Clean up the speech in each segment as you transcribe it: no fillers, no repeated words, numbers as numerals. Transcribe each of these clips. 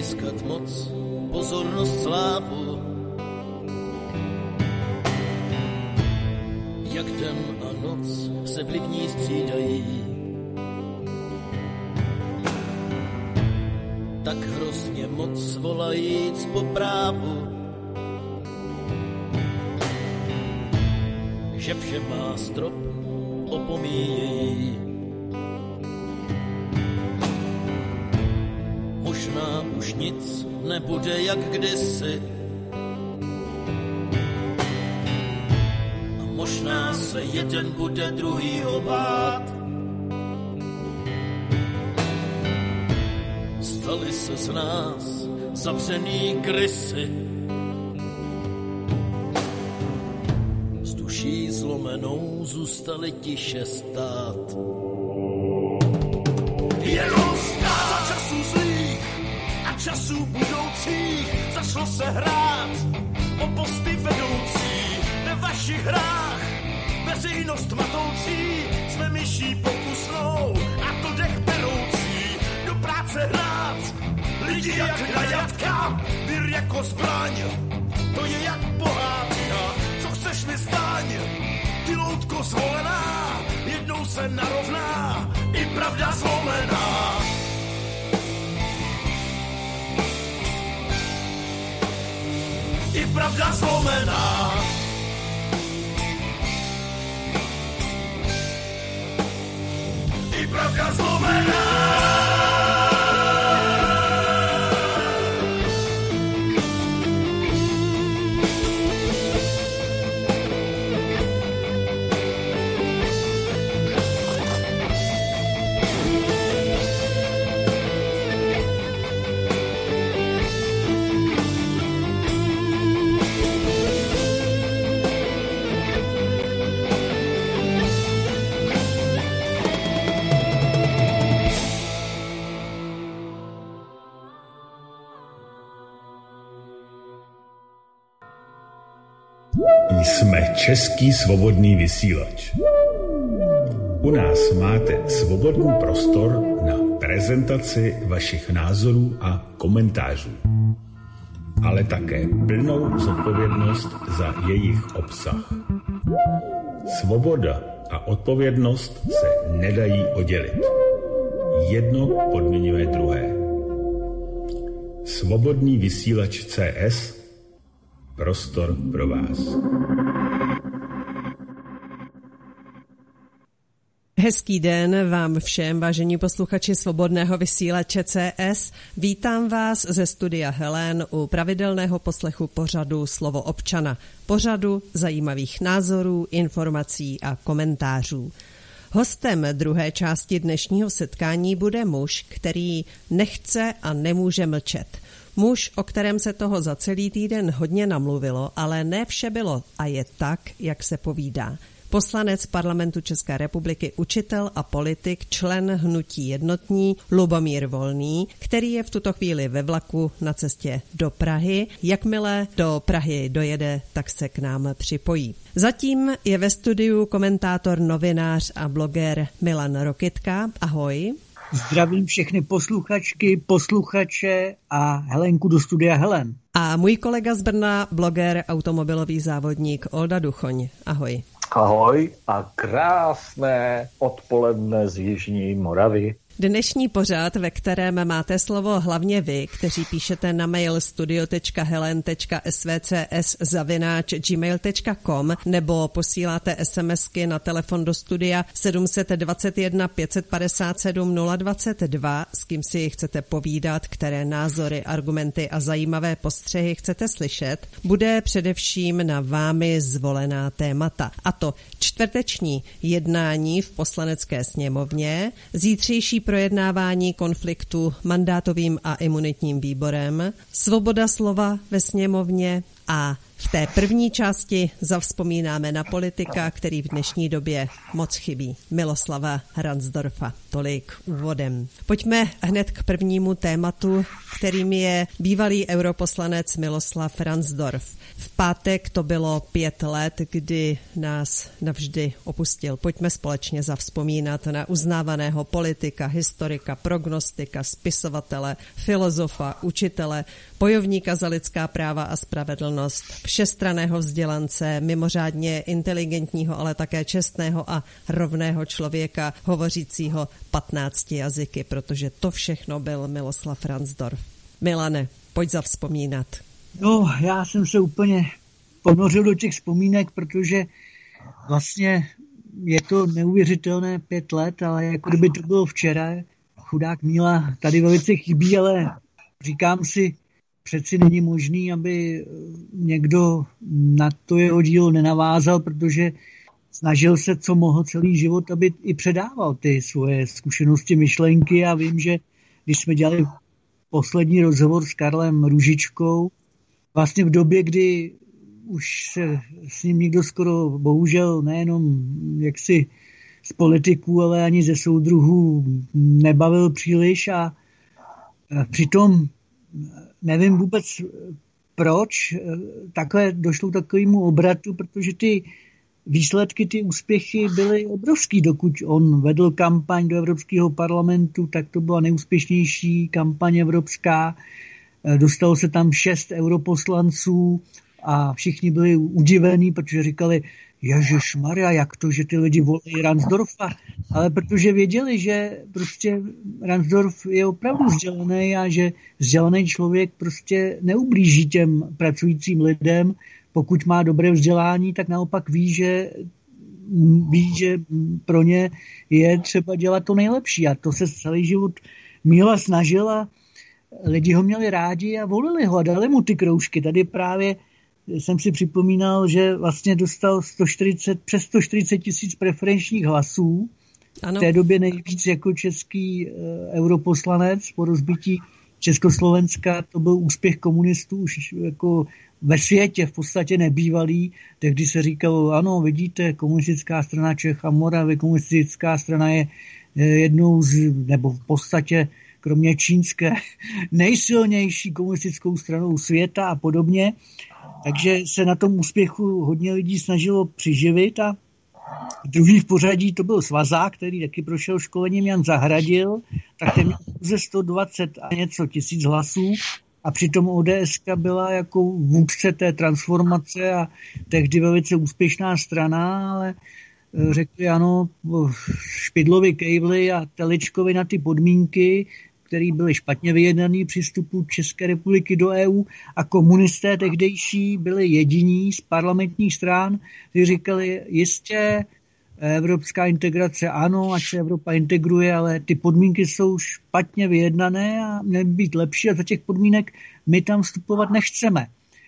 získat moc, pozornost, slávu. Jak den a noc se vlivní střídají, tak hrozně moc volajíc po právu, že vše má strop, opomíjejí. Možná už nic nebude jak kdysi, a možná se jeden bude druhýho bát. Stali se z nás zavřený krysy, s duší zlomenou zůstali tiše stát. Jenom stát za časů zlých a časů budoucích začalo se hrát o posty vedoucí ve vašich hrách. Veřejnost matoucí, jsme myší pokusnou a to dech peroucí. Do práce hrát, lidi jak na jatka, vír jako zbraň, to je jak pohádka. Co chceš mi staň, ty loutko zvolená, jednou se narovná i pravda zlomená. I pravda zlomená. I pravda zlomená. Jsme Český svobodný vysílač. U nás máte svobodný prostor na prezentaci vašich názorů a komentářů, ale také plnou zodpovědnost za jejich obsah. Svoboda a odpovědnost se nedají oddělit. Jedno podmiňuje druhé. Svobodný vysílač CS, prostor pro vás. Hezký den vám všem, vážení posluchači svobodného vysílače CS. Vítám vás ze studia Helen u pravidelného poslechu pořadu Slovo občana. Pořadu zajímavých názorů, informací a komentářů. Hostem druhé části dnešního setkání bude muž, který nechce a nemůže mlčet. Muž, o kterém se toho za celý týden hodně namluvilo, ale ne vše bylo a je tak, jak se povídá. Poslanec Parlamentu České republiky, učitel a politik, člen hnutí Jednotní Lubomír Volný, který je v tuto chvíli ve vlaku na cestě do Prahy. Jakmile do Prahy dojede, tak se k nám připojí. Zatím je ve studiu komentátor, novinář a bloger Milan Rokytka. Ahoj. Zdravím všechny posluchačky, posluchače a Helenku do studia Helen. A můj kolega z Brna, bloger, automobilový závodník Olda Duchoň. Ahoj. Ahoj a krásné odpoledne z Jižní Moravy. Dnešní pořad, ve kterém máte slovo hlavně vy, kteří píšete na mail studio.helen.svcs@gmail.com nebo posíláte SMSky na telefon do studia 721 557 022, s kým si chcete povídat, které názory, argumenty a zajímavé postřehy chcete slyšet, bude především na vámi zvolená témata. A to čtvrteční jednání v Poslanecké sněmovně, zítřejší projednávání konfliktu mandátovým a imunitním výborem, svoboda slova ve sněmovně A v té první části zavzpomínáme na politika, který v dnešní době moc chybí. Miloslava Ransdorfa. Tolik úvodem. Pojďme hned k prvnímu tématu, kterým je bývalý europoslanec Miloslav Ransdorf. V pátek to bylo 5 let, kdy nás navždy opustil. Pojďme společně zavzpomínat na uznávaného politika, historika, prognostika, spisovatele, filozofa, učitele, bojovníka za lidská práva a spravedlnost, všestranného vzdělance, mimořádně inteligentního, ale také čestného a rovného člověka, hovořícího 15 jazyky, protože to všechno byl Miloslav Ransdorf. Milane, pojď zavzpomínat. No, já jsem se úplně ponořil do těch vzpomínek, protože vlastně je to neuvěřitelné 5 let, ale jako kdyby to bylo včera. Chudák Míla tady velice chybí, ale říkám si, přeci není možný, aby někdo na to jeho dílo nenavázal, protože snažil se, co mohl celý život, aby i předával ty svoje zkušenosti, myšlenky. A vím, že když jsme dělali poslední rozhovor s Karlem Růžičkou, vlastně v době, kdy už se s ním nikdo skoro, bohužel nejenom jaksi z politiků, ale ani ze soudruhů nebavil příliš a přitom nevím vůbec proč takhle došlo k takovému obratu, protože ty výsledky, ty úspěchy byly obrovský. Dokud on vedl kampaň do Evropského parlamentu, tak to byla nejúspěšnější kampaň evropská. Dostalo se tam 6 europoslanců a všichni byli udivení, protože říkali, ježišmarja, jak to, že ty lidi volí Ransdorfa, ale protože věděli, že prostě Ransdorf je opravdu vzdělaný a že vzdělaný člověk prostě neublíží těm pracujícím lidem. Pokud má dobré vzdělání, tak naopak ví, že pro ně je třeba dělat to nejlepší. A to se celý život Míla snažila. Lidi ho měli rádi a volili ho a dali mu ty kroužky. Tady právě jsem si připomínal, že vlastně dostal přes 140 tisíc preferenčních hlasů. Ano. V té době nejvíc jako český europoslanec po rozbití Československa. To byl úspěch komunistů už jako ve světě v podstatě nebývalý. Tehdy se říkalo, ano, vidíte, komunistická strana Čech a Moravy, komunistická strana je jednou nebo v podstatě kromě čínské nejsilnější komunistickou stranou světa a podobně. Takže se na tom úspěchu hodně lidí snažilo přiživit a druhý v pořadí to byl Svazák, který taky prošel školením, Jan Zahradil, tak ten měl pouze 120 a něco tisíc hlasů a přitom ODS byla jako vůdce té transformace a tehdy velice úspěšná strana, ale řekli ano Špidlovi, Kejvli a Teličkovi na ty podmínky, které byly špatně vyjednaný při vstupu České republiky do EU a komunisté tehdejší byli jediní z parlamentních stran, kteří říkali, jistě evropská integrace ano, ať se Evropa integruje, ale ty podmínky jsou špatně vyjednané a měly by být lepší a za těch podmínek my tam vstupovat nechceme.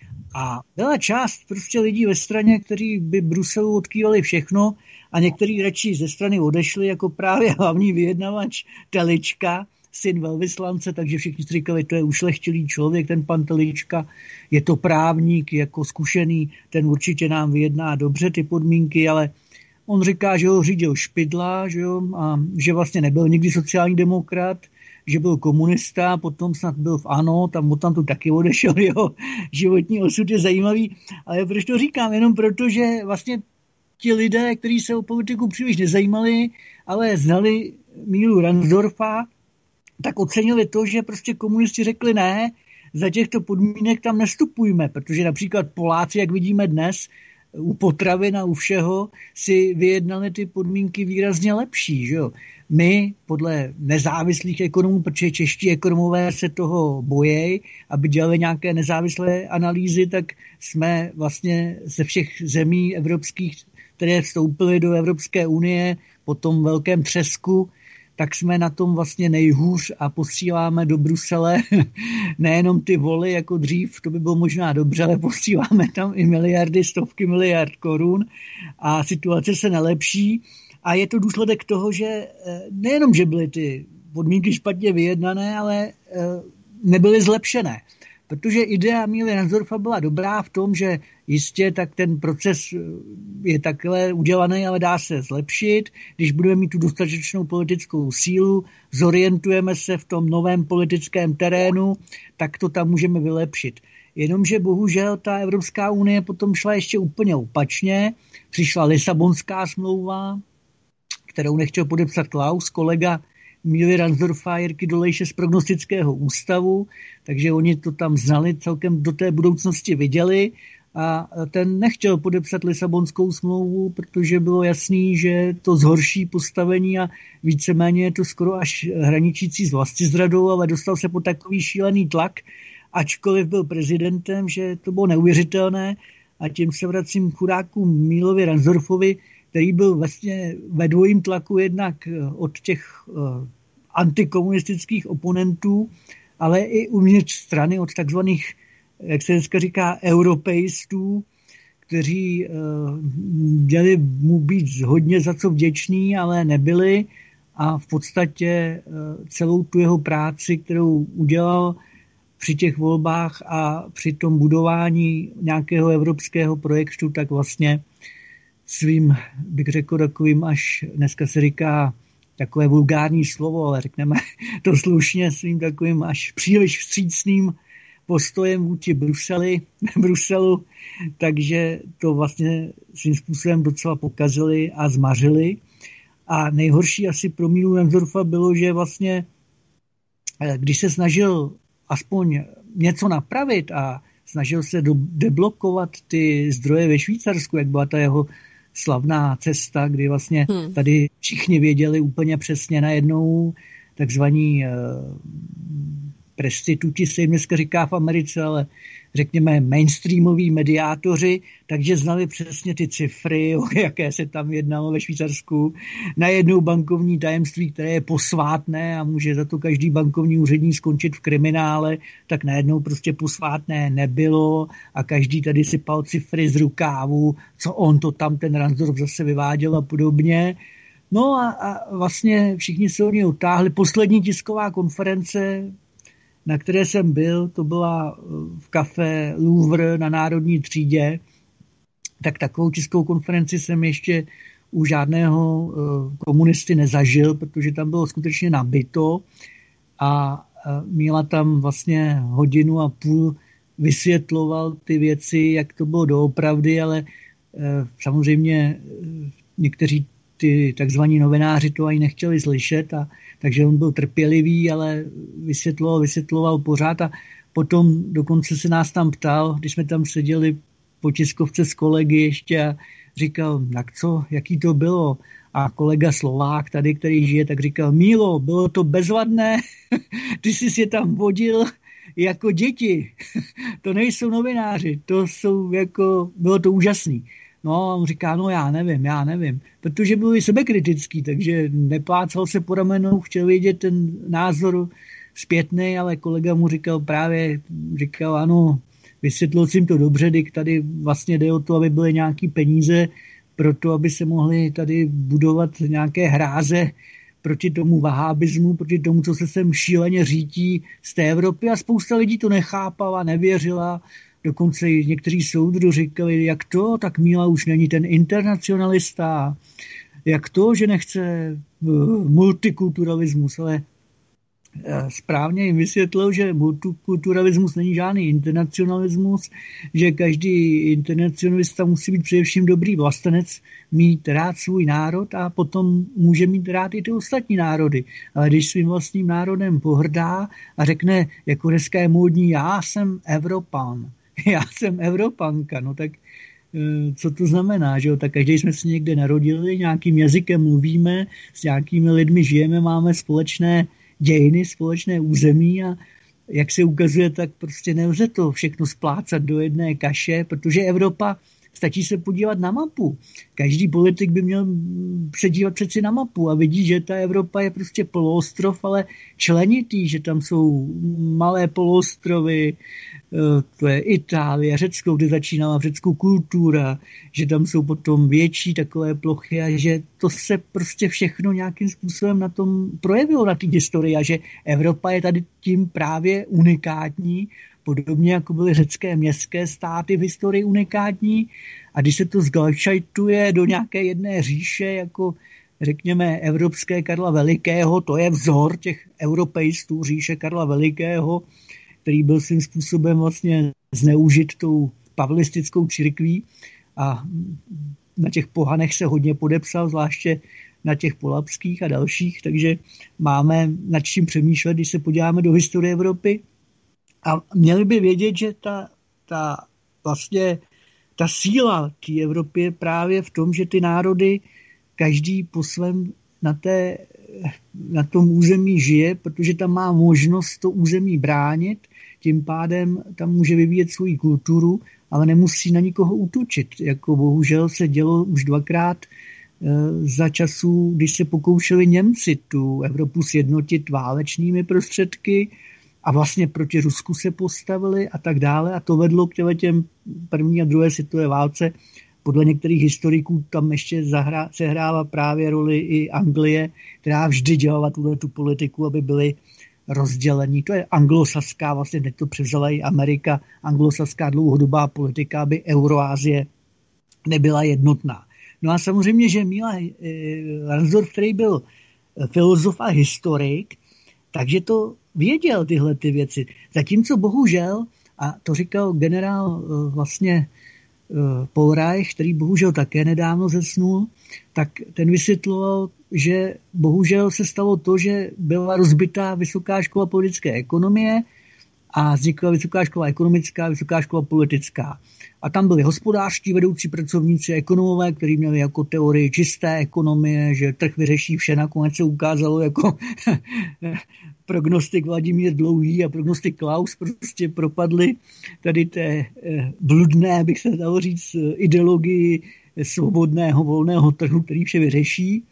A byla část prostě lidí ve straně, kteří by Bruselu odkývali všechno a někteří radši ze strany odešli, jako právě hlavní vyjednavač Telička, syn velvyslance, takže všichni si říkali, to je ušlechtilý člověk, ten pan Telička, je to právník, jako zkušený, ten určitě nám vyjedná dobře ty podmínky, ale on říká, že ho řídil Špidla, že jo, a že vlastně nebyl nikdy sociální demokrat, že byl komunista, potom snad byl v ANO, tam to taky odešel, jeho životní osud je zajímavý, ale proč to říkám? Jenom proto, že vlastně ti lidé, kteří se o politiku příliš nezajímali, ale znali Mílu Ransdorfa, tak ocenili to, že prostě komunisti řekli ne, za těchto podmínek tam nestupujme, protože například Poláci, jak vidíme dnes, u potravin a u všeho si vyjednali ty podmínky výrazně lepší. Že jo? My podle nezávislých ekonomů, protože čeští ekonomové se toho bojejí, aby dělali nějaké nezávislé analýzy, tak jsme vlastně ze všech zemí evropských, které vstoupily do Evropské unie po tom velkém třesku, tak jsme na tom vlastně nejhůř a posíláme do Brusele nejenom ty voly jako dřív, to by bylo možná dobře, ale posíláme tam i miliardy, stovky miliard korun a situace se nelepší a je to důsledek toho, že nejenom, že byly ty podmínky špatně vyjednané, ale nebyly zlepšené. Protože idea Emíla Ransdorfa byla dobrá v tom, že jistě tak ten proces je takhle udělaný, ale dá se zlepšit. Když budeme mít tu dostatečnou politickou sílu, zorientujeme se v tom novém politickém terénu, tak to tam můžeme vylepšit. Jenomže bohužel ta Evropská unie potom šla ještě úplně opačně. Přišla Lisabonská smlouva, kterou nechtěl podepsat Klaus, kolega Emíla Ransdorfa a Jirky Dolejše z prognostického ústavu, takže oni to tam znali, celkem do té budoucnosti viděli a ten nechtěl podepsat Lisabonskou smlouvu, protože bylo jasný, že to zhorší postavení a víceméně je to skoro až hraničící s vlastizradou, ale dostal se pod takový šílený tlak, ačkoliv byl prezidentem, že to bylo neuvěřitelné a tím se vracím k chudáku Emílovi Ransdorfovi, který byl vlastně ve dvojím tlaku jednak od těch antikomunistických oponentů, ale i uvnitř strany od takzvaných, jak se dneska říká, europeistů, kteří měli mu být hodně za co vděční, ale nebyli a v podstatě celou tu jeho práci, kterou udělal při těch volbách a při tom budování nějakého evropského projektu, tak vlastně svým, bych řekl, takovým až dneska se říká takové vulgární slovo, ale řekneme to slušně, svým takovým až příliš vstřícným postojem vůči Bruselu, takže to vlastně svým způsobem docela pokazili a zmařili. A nejhorší asi pro Emíla Ransdorfa bylo, že vlastně, když se snažil aspoň něco napravit a snažil se deblokovat ty zdroje ve Švýcarsku, jak byla ta jeho slavná cesta, kdy vlastně tady všichni věděli úplně přesně najednou takzvaní prestituti se jim dneska říká v Americe, ale řekněme mainstreamoví mediátoři, takže znali přesně ty cifry, o jaké se tam jednalo ve Švýcarsku. Najednou bankovní tajemství, které je posvátné a může za to každý bankovní úředník skončit v kriminále, tak najednou prostě posvátné nebylo a každý tady sypal cifry z rukávu, co on to tam ten Ransdorf zase vyváděl a podobně. No a vlastně všichni se od něj utáhli. Poslední tisková konference, na které jsem byl, to byla v kafe Louvre na Národní třídě, tak takovou tiskovou konferenci jsem ještě u žádného komunisty nezažil, protože tam bylo skutečně nabito a Míla tam vlastně 1,5 hodiny vysvětloval ty věci, jak to bylo doopravdy, ale samozřejmě někteří ty takzvaní novináři to ani nechtěli slyšet, takže on byl trpělivý, ale vysvětloval pořád a potom dokonce se nás tam ptal, když jsme tam seděli po tiskovce s kolegy ještě a říkal, jak co, jaký to bylo. A kolega Slovák tady, který žije, tak říkal, Mílo, bylo to bezvadné, ty jsi je tam vodil jako děti, to nejsou novináři, to jsou jako, bylo to úžasný. No a on říká, no já nevím, protože byl i sebekritický, takže neplácal se po ramenou, chtěl vědět ten názor zpětný, ale kolega mu říkal ano, vysvětlil jsem to dobře, když tady vlastně jde o to, aby byly nějaký peníze pro to, aby se mohly tady budovat nějaké hráze proti tomu vahábismu, proti tomu, co se sem šíleně řítí z té Evropy a spousta lidí to nechápala, nevěřila. Dokonce i někteří soudru říkali, jak to, tak Míla už není ten internacionalista, jak to, že nechce multikulturalismus, ale správně jim vysvětlil, že multikulturalismus není žádný internacionalismus, že každý internacionalista musí být především dobrý vlastenec, mít rád svůj národ a potom může mít rád i ty ostatní národy. Ale když svým vlastním národem pohrdá a řekne, jako dneska je módní, já jsem Evropan, já jsem Evropanka, no tak co to znamená, že jo? Tak každý jsme se někde narodili, nějakým jazykem mluvíme, s nějakými lidmi žijeme, máme společné dějiny, společné území a jak se ukazuje, tak prostě nelze to všechno splácat do jedné kaše, protože Evropa, stačí se podívat na mapu. Každý politik by měl se dívat přeci na mapu a vidí, že ta Evropa je prostě poloostrov, ale členitý, že tam jsou malé poloostrovy, to je Itálie, Řecko, kde začínala v Řecku kultura, že tam jsou potom větší takové plochy a že to se prostě všechno nějakým způsobem na tom projevilo, na té historii a že Evropa je tady tím právě unikátní, podobně jako byly řecké městské státy v historii unikátní. A když se to zglačajtuje do nějaké jedné říše, jako řekněme evropské Karla Velikého, to je vzor těch europeistů říše Karla Velikého, který byl svým způsobem vlastně zneužit tou pavlistickou církví a na těch pohanech se hodně podepsal, zvláště na těch polabských a dalších, takže máme nad čím přemýšlet, když se podíváme do historie Evropy. A měli by vědět, že ta síla té Evropy je právě v tom, že ty národy každý po svém na tom území žije, protože tam má možnost to území bránit, tím pádem tam může vyvíjet svou kulturu, ale nemusí na nikoho útočit. Jako bohužel se dělo už dvakrát za časů, když se pokoušeli Němci tu Evropu sjednotit válečnými prostředky a vlastně proti Rusku se postavili a tak dále. A to vedlo k těm první a druhé světové válce. Podle některých historiků tam ještě sehrála právě roli i Anglie, která vždy dělala tu politiku, aby byly rozdělení. To je anglosaská, vlastně teď to převzala i Amerika, anglosaská dlouhodobá politika, aby Euroázie nebyla jednotná. No a samozřejmě, že Míla Ransdorf, který byl filozof a historik, takže to věděl tyhle ty věci. Zatímco bohužel, a to říkal generál vlastně Paul Reich, který bohužel také nedávno zesnul, tak ten vysvětloval, že bohužel se stalo to, že byla rozbitá vysoká škola politické ekonomie a vznikla vysoká škola ekonomická, vysoká škola politická. A tam byli hospodářští vedoucí pracovníci, ekonomové, kteří měli jako teorii čisté ekonomie, že trh vyřeší vše. Nakonec se ukázalo jako prognostik Vladimír Dlouhý a prognostik Klaus prostě propadli tady té bludné, bych se dalo říct, ideologii svobodného, volného trhu, který vše vyřeší,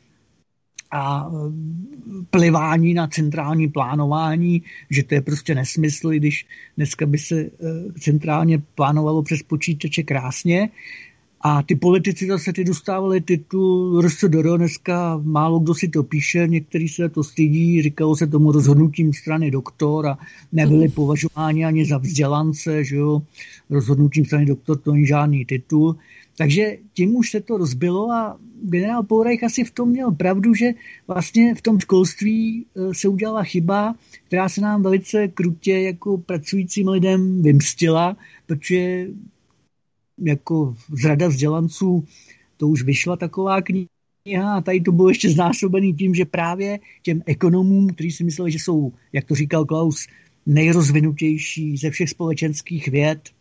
a plivání na centrální plánování, že to je prostě nesmysl, i když dneska by se centrálně plánovalo přes počítače krásně. A ty politici zase ty dostávali titul RSDR, dneska málo kdo si to píše, někteří se to stydí, říkalo se tomu rozhodnutím strany doktor a nebyli považováni ani za vzdělance, že jo, rozhodnutím strany doktor to není žádný titul. Takže tím už se to rozbilo a generál Paul Reich asi v tom měl pravdu, že vlastně v tom školství se udělala chyba, která se nám velice krutě jako pracujícím lidem vymstila, protože jako zrada vzdělanců, to už vyšla taková kniha a tady to bylo ještě znásobený tím, že právě těm ekonomům, kteří si mysleli, že jsou, jak to říkal Klaus, nejrozvinutější ze všech společenských věd,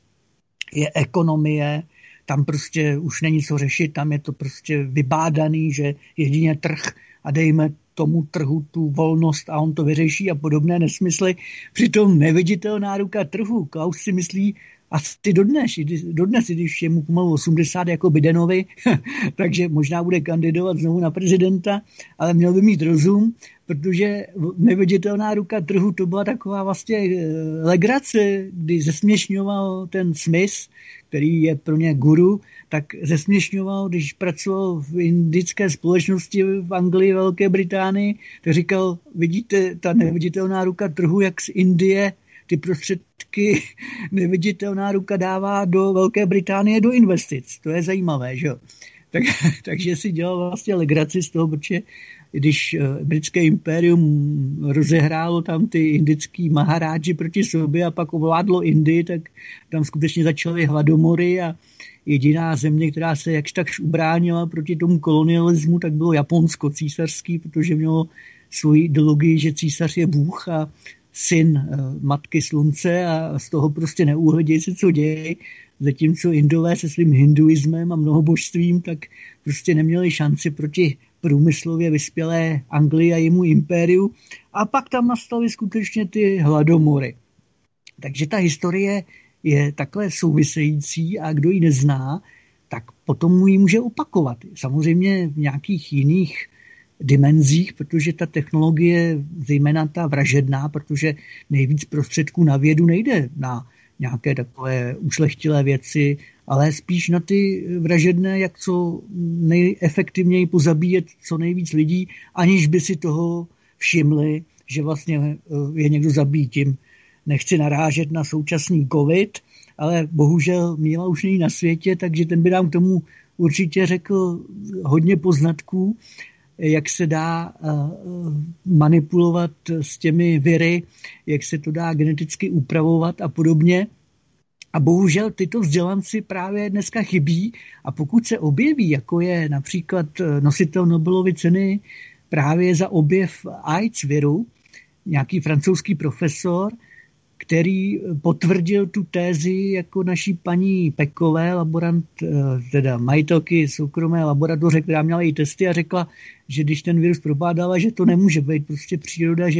je ekonomie, tam prostě už není co řešit, tam je to prostě vybádaný, že jedině trh a dejme tomu trhu tu volnost a on to vyřeší a podobné nesmysly. Přitom neviditelná ruka trhu. Klaus si myslí asi dodnes, když je mu pomalu 80 jako Bidenovi, takže možná bude kandidovat znovu na prezidenta, ale měl by mít rozum, protože neviditelná ruka trhu to byla taková vlastně legrace, kdy zesměšňoval ten Smith, který je pro ně guru, tak zesměšňoval, když pracoval v indické společnosti v Anglii, Velké Británii, tak říkal, vidíte, ta neviditelná ruka trhu, jak z Indie ty prostředky neviditelná ruka dává do Velké Británie do investic. To je zajímavé, že jo? Takže si dělal vlastně legraci z toho, protože když britské impérium rozehrálo tam ty indický maharaji proti sobě a pak ovládlo Indii, tak tam skutečně začaly hladomory a jediná země, která se jakž takž ubránila proti tomu kolonialismu, tak bylo Japonsko císařský, protože mělo svoji ideologii, že císař je Bůh a syn matky slunce a z toho prostě neuhledějí se, co děje. Zatímco Indové se svým hinduismem a mnohobožstvím tak prostě neměli šanci proti průmyslově vyspělé Anglii a jejímu impériu. A pak tam nastaly skutečně ty hladomory. Takže ta historie je takhle související a kdo ji nezná, tak potom ji může opakovat. Samozřejmě v nějakých jiných dimenzích, protože ta technologie, zejména ta vražedná, protože nejvíc prostředků na vědu nejde na nějaké takové ušlechtilé věci, ale spíš na ty vražedné, jak co nejefektivněji pozabíjet co nejvíc lidí, aniž by si toho všimli, že vlastně je někdo zabíjí tím nechci narážet na současný covid, ale bohužel Míla už není na světě, takže ten by nám k tomu určitě řekl hodně poznatků, jak se dá manipulovat s těmi viry, jak se to dá geneticky upravovat a podobně. A bohužel tyto vzdělanci právě dneska chybí a pokud se objeví, jako je například nositel Nobelovy ceny právě za objev AIDS viru, nějaký francouzský profesor, který potvrdil tu tézi jako naší paní Pekové, laborant, teda majitelky soukromé laboratoře, která měla i testy a řekla, že když ten virus probádala, že to nemůže být prostě příroda,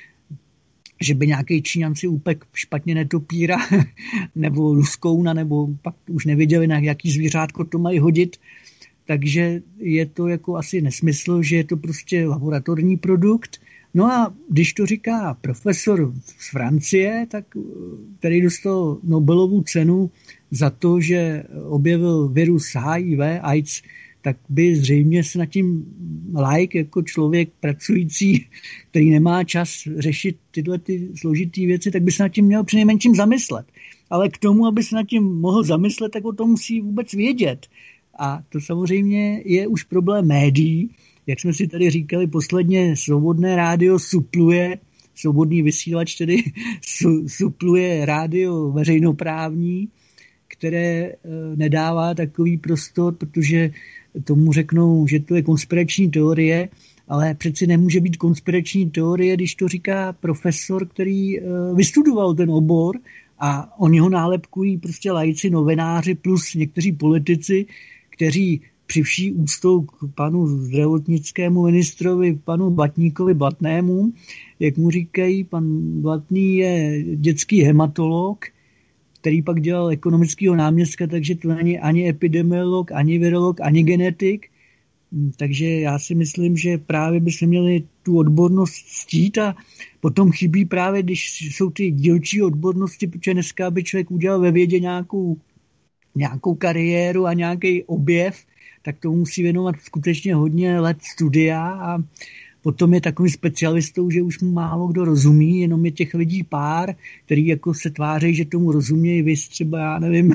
že by nějaký Číňan si upek špatně netopíra nebo luskouna, nebo pak už nevěděli, na jaký zvířátko to mají hodit. Takže je to jako asi nesmysl, že je to prostě laboratorní produkt. No a když to říká profesor z Francie, který dostal Nobelovu cenu za to, že objevil virus HIV, AIDS, tak by zřejmě se nad tím laik jako člověk pracující, který nemá čas řešit tyhle ty složitý věci, tak by se nad tím měl přinejmenším zamyslet. Ale k tomu, aby se nad tím mohl zamyslet, tak o tom musí vůbec vědět. A to samozřejmě je už problém médií. Jak jsme si tady říkali posledně, Svobodné rádio supluje, Svobodný vysílač tedy supluje rádio veřejnoprávní, které nedává takový prostor, protože tomu řeknou, že to je konspirační teorie, ale přeci nemůže být konspirační teorie, když to říká profesor, který vystudoval ten obor a oni ho nálepkují prostě laici, novináři plus někteří politici, kteří při vší úctou k panu zdravotnickému ministrovi, panu Blatníkovi Blatnému, jak mu říkají, pan Blatný je dětský hematolog, který pak dělal ekonomického náměstka, takže to není ani epidemiolog, ani virolog, ani genetik. Takže já si myslím, že právě bychom měli tu odbornost ctít a potom chybí právě, když jsou ty dílčí odbornosti, protože dneska by člověk udělal ve vědě nějakou kariéru a nějaký objev, tak to musí věnovat skutečně hodně let studia a potom je takovým specialistou, že už mu málo kdo rozumí, jenom je těch lidí pár, který jako se tváří, že tomu rozumějí, vys třeba, já nevím,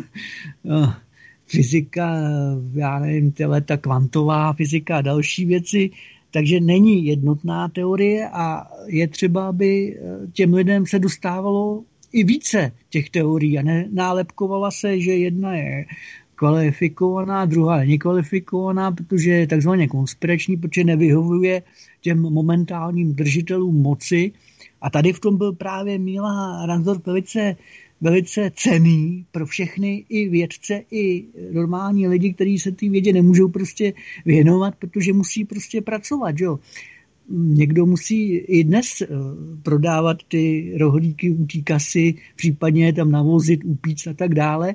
fyzika, já nevím, ta kvantová fyzika a další věci, takže není jednotná teorie a je třeba, aby těm lidem se dostávalo i více těch teorií a nenálepkovala se, že jedna je kvalifikovaná, druhá není kvalifikovaná, protože je takzvaně konspirační, protože nevyhovuje těm momentálním držitelům moci. A tady v tom byl právě Míla Ransdorf velice cenný pro všechny i vědce, i normální lidi, kteří se té vědě nemůžou prostě věnovat, protože musí prostě pracovat, jo. Někdo musí i dnes prodávat ty rohlíky u té kasy, případně je tam navozit, upíct a tak dále.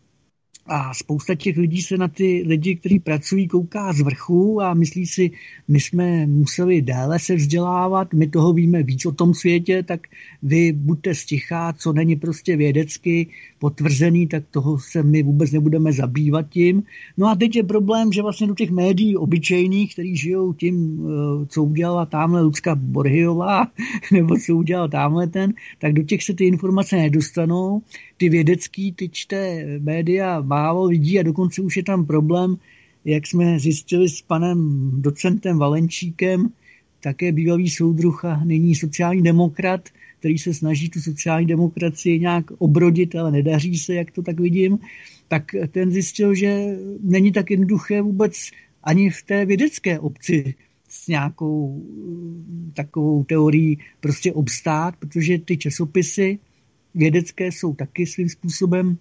A spousta těch lidí se na ty lidi, kteří pracují, kouká z vrchu a myslí si, my jsme museli déle se vzdělávat, my toho víme víc o tom světě, tak vy buďte sticha, co není prostě vědecky potvrzený, tak toho se my vůbec nebudeme zabývat tím. No a teď je problém, že vlastně do těch médií obyčejných, kteří žijou tím, co udělala tamhle Lucka Borhyová, nebo co udělal tamhle ten, tak do těch se ty informace nedostanou. Ty vědecký, ty čte média málo lidí a dokonce už je tam problém, jak jsme zjistili s panem docentem Valenčíkem, také bývalý soudruh a nyní sociální demokrat, který se snaží tu sociální demokracii nějak obrodit, ale nedaří se, jak to tak vidím, tak ten zjistil, že není tak jednoduché vůbec ani v té vědecké obci s nějakou takovou teorií prostě obstát, protože ty časopisy vědecké jsou taky svým způsobem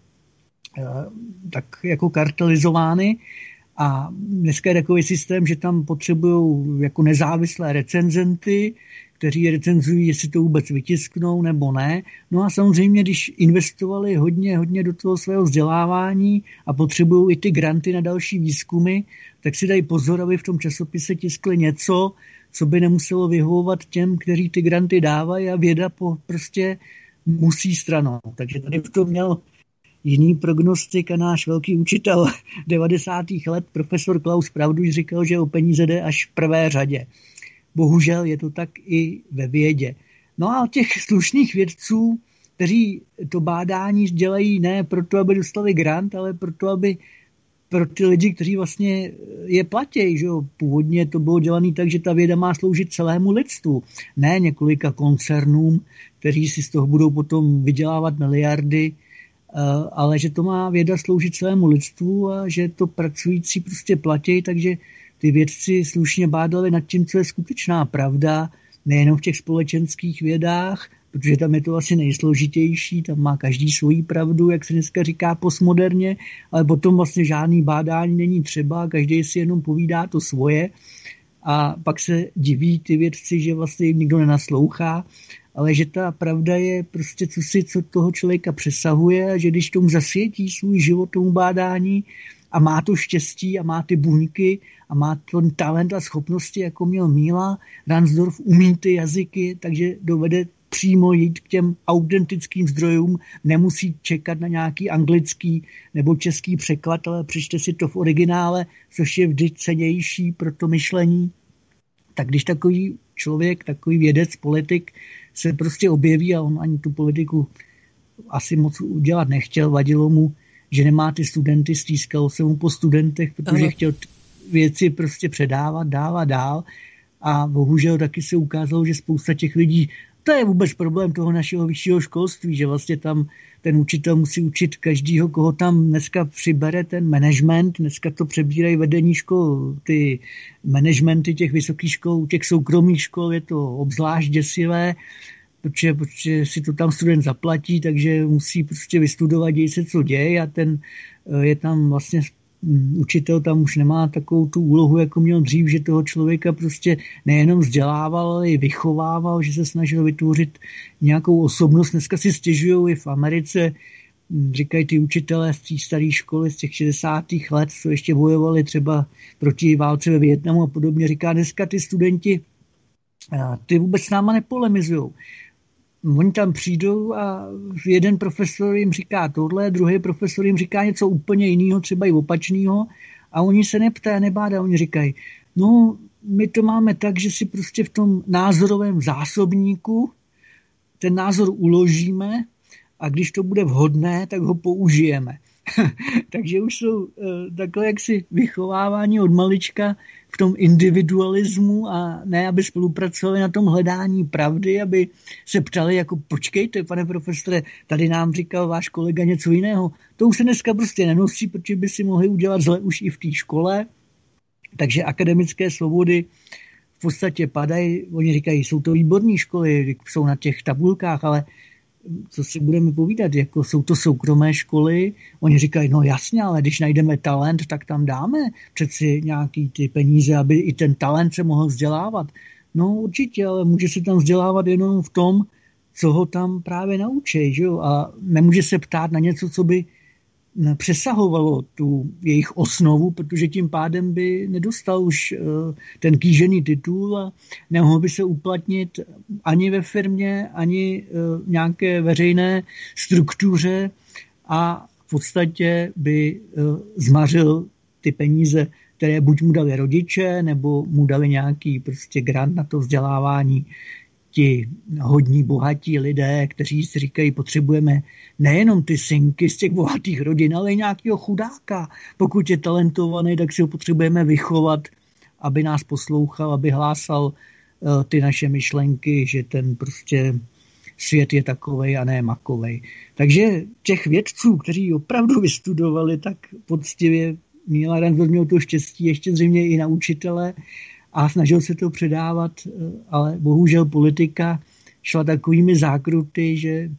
tak jako kartelizovány a dneska je takový systém, že tam potřebují jako nezávislé recenzenty, kteří recenzují, jestli to vůbec vytisknou nebo ne. No a samozřejmě, když investovali hodně do toho svého vzdělávání a potřebují i ty granty na další výzkumy, tak si dají pozor, aby v tom časopise tiskli něco, co by nemuselo vyhovovat těm, kteří ty granty dávají a věda prostě musí stranou. Takže tady v tom měl jiný prognostik a náš velký učitel 90. let, profesor Klaus Pravduš, říkal, že o peníze jde až v prvé řadě. Bohužel je to tak i ve vědě. No a těch slušných vědců kteří to bádání dělají ne proto, aby dostali grant, ale proto, aby pro ty lidi, kteří vlastně je platí. Že jo? Původně to bylo dělané tak, že ta věda má sloužit celému lidstvu, ne několika koncernům, kteří si z toho budou potom vydělávat miliardy, ale že to má věda sloužit celému lidstvu a že to pracující prostě platí, takže ty vědci slušně bádali nad tím, co je skutečná pravda, nejenom v těch společenských vědách, protože tam je to asi nejsložitější, tam má každý svoji pravdu, jak se dneska říká postmoderně, ale potom vlastně žádný bádání není třeba, každý si jenom povídá to svoje a pak se diví ty vědci, že vlastně jim nikdo nenaslouchá, ale že ta pravda je prostě co toho člověka přesahuje a že když tomu zasvětí svůj život tomu bádání a má to štěstí a má ty buňky a má ten talent a schopnosti, jako měl Míla, Ransdorf umí ty jazyky, takže dovede přímo jít k těm autentickým zdrojům, nemusí čekat na nějaký anglický nebo český překlad, ale přečte si to v originále, což je vždy cennější pro to myšlení. Tak když takový člověk, takový vědec, politik se prostě objeví a on ani tu politiku asi moc udělat nechtěl, vadilo mu, že nemá ty studenty, stýskalo se mu po studentech, protože chtěl věci prostě předávat, dávat dál a bohužel taky se ukázalo, že spousta těch lidí, to je vůbec problém toho našeho vyššího školství, že vlastně tam ten učitel musí učit každýho, koho tam dneska přibere ten management, dneska to přebírají vedení škol, ty managementy těch vysokých škol, u těch soukromých škol je to obzvlášť děsivé, protože si to tam student zaplatí, takže musí prostě vystudovat, děje se, co děje a ten je tam vlastně učitel tam už nemá takovou tu úlohu, jako měl dřív, že toho člověka prostě nejenom vzdělával, ale i vychovával, že se snažil vytvořit nějakou osobnost. Dneska si stěžují i v Americe, říkají ty učitelé z té staré školy z těch 60. let, co ještě bojovali třeba proti válce ve Vietnamu a podobně. Říká dneska ty studenti, ty vůbec s náma nepolemizujou. Oni tam přijdou a jeden profesor jim říká tohle, druhý profesor jim říká něco úplně jiného, třeba i opačného a oni se neptají, nebádají, oni říkají, no my to máme tak, že si prostě v tom názorovém zásobníku ten názor uložíme a když to bude vhodné, tak ho použijeme. Takže už jsou takhle jaksi vychovávání od malička v tom individualismu a ne, aby spolupracovali na tom hledání pravdy, aby se ptali jako počkejte, pane profesore, tady nám říkal váš kolega něco jiného. To už se dneska prostě nenosí, protože by si mohli udělat zle už i v té škole. Takže akademické svobody v podstatě padají. Oni říkají, jsou to výborné školy, jsou na těch tabulkách, ale co si budeme povídat, jako jsou to soukromé školy, oni říkají, no jasně, ale když najdeme talent, tak tam dáme přeci nějaký ty peníze, aby i ten talent se mohl vzdělávat. No určitě, ale může se tam vzdělávat jenom v tom, co ho tam právě naučí, že jo? A nemůže se ptát na něco, co by přesahovalo tu jejich osnovu, protože tím pádem by nedostal už ten kýžený titul a nemohl by se uplatnit ani ve firmě, ani v nějaké veřejné struktuře a v podstatě by zmařil ty peníze, které buď mu dali rodiče, nebo mu dali nějaký prostě grant na to vzdělávání. Ti hodní, bohatí lidé, kteří si říkají, potřebujeme nejenom ty synky z těch bohatých rodin, ale i nějakého chudáka. Pokud je talentovaný, tak si ho potřebujeme vychovat, aby nás poslouchal, aby hlásal ty naše myšlenky, že ten prostě svět je takovej a ne makovej. Takže těch vědců, kteří opravdu vystudovali tak poctivě, Míla Ransdorf měl to štěstí, ještě zřejmě i na učitele, a snažil se to předávat, ale bohužel politika šla takovými zákruty, že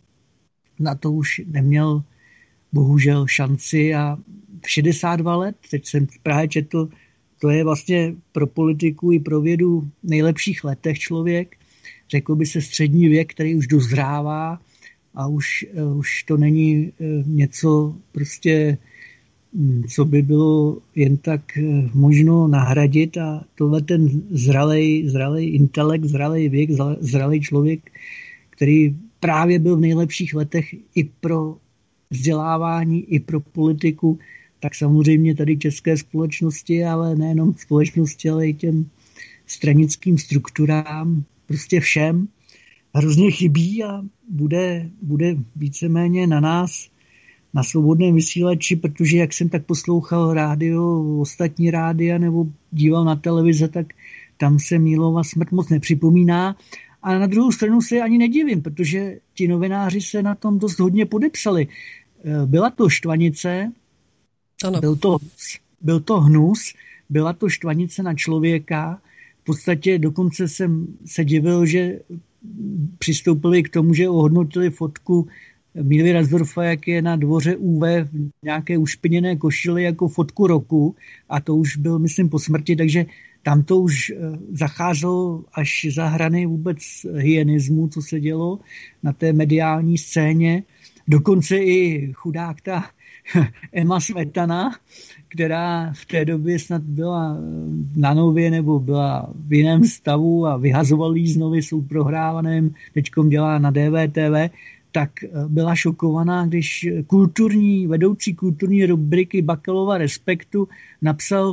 na to už neměl bohužel šanci a v 62 let, teď jsem právě četl, to je vlastně pro politiku i pro vědu v nejlepších letech člověk, řekl by se střední věk, který už dozrává a už to není něco prostě, co by bylo jen tak možno nahradit a tohle ten zralej intelekt, zralej věk, zralej člověk, který právě byl v nejlepších letech i pro vzdělávání, i pro politiku, tak samozřejmě tady české společnosti, ale nejenom společnosti, ale i těm stranickým strukturám, prostě všem, hrozně chybí a bude víceméně na nás, na Svobodném vysílači, protože jak jsem tak poslouchal rádio, ostatní rádia nebo díval na televize, tak tam se Mílova smrt moc nepřipomíná. A na druhou stranu se ani nedivím, protože ti novináři se na tom dost hodně podepsali. Byla to štvanice, ano. Byl to hnus, byla to štvanice na člověka. V podstatě dokonce jsem se divil, že přistoupili k tomu, že ohodnotili fotku Míly Ransdorfa, jak je na dvoře UV v nějaké ušpiněné košili jako fotku roku, a to už byl, myslím, po smrti, takže tam to už zacházelo až za hrany vůbec hyenismu, co se dělo na té mediální scéně. Dokonce i chudák ta Emma Smetana, která v té době snad byla na Nově nebo byla v jiném stavu a vyhazovali ji znovu, jsou prohrávaném, teďkom dělá na DVTV, tak byla šokovaná, když vedoucí kulturní rubriky Bakalova Respektu napsal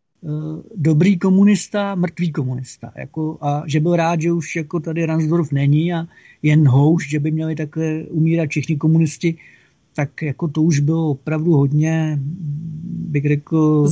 dobrý komunista, mrtvý komunista. A že byl rád, že už jako tady Ransdorf není a jen houšť, že by měli takhle umírat všichni komunisti, tak jako to už bylo opravdu hodně, bych řekl...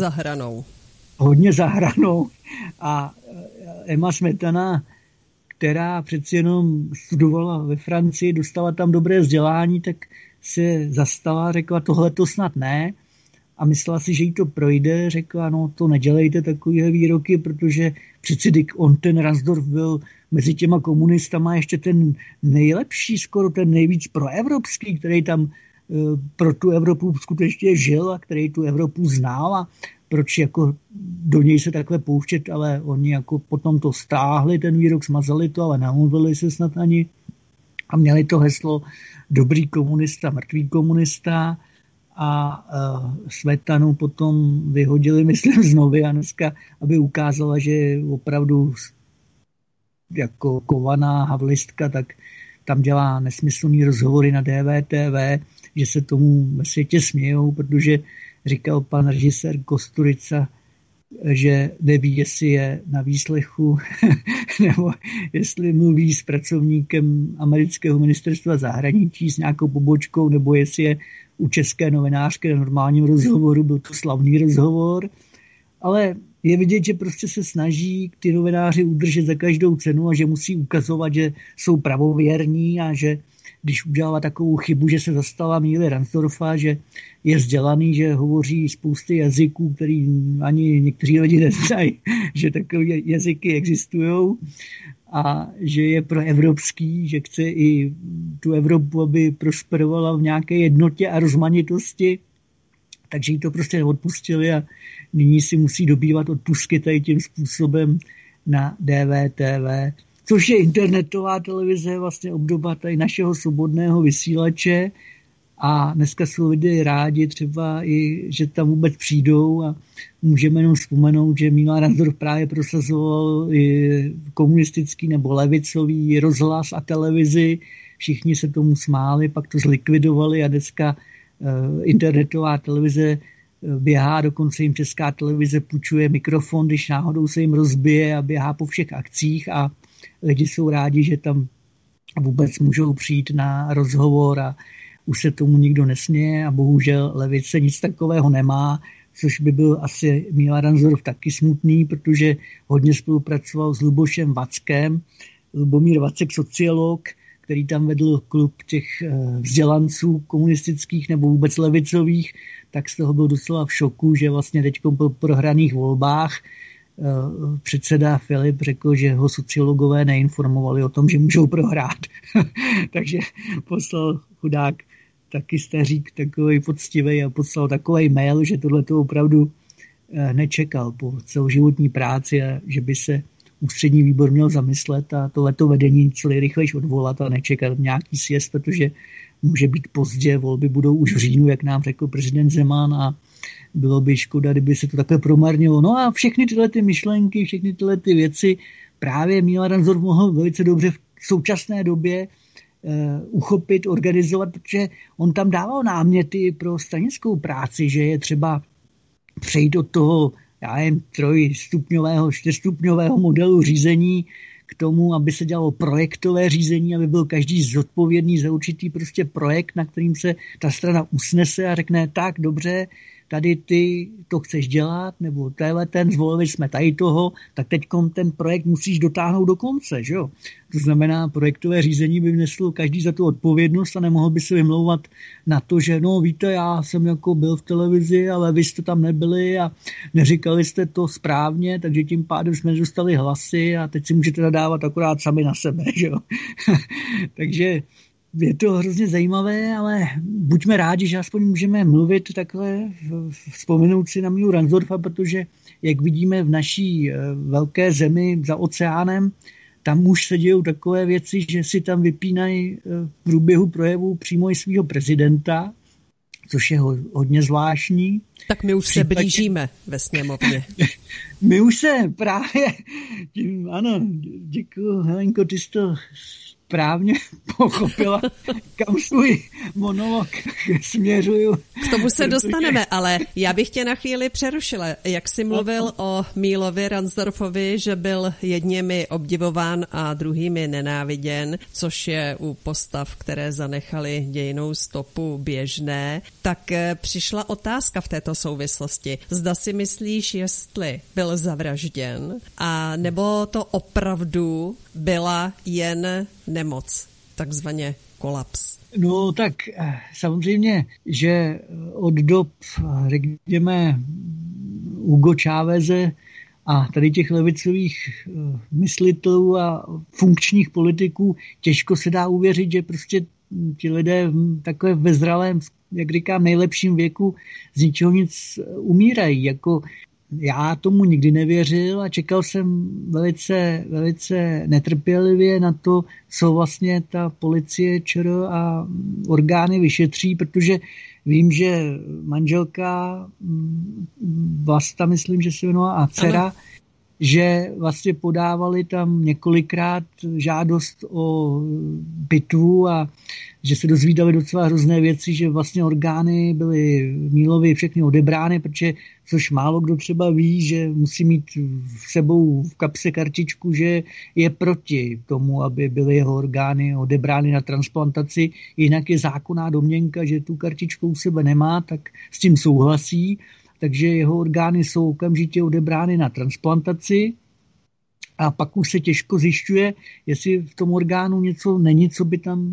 Hodně za hranou. A Emma Smetana, která přeci jenom studovala ve Francii, dostala tam dobré vzdělání, tak se zastala, řekla, tohle to snad ne. A myslela si, že jí to projde, řekla, no to nedělejte takové výroky, protože přeci on, ten Ransdorf, byl mezi těma komunistama ještě ten nejlepší, skoro ten nejvíc proevropský, který tam pro tu Evropu skutečně žil a který tu Evropu znal, a proč jako do něj se takhle pouštět, ale oni jako potom to stáhli, ten výrok, smazali to, ale neomluvili se snad ani a měli to heslo dobrý komunista, mrtvý komunista. A Smetanu potom vyhodili, myslím, znovu a dneska, aby ukázala, že je opravdu jako kovaná havlistka, tak tam dělá nesmyslný rozhovory na DVTV, že se tomu ve světě smějou, protože říkal pan režisér Kosturica, že neví, jestli je na výslechu nebo jestli mluví s pracovníkem amerického ministerstva zahraničí s nějakou pobočkou, nebo jestli je u české novinářky na normálním rozhovoru. Byl to slavný rozhovor, ale je vidět, že prostě se snaží ty novináři udržet za každou cenu a že musí ukazovat, že jsou pravověrní a že když udělala takovou chybu, že se zastala Míly Ransdorfa, že je vzdělaný, že hovoří spousty jazyků, který ani někteří lidi neznají, že takové jazyky existují a že je proevropský, že chce i tu Evropu, aby prosperovala v nějaké jednotě a rozmanitosti, takže jí to prostě neodpustili a nyní si musí dobývat odpustky tady tím způsobem na DVTV, což je internetová televize, vlastně obdoba tady našeho svobodného vysílače, a dneska jsou lidé rádi třeba i, že tam vůbec přijdou a můžeme jenom vzpomenout, že Míla Ransdorf právě prosazoval i komunistický nebo levicový rozhlas a televizi, všichni se tomu smáli, pak to zlikvidovali a dneska internetová televize běhá, dokonce jim Česká televize půjčuje mikrofon, když náhodou se jim rozbije, a běhá po všech akcích a lidi jsou rádi, že tam vůbec můžou přijít na rozhovor a už se tomu nikdo nesměje a bohužel levice nic takového nemá, což by byl asi Míla Ransdorf taky smutný, protože hodně spolupracoval s Lubošem Vackem. Lubomír Vacek, sociolog, který tam vedl klub těch vzdělanců komunistických nebo vůbec levicových, tak z toho byl docela v šoku, že vlastně teď po prohraných volbách předseda Filip řekl, že ho sociologové neinformovali o tom, že můžou prohrát. Takže poslal chudák taky stařík takový poctivý a poslal takový mail, že tohleto opravdu nečekal po celoživotní práci a že by se ústřední výbor měl zamyslet a tohleto vedení co nejrychlejš odvolat a nečekat nějaký sjezd, protože může být pozdě, volby budou už v říjnu, jak nám řekl prezident Zeman, a bylo by škoda, kdyby se to takhle promarnilo. No a všechny tyhle ty myšlenky, všechny tyhle ty věci právě Míla Ransdorf mohl velice dobře v současné době uchopit, organizovat, protože on tam dával náměty pro stranickou práci, že je třeba přejít od toho, 3stupňového, 4stupňového modelu řízení k tomu, aby se dělalo projektové řízení, aby byl každý zodpovědný za určitý prostě projekt, na kterým se ta strana usnese a řekne, tak dobře, tady ty to chceš dělat, nebo ten zvolili jsme tady toho, tak teď ten projekt musíš dotáhnout do konce, že jo? To znamená, projektové řízení by neslo každý za tu odpovědnost a nemohl by se vymlouvat na to, že no víte, já jsem jako byl v televizi, ale vy jste tam nebyli a neříkali jste to správně, takže tím pádem jsme dostali hlasy a teď si můžete nadávat akorát sami na sebe, že jo? Takže je to hrozně zajímavé, ale buďme rádi, že aspoň můžeme mluvit takhle, vzpomenout si na Mílu Ransdorfa, protože jak vidíme v naší velké zemi za oceánem, tam už se dějou takové věci, že si tam vypínají v průběhu projevu přímo i svého prezidenta, což je hodně zvláštní. Tak my už se blížíme ve sněmovně. My už se právě, ano, děkuji, Helenko, ty jsi to správně pochopila, kam svůj monolog směřuju. K tomu se dostaneme, ale já bych tě na chvíli přerušila. Jak jsi mluvil o Mílovi Ransdorfovi, že byl jedněmi obdivován a druhými nenáviděn, což je u postav, které zanechaly dějinnou stopu běžné, tak přišla otázka v této souvislosti. Zda si myslíš, jestli byl zavražděn, a nebo to opravdu byla jen nemoc, takzvaně kolaps? No tak samozřejmě, že od dob, řekněme, Hugo Cháveze a tady těch levicových myslitelů a funkčních politiků těžko se dá uvěřit, že prostě ti lidé takové ve zralém, jak říkám, nejlepším věku z ničeho nic umírají. Jako já tomu nikdy nevěřil a čekal jsem velice, velice netrpělivě na to, co vlastně ta policie ČR a orgány vyšetří, protože vím, že manželka Vlasta, myslím, že se jmenovala, a dcera, že vlastně podávali tam několikrát žádost o pitvu a že se dozvídali docela hrozné věci, že vlastně orgány byly Mílovi všechny odebrány, protože což málo kdo třeba ví, že musí mít v sebou v kapse kartičku, že je proti tomu, aby byly jeho orgány odebrány na transplantaci, jinak je zákonná domněnka, že tu kartičku u sebe nemá, tak s tím souhlasí. Takže jeho orgány jsou okamžitě odebrány na transplantaci a pak už se těžko zjišťuje, jestli v tom orgánu něco není, co by tam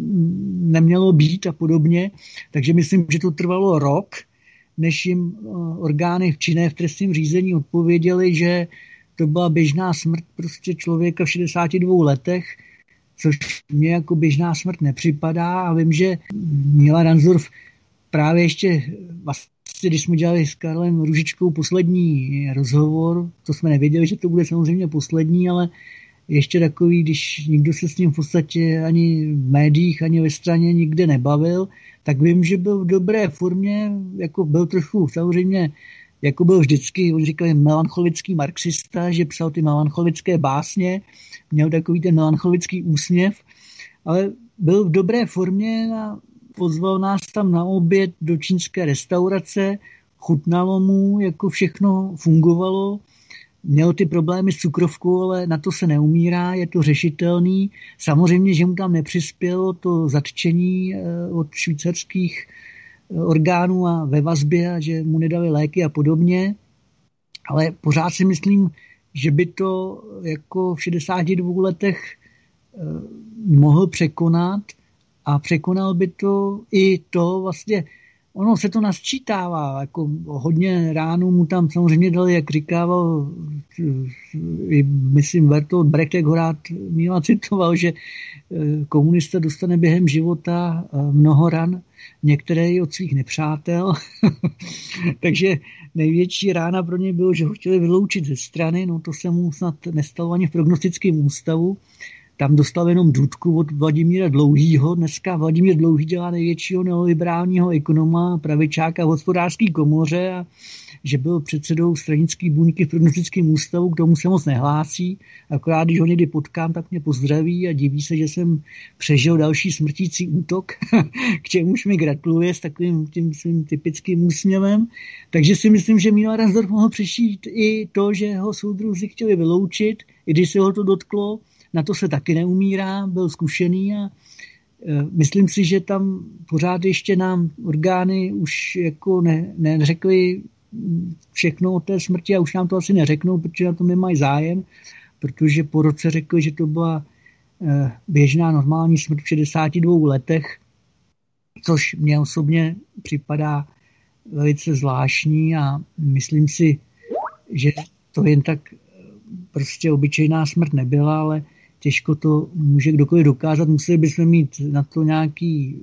nemělo být a podobně. Takže myslím, že to trvalo rok, než jim orgány činné v trestním řízení odpověděly, že to byla běžná smrt prostě člověka v 62 letech, což mě jako běžná smrt nepřipadá a vím, že Míla Ransdorf právě ještě když jsme dělali s Karlem Růžičkou poslední rozhovor, to jsme nevěděli, že to bude samozřejmě poslední, ale ještě takový, když nikdo se s ním v podstatě ani v médiích, ani ve straně nikde nebavil, tak vím, že byl v dobré formě, jako byl trochu samozřejmě, jako byl vždycky, on říkal, melancholický marxista, že psal ty melancholické básně, měl takový ten melancholický úsměv, ale byl v dobré formě a pozval nás tam na oběd do čínské restaurace, chutnalo mu, jako všechno fungovalo, měl ty problémy s cukrovkou, ale na to se neumírá, je to řešitelný. Samozřejmě, že mu tam nepřispělo to zatčení od švýcarských orgánů a ve vazbě, a že mu nedali léky a podobně, ale pořád si myslím, že by to jako v 62 letech mohl překonat, a překonal by to i to vlastně, ono se to nasčítává, jako hodně ránů mu tam samozřejmě dali, jak říkával, myslím Bertolt Brecht, jak ho rád Míla citoval, že komunista dostane během života mnoho ran, některé i od svých nepřátel. Takže největší rána pro ně bylo, že ho chtěli vyloučit ze strany, no to se mu snad nestalo ani v prognostickém ústavu. tam dostal jenom důtku od Vladimíra Dlouhýho. Dneska Vladimír Dlouhý dělá největšího neoliberálního ekonoma, pravičáka v hospodářské komoře a že byl předsedou stranické buňky v Prognostickém ústavu, k tomu se moc nehlásí. Akorát, když ho někdy potkám, tak mě pozdraví a diví se, že jsem přežil další smrtící útok, k čemuž mi gratuluje s takovým tím svým typickým úsměvem. Takže si myslím, že Míla Ransdorf mohl přešít i to, že ho soudruzi chtěli vyloučit, i když se ho to dotklo. Na to se taky neumírá, byl zkušený a myslím si, že tam pořád ještě nám orgány už jako neřekli všechno o té smrti a už nám to asi neřeknou, protože na to nemají zájem, protože po roce řekli, že to byla běžná normální smrt v 62 letech, což mně osobně připadá velice zvláštní a myslím si, že to jen tak prostě obyčejná smrt nebyla, ale těžko to může kdokoliv dokázat. Museli bychom mít na to nějaký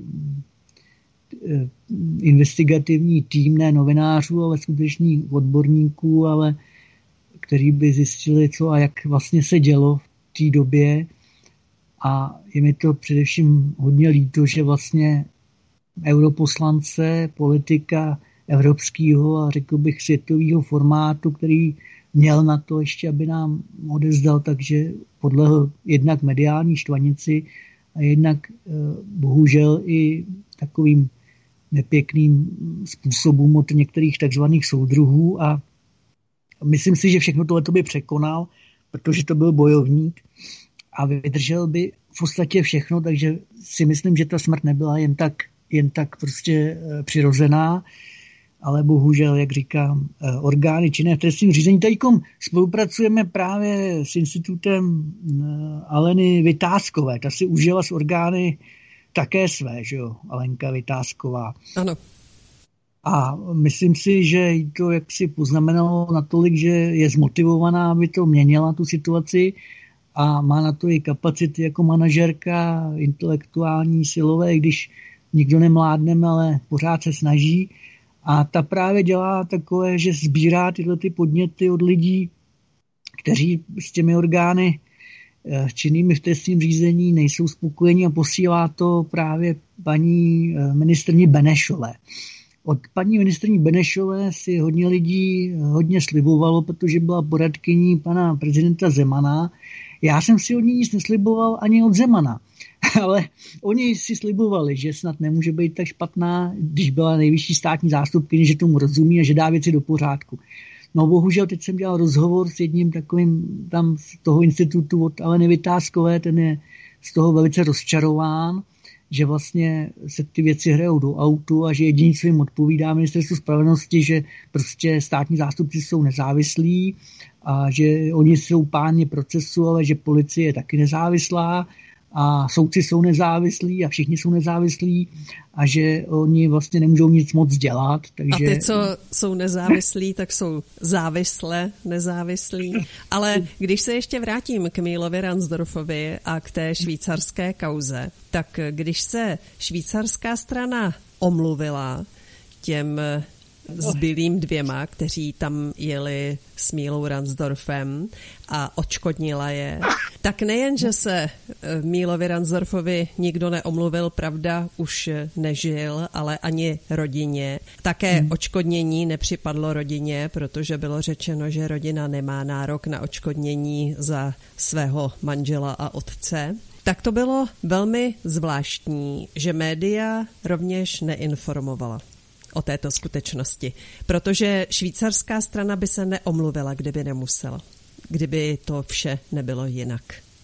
investigativní tým, ne novinářů, ale skutečných odborníků, ale který by zjistili, co a jak vlastně se dělo v té době. A je mi to především hodně líto, že vlastně europoslance, politika evropského a řekl bych světového formátu, který měl na to ještě, aby nám odezdal, takže podlehl jednak mediální štvanici a jednak bohužel i takovým nepěkným způsobům od některých takzvaných soudruhů a myslím si, že všechno tohle by překonal, protože to byl bojovník a vydržel by v podstatě všechno, takže si myslím, že ta smrt nebyla jen tak prostě přirozená, ale bohužel, jak říkám, orgány činné v trestním řízení. Tadykom spolupracujeme právě s institutem Aleny Vytázkové. Ta si užila z orgány také své, že jo, Alenka Vytázková. Ano. A myslím si, že jí to jaksi poznamenalo natolik, že je zmotivovaná, aby to měnila tu situaci a má na to i kapacity jako manažerka, intelektuální, silové, když nikdo nemládne, ale pořád se snaží. A ta právě dělá takové, že sbírá tyhle ty podněty od lidí, kteří s těmi orgány činnými v trestním řízení nejsou spokojení a posílá to právě paní ministryni Benešové. Od paní ministryni Benešové si hodně lidí hodně slibovalo, protože byla poradkyní pana prezidenta Zemana. Já jsem si od ní nic nesliboval ani od Zemana, ale oni si slibovali, že snad nemůže být tak špatná, když byla nejvyšší státní zástupkyně, že tomu rozumí a že dá věci do pořádku. No bohužel teď jsem dělal rozhovor s jedním takovým tam z toho institutu od Aleny Vytázkové, ten je z toho velice rozčarován, že vlastně se ty věci hrajou do autu a že jediný, co jim odpovídá Ministerstvu spravedlnosti, že prostě státní zástupci jsou nezávislí a že oni jsou páni procesu, ale že policie je taky nezávislá a soudci jsou nezávislí a všichni jsou nezávislí a že oni vlastně nemůžou nic moc dělat. Takže... A ty, co jsou nezávislí, tak jsou závisle nezávislí. Ale když se ještě vrátím k Mílovi Ransdorfovi a k té švýcarské kauze, tak když se švýcarská strana omluvila těm zbylým dvěma, kteří tam jeli s Mílou Ransdorfem a odškodnila je, tak nejen, že se Mílovi Ransdorfovi nikdo neomluvil, pravda, už nežil, ale ani rodině. Také odškodnění nepřipadlo rodině, protože bylo řečeno, že rodina nemá nárok na odškodnění za svého manžela a otce. Tak to bylo velmi zvláštní, že média rovněž neinformovala o této skutečnosti, protože švýcarská strana by se neomluvila, kdyby nemusela, kdyby to vše nebylo jinak.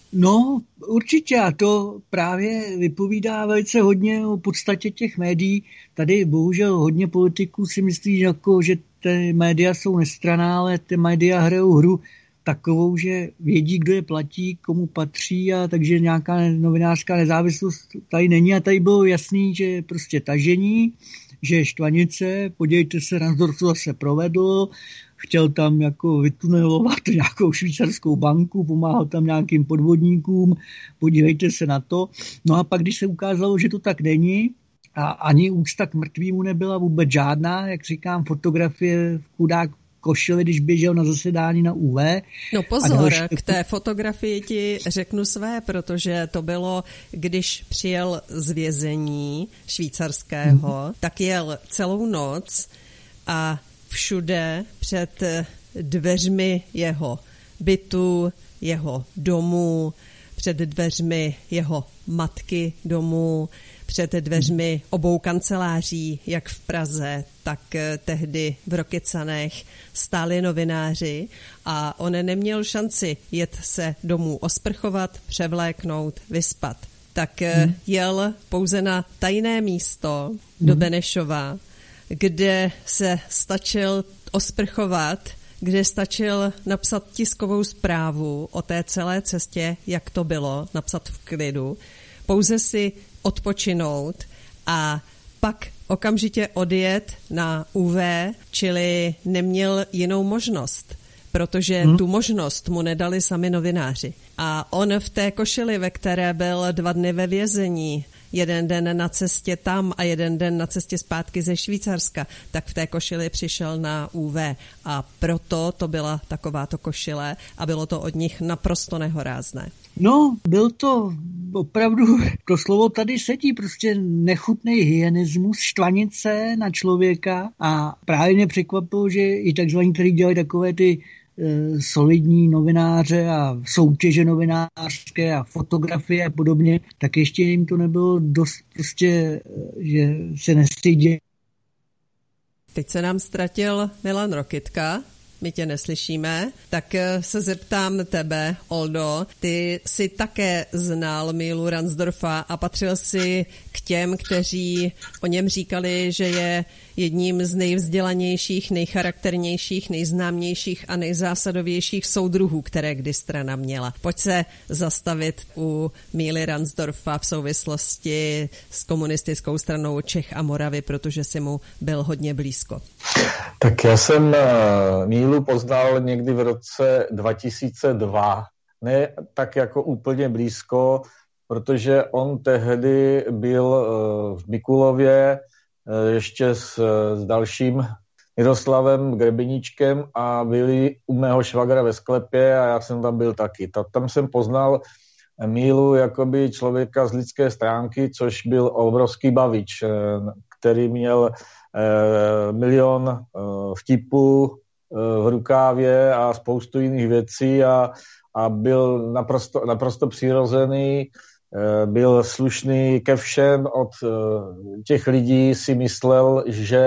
No, určitě, a to právě vypovídá velice hodně o podstatě těch médií. Tady bohužel hodně politiků si myslí, jako, že ty média jsou nestranná, ale ty média hrajou hru takovou, že vědí, kdo je platí, komu patří, a takže nějaká novinářská nezávislost tady není. A tady bylo jasný, že prostě tažení, že je štvanice, podívejte se, Ransdorf to zase provedl, chtěl tam jako vytunelovat nějakou švýcarskou banku, pomáhal tam nějakým podvodníkům, podívejte se na to. No a pak, když se ukázalo, že to tak není a ani úcta k mrtvýmu nebyla vůbec žádná, jak říkám, fotografie chudák košili, když běžel na zasedání na UV. No pozor, k té fotografii ti řeknu své, protože to bylo, když přijel z vězení švýcarského, tak jel celou noc a všude před dveřmi jeho bytu, jeho domu, před dveřmi jeho matky domů, před dveřmi obou kanceláří, jak v Praze, tak tehdy v Rokycanech, stáli novináři a on neměl šanci jet se domů osprchovat, převléknout, vyspat. Tak jel pouze na tajné místo do Benešova, kde se stačil osprchovat, kde stačil napsat tiskovou zprávu o té celé cestě, jak to bylo, napsat v klidu, pouze si odpočinout a pak okamžitě odjet na UV, čili neměl jinou možnost, protože tu možnost mu nedali sami novináři. A on v té košili, ve které byl 2 dny ve vězení, jeden den na cestě tam a jeden den na cestě zpátky ze Švýcarska, tak v té košili přišel na UV a proto to byla takováto košile a bylo to od nich naprosto nehorázné. No, byl to opravdu, to slovo tady sedí, prostě nechutný hyenismus, štvanice na člověka a právě mě překvapilo, že i takzvaní, kteří dělají takové ty solidní novináře a soutěže novinářské a fotografie a podobně, tak ještě jim to nebylo dost prostě, že se nestydí. Teď se nám ztratil Milan Rokytka, my tě neslyšíme, tak se zeptám tebe, Oldo, ty jsi také znal Mílu Ransdorfa a patřil jsi k těm, kteří o něm říkali, že je jedním z nejvzdělanějších, nejcharakternějších, nejznámějších a nejzásadovějších soudruhů, které kdy strana měla. Pojď se zastavit u Míly Ransdorfa v souvislosti s komunistickou stranou Čech a Moravy, protože si mu byl hodně blízko. Tak já jsem Mílu poznal někdy v roce 2002. Ne tak jako úplně blízko, protože on tehdy byl v Mikulově ještě s dalším Miroslavem Grebeníčkem a byli u mého švagra ve sklepě a já jsem tam byl taky. Tam jsem poznal Mílu jakoby člověka z lidské stránky, což byl obrovský bavič, který měl milion vtipů v rukávě a spoustu jiných věcí a byl naprosto přirozený, byl slušný ke všem, od těch lidí si myslel,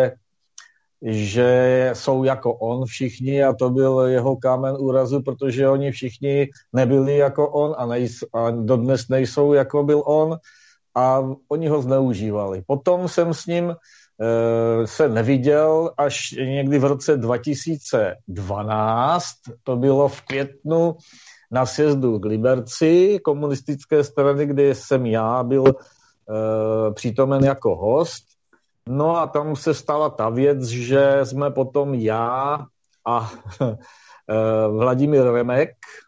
že jsou jako on všichni a to byl jeho kámen úrazu, protože oni všichni nebyli jako on a dodnes nejsou jako byl on a oni ho zneužívali. Potom jsem s ním se neviděl až někdy v roce 2012, to bylo v květnu na sjezdu k Liberci komunistické strany, kde jsem já byl přítomen jako host. No a tam se stala ta věc, že jsme potom já a Vladimír Remek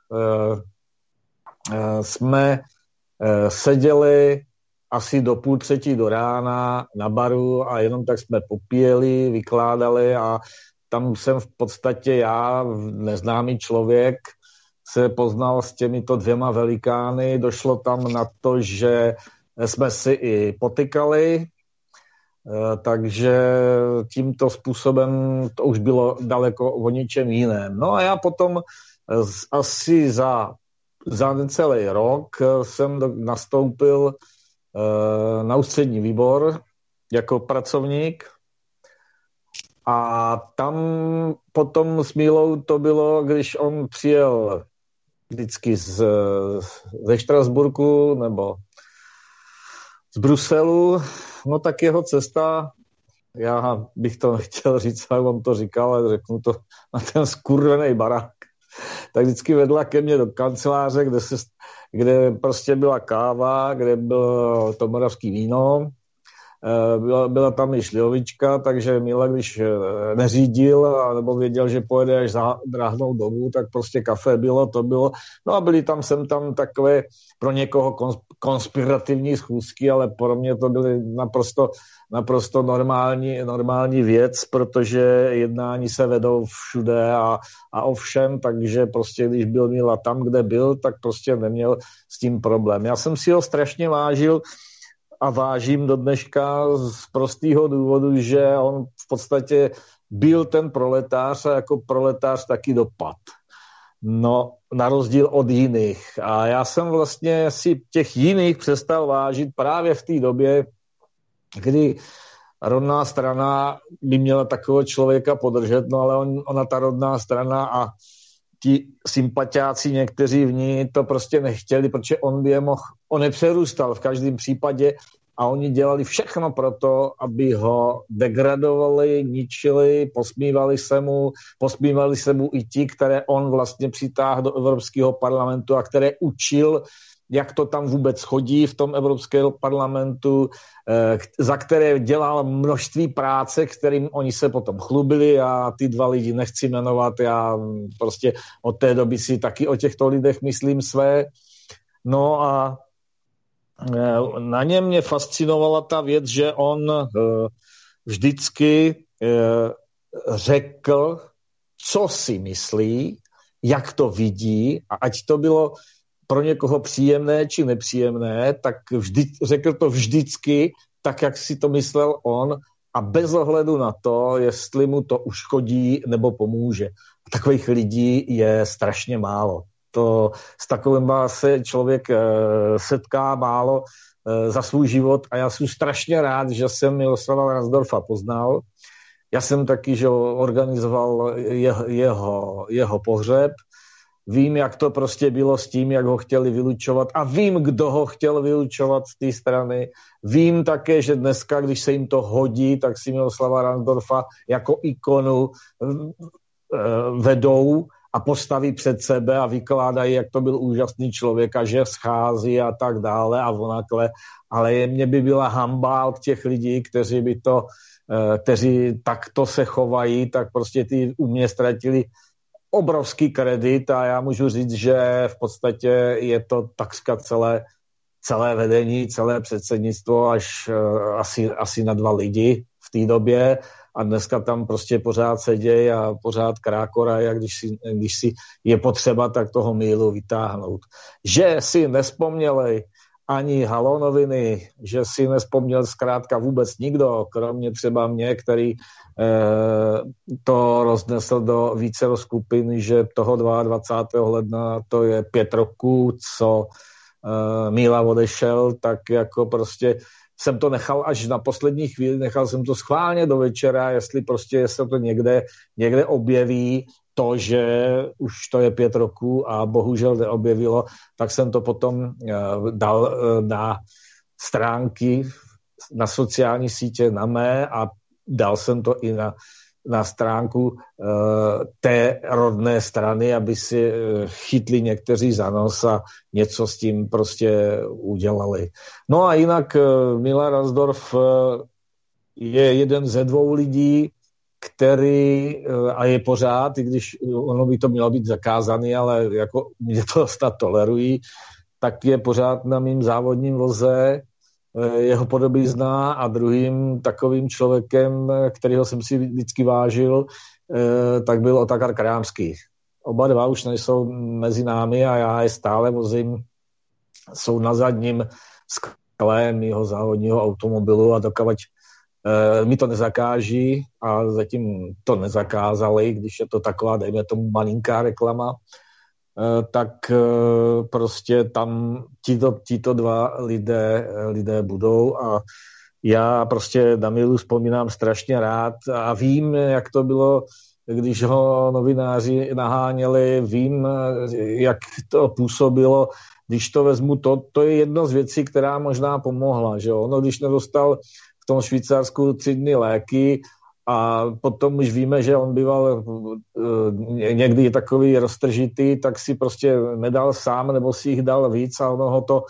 jsme seděli asi do 2:30 do rána na baru a jenom tak jsme popíjeli, vykládali a tam jsem v podstatě já, neznámý člověk, se poznal s těmito 2 velikány. Došlo tam na to, že jsme si i potykali, takže tímto způsobem to už bylo daleko o něčem jiném. No a já potom asi za necelý rok jsem nastoupil na ústřední výbor jako pracovník a tam potom s Mílou to bylo, když on přijel vždycky ze Štrasburku nebo z Bruselu, no tak jeho cesta, já bych to nechtěl říct, jak on to říkal, ale řeknu to na ten skurvený barák, tak vždycky vedla ke mně do kanceláře, kde prostě byla káva, kde bylo to moravský víno, byla tam i šlihovička, takže Míla, když neřídil, nebo věděl, že pojede až dráhnout domů, tak prostě kafe bylo, to bylo. No a byly tam sem tam takové pro někoho konspirativní schůzky, ale pro mě to byly naprosto normální věc, protože jednání se vedou všude a ovšem, takže prostě když byl Míla tam, kde byl, tak prostě neměl s tím problém. Já jsem si ho strašně vážil a vážím do dneška z prostého důvodu, že on v podstatě byl ten proletář a jako proletář taky dopad. No, na rozdíl od jiných. A já jsem vlastně si těch jiných přestal vážit právě v té době, kdy rodná strana by měla takového člověka podržet, no ale ona ta rodná strana a ti sympatiáci někteří v ní to prostě nechtěli, protože on by je mohl, on nepřerůstal v každém případě a oni dělali všechno pro to, aby ho degradovali, ničili, posmívali se mu i ti, které on vlastně přitáhl do Evropského parlamentu a které učil, jak to tam vůbec chodí v tom Evropském parlamentu, za které dělal množství práce, kterým oni se potom chlubili a ty dva lidi nechci jmenovat, já prostě od té doby si taky o těchto lidech myslím své. No a na něm mě fascinovala ta věc, že on vždycky řekl, co si myslí, jak to vidí a ať to bylo pro někoho příjemné či nepříjemné, tak řekl to vždycky tak, jak si to myslel on a bez ohledu na to, jestli mu to uškodí nebo pomůže. Takových lidí je strašně málo. S takovým se člověk setká málo za svůj život a já jsem strašně rád, že jsem Miloslava Ransdorfa poznal. Já jsem taky, že organizoval jeho pohřeb. Vím, jak to prostě bylo s tím, jak ho chtěli vylučovat a vím, kdo ho chtěl vylučovat z té strany. Vím také, že dneska, když se jim to hodí, tak si Miloslava Ransdorfa jako ikonu vedou a postaví před sebe a vykládají, jak to byl úžasný člověk a že schází a tak dále a vonakle. Ale mě by byla hanba od těch lidí, kteří takto se chovají, tak prostě ty u mě ztratili obrovský kredit a já můžu říct, že v podstatě je to takřka celé vedení, celé předsednictvo až asi na 2 lidi v té době a dneska tam prostě pořád sedějí a pořád krákorají a když si je potřeba, tak toho Mílu vytáhnout. Že si nespomněli ani Haló noviny, že si nespomněl zkrátka vůbec nikdo, kromě třeba mě, který to roznesl do vícero skupin, že toho 22. ledna to je 5 roků, co Míla odešel, tak jako prostě jsem to nechal až na poslední chvíli, nechal jsem to schválně do večera, jestli se to někde objeví, to, že už to je 5 roků a bohužel neobjevilo, tak jsem to potom dal na stránky, na sociální sítě, na mé a dal jsem to i na stránku té rodné strany, aby si chytli někteří za nos a něco s tím prostě udělali. No a jinak Míla Ransdorf je jeden ze 2 lidí, který, a je pořád, i když ono by to mělo být zakázaný, ale jako mě to snad tolerují, tak je pořád na mým závodním voze jeho podobizna a druhým takovým člověkem, kterého jsem si vždycky vážil, tak byl Otakar Krámský. Oba 2 už nejsou mezi námi a já je stále vozím, jsou na zadním skle mýho závodního automobilu a dokavať mi to nezakáží a zatím to nezakázali, když je to taková, dejme tomu, malinká reklama, tak prostě tam tito 2 lidé budou a já prostě na Mílu vzpomínám strašně rád a vím, jak to bylo, když ho novináři naháněli, vím, jak to působilo, když to vezmu, to je jedna z věcí, která možná pomohla, že ono, když nedostal v tom Švýcarsku 3 dny léky a potom už víme, že on býval někdy takový roztržitý, tak si prostě nedal sám, nebo si jich dal víc a ono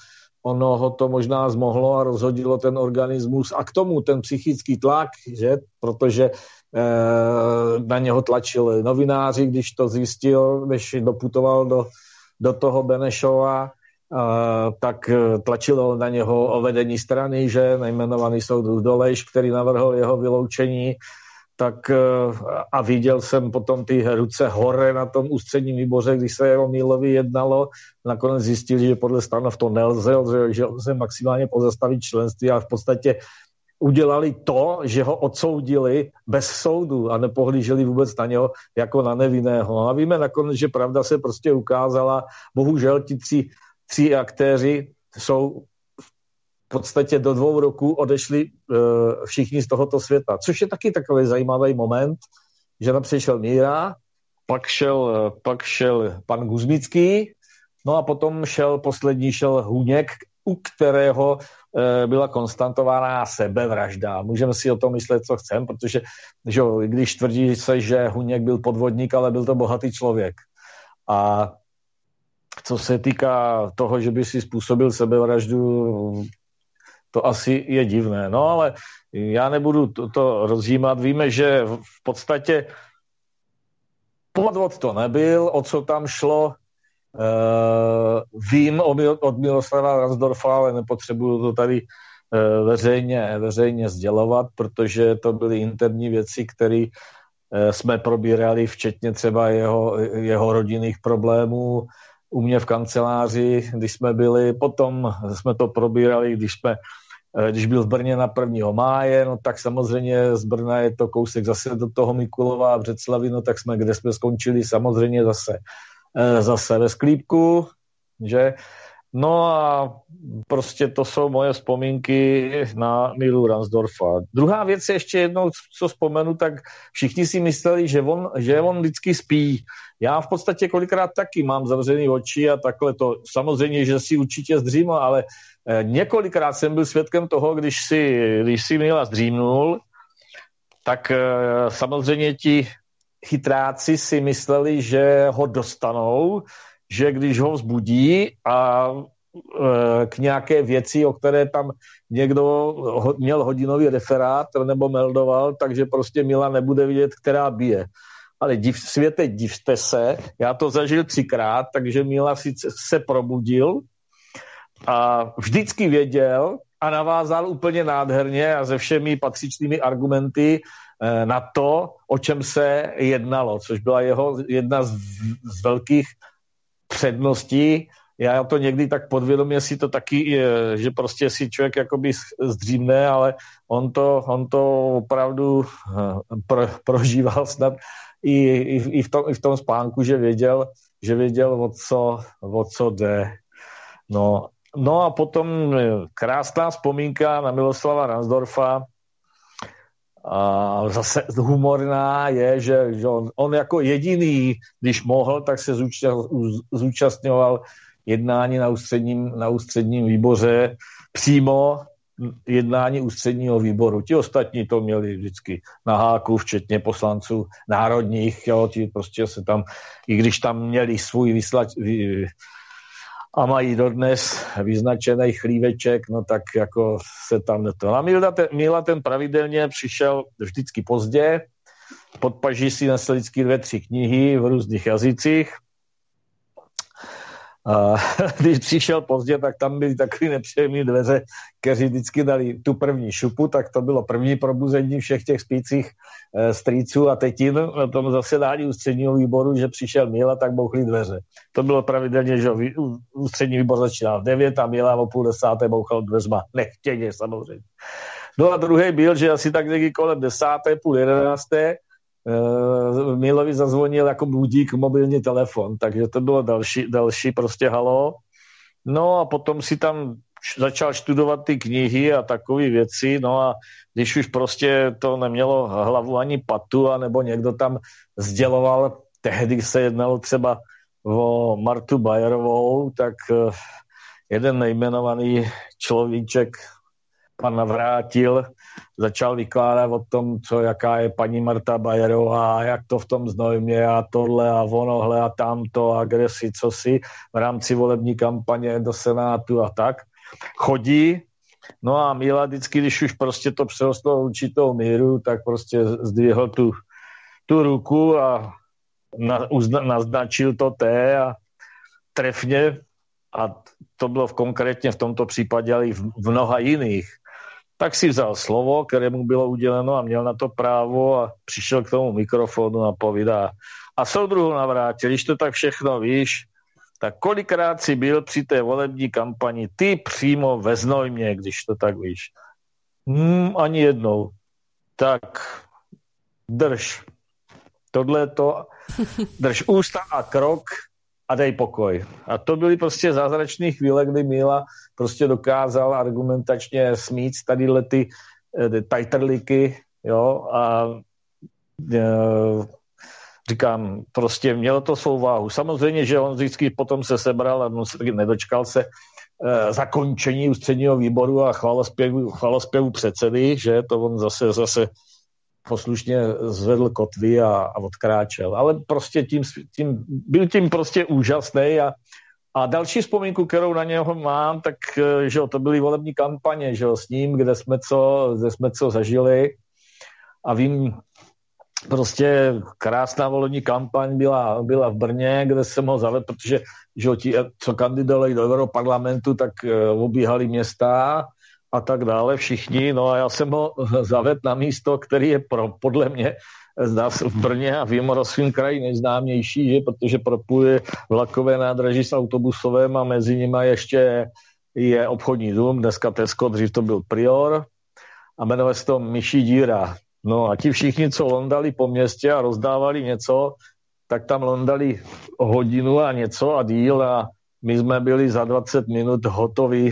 ono ho to možná zmohlo a rozhodilo ten organismus a k tomu ten psychický tlak, že? Protože na něho tlačili novináři, když to zjistil, než doputoval do toho Benešova, tak tlačilo na něho vedení strany, že nejmenovaný soudruh Dolejš, který navrhl jeho vyloučení, tak a viděl jsem potom ty ruce hore na tom ústředním výboře, když se o Mílovi jednalo, nakonec zjistili, že podle stanov to nelze, že se maximálně pozastavit členství a v podstatě udělali to, že ho odsoudili bez soudu a nepohlíželi vůbec na něho jako na nevinného. A víme nakonec, že pravda se prostě ukázala. Bohužel ti tři aktéři jsou v podstatě do 2 roků odešli všichni z tohoto světa. Což je taky takový zajímavý moment, že napřišel Míra, pak šel pan Guzmický, no a potom poslední šel Huněk, u kterého byla konstantovaná sebevražda. Můžeme si o tom myslet, co chceme, protože že, když tvrdí se, že Huněk byl podvodník, ale byl to bohatý člověk. A co se týká toho, že by si způsobil sebevraždu, to asi je divné. No ale já nebudu to rozjímat. Víme, že v podstatě podvod to nebyl, o co tam šlo. Vím od Miloslava Ransdorfa, ale nepotřebuju to tady veřejně sdělovat, protože to byly interní věci, které jsme probírali, včetně třeba jeho rodinných problémů u mě v kanceláři, když jsme byli. Potom jsme to probírali, když byl v Brně na 1. máje, no tak samozřejmě z Brna je to kousek zase do toho Mikulova a Břeclavi, no tak kde jsme skončili, samozřejmě zase ve Sklípku, že? No a prostě to jsou moje vzpomínky na Mílu Ransdorfa. Druhá věc je ještě jednou, co vzpomenu, tak všichni si mysleli, že on vždycky spí. Já v podstatě kolikrát taky mám zavřený oči a takhle to, samozřejmě, že si určitě zdřímal, ale několikrát jsem byl svědkem toho, když si Míla zdřímnul, tak samozřejmě ti chytráci si mysleli, že ho dostanou, že když ho vzbudí a k nějaké věci, o které tam někdo měl hodinový referát nebo meldoval, takže prostě Míla nebude vidět, která bije. Ale světe, divte se, já to zažil 3krát, takže Míla se probudil a vždycky věděl a navázal úplně nádherně a se všemi patřičnými argumenty na to, o čem se jednalo, což byla jedna z velkých předností. Já to někdy tak podvědomě si to taky, že prostě si člověk jakoby zdřímne, ale on to opravdu prožíval snad i v tom spánku, že věděl o co jde. No a potom krásná vzpomínka na Miloslava Ransdorfa. A zase humorná je, že on jako jediný, když mohl, tak se zúčastňoval jednání na ústředním výboře, přímo jednání ústředního výboru. Ti ostatní to měli vždycky na háku, včetně poslanců národních, jo, ti prostě se tam, i když tam měli svůj a mají dodnes vyznačený chlíveček, no tak jako se tam neto. A Míla ten pravidelně přišel vždycky pozdě, pod paží si nesl vždycky 2-3 knihy v různých jazycích. A když přišel pozdě, tak tam byly takový nepříjemné dveře, kteří vždycky dali tu první šupu, tak to bylo první probuzení všech těch spících strýců a tetin na tom zasedání ústředního výboru, že přišel Míla, tak bouchly dveře. To bylo pravidelně, že ústřední výbor začínal v 9 a Míla o 9:30 bouchal dveřma. Nechtěně samozřejmě. No a druhý byl, že asi tak někdy kolem 10, půl 11. Mílovi zazvonil jako budík mobilní telefon, takže to bylo další prostě halo. No a potom si tam začal studovat ty knihy a takové věci, no a když už prostě to nemělo hlavu ani patu, anebo někdo tam sděloval, tehdy se jednalo třeba o Martu Bayerovou, tak jeden nejmenovaný človíček, pan Navrátil, začal vykládat o tom, jaká je paní Marta Bayerová, jak to v tom Znojmě a tohle a onohle a tamto a kde si, co si v rámci volební kampaně do Senátu a tak. chodí. No a Míla vždycky, když už prostě to přerostlo určitou míru, tak prostě zdvihl tu ruku a naznačil to té a trefně, a to bylo konkrétně v tomto případě, ale i v mnoha jiných, tak si vzal slovo, které mu bylo uděleno a měl na to právo a přišel k tomu mikrofonu a povídá: a soudruhu Navrátil, když to tak všechno víš, tak kolikrát si byl při té volební kampani ty přímo ve Znojmě, když to tak víš? Ani jednou. Tak drž tohleto, drž ústa a krok a dej pokoj. A to byly prostě zázračné chvíle, kdy Míla prostě dokázal argumentačně smít tadyhle ty tajtrliky, jo, a říkám, prostě mělo to svou váhu. Samozřejmě, že on vždycky potom se sebral a on se taky nedočkal se zakončení ústředního výboru a chvalospěvu předsedy, že to on zase poslušně zvedl kotvy a odkráčel. Ale prostě byl tím prostě úžasný a další vzpomínku, kterou na něho mám, tak že to byly volební kampaně, že s ním, kde jsme co zažili a vím, prostě krásná volební kampaň byla v Brně, kde jsem ho zavedl, protože že ti, co kandidovali do Europarlamentu, tak obíhali města a tak dále všichni. No a já jsem ho zavedl na místo, který je podle mě v Brně a v Jihomoravském kraji nejznámější, protože propuje vlakové nádraží s autobusovým a mezi nimi ještě je obchodní dům, dneska Tesco, dřív to byl Prior a jmenuje se to Myší díra. No a ti všichni, co londali po městě a rozdávali něco, tak tam londali hodinu a něco a díl a my jsme byli za 20 minut hotoví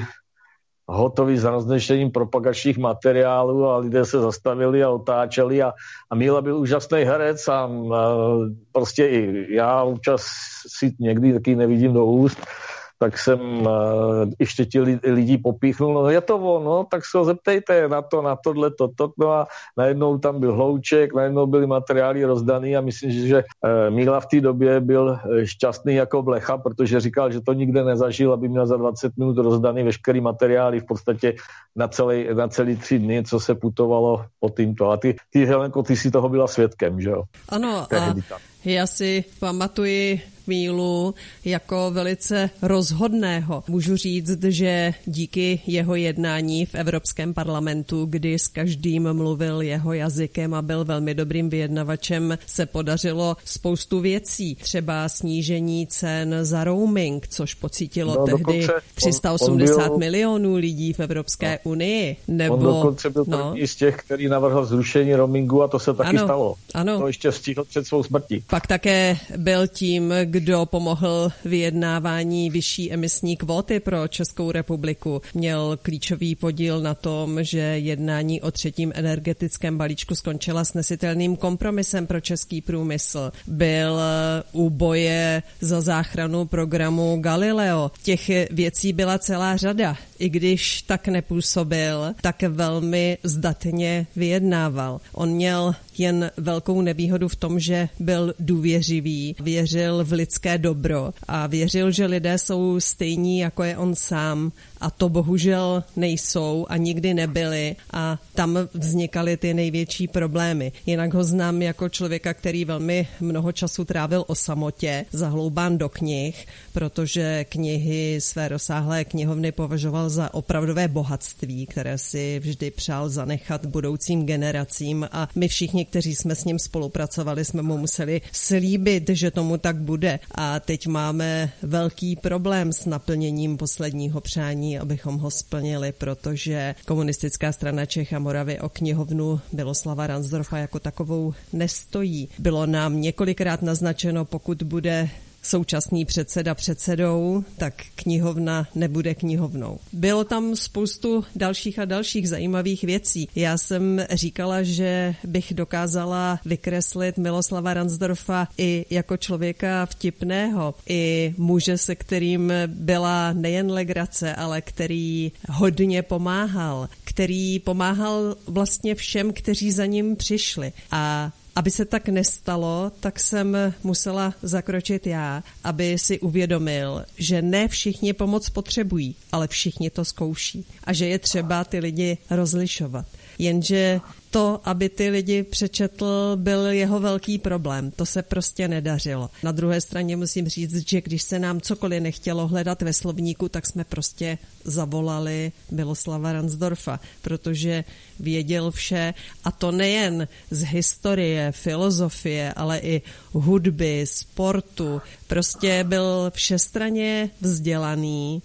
s roznešením propagačních materiálů a lidé se zastavili a otáčeli a Míla byl úžasný herec a prostě i já občas si někdy taky nevidím do úst, tak jsem ještě ti lidi popíchnul, no je to ono, tak se ho zeptejte na tohle, no a najednou tam byl hlouček, najednou byly materiály rozdaný a myslím, že Míla v té době byl šťastný jako blecha, protože říkal, že to nikde nezažil, aby měl za 20 minut rozdaný veškerý materiály v podstatě na celý 3 dny, co se putovalo po týmto. A ty Helenko, ty si toho byla svědkem, že jo? Ano, a já si pamatuji Mílu jako velice rozhodného. Můžu říct, že díky jeho jednání v Evropském parlamentu, kdy s každým mluvil jeho jazykem a byl velmi dobrým vyjednavačem, se podařilo spoustu věcí. Třeba snížení cen za roaming, což pocítilo tehdy 380 milionů lidí v Evropské unii. Nebo, on dokonce byl první z těch, který navrhl zrušení roamingu a to se taky stalo. Ano. To ještě stihl před svou smrtí. Pak také byl tím, kdo pomohl vyjednávání vyšší emisní kvóty pro Českou republiku. Měl klíčový podíl na tom, že jednání o 3. energetickém balíčku skončila snesitelným kompromisem pro český průmysl. Byl u boje za záchranu programu Galileo. Těch věcí byla celá řada. I když tak nepůsobil, tak velmi zdatně vyjednával. On měl jen velkou nevýhodu v tom, že byl důvěřivý, věřil v lidské dobro a věřil, že lidé jsou stejní, jako je on sám, a to bohužel nejsou a nikdy nebyli a tam vznikaly ty největší problémy. Jinak ho znám jako člověka, který velmi mnoho času trávil o samotě, zahloubán do knih, protože knihy své rozsáhlé knihovny považoval za opravdové bohatství, které si vždy přál zanechat budoucím generacím a my všichni, kteří jsme s ním spolupracovali, jsme mu museli slíbit, že tomu tak bude a teď máme velký problém s naplněním posledního přání, abychom ho splnili, protože Komunistická strana Čech a Moravy o knihovnu Miloslava Ransdorfa jako takovou nestojí. Bylo nám několikrát naznačeno, pokud bude současný předseda předsedou, tak knihovna nebude knihovnou. Bylo tam spoustu dalších a dalších zajímavých věcí. Já jsem říkala, že bych dokázala vykreslit Miloslava Ransdorfa i jako člověka vtipného, i muže, se kterým byla nejen legrace, ale který hodně pomáhal, který pomáhal vlastně všem, kteří za ním přišli. A Aby se tak nestalo, tak jsem musela zakročit já, aby si uvědomil, že ne všichni pomoc potřebují, ale všichni to zkouší a že je třeba ty lidi rozlišovat. Jenže to, aby ty lidi přečetl, byl jeho velký problém. To se prostě nedařilo. Na druhé straně musím říct, že když se nám cokoliv nechtělo hledat ve slovníku, tak jsme prostě zavolali Miloslava Ransdorfa, protože věděl vše, a to nejen z historie, filozofie, ale i hudby, sportu. Prostě byl všestranně vzdělaný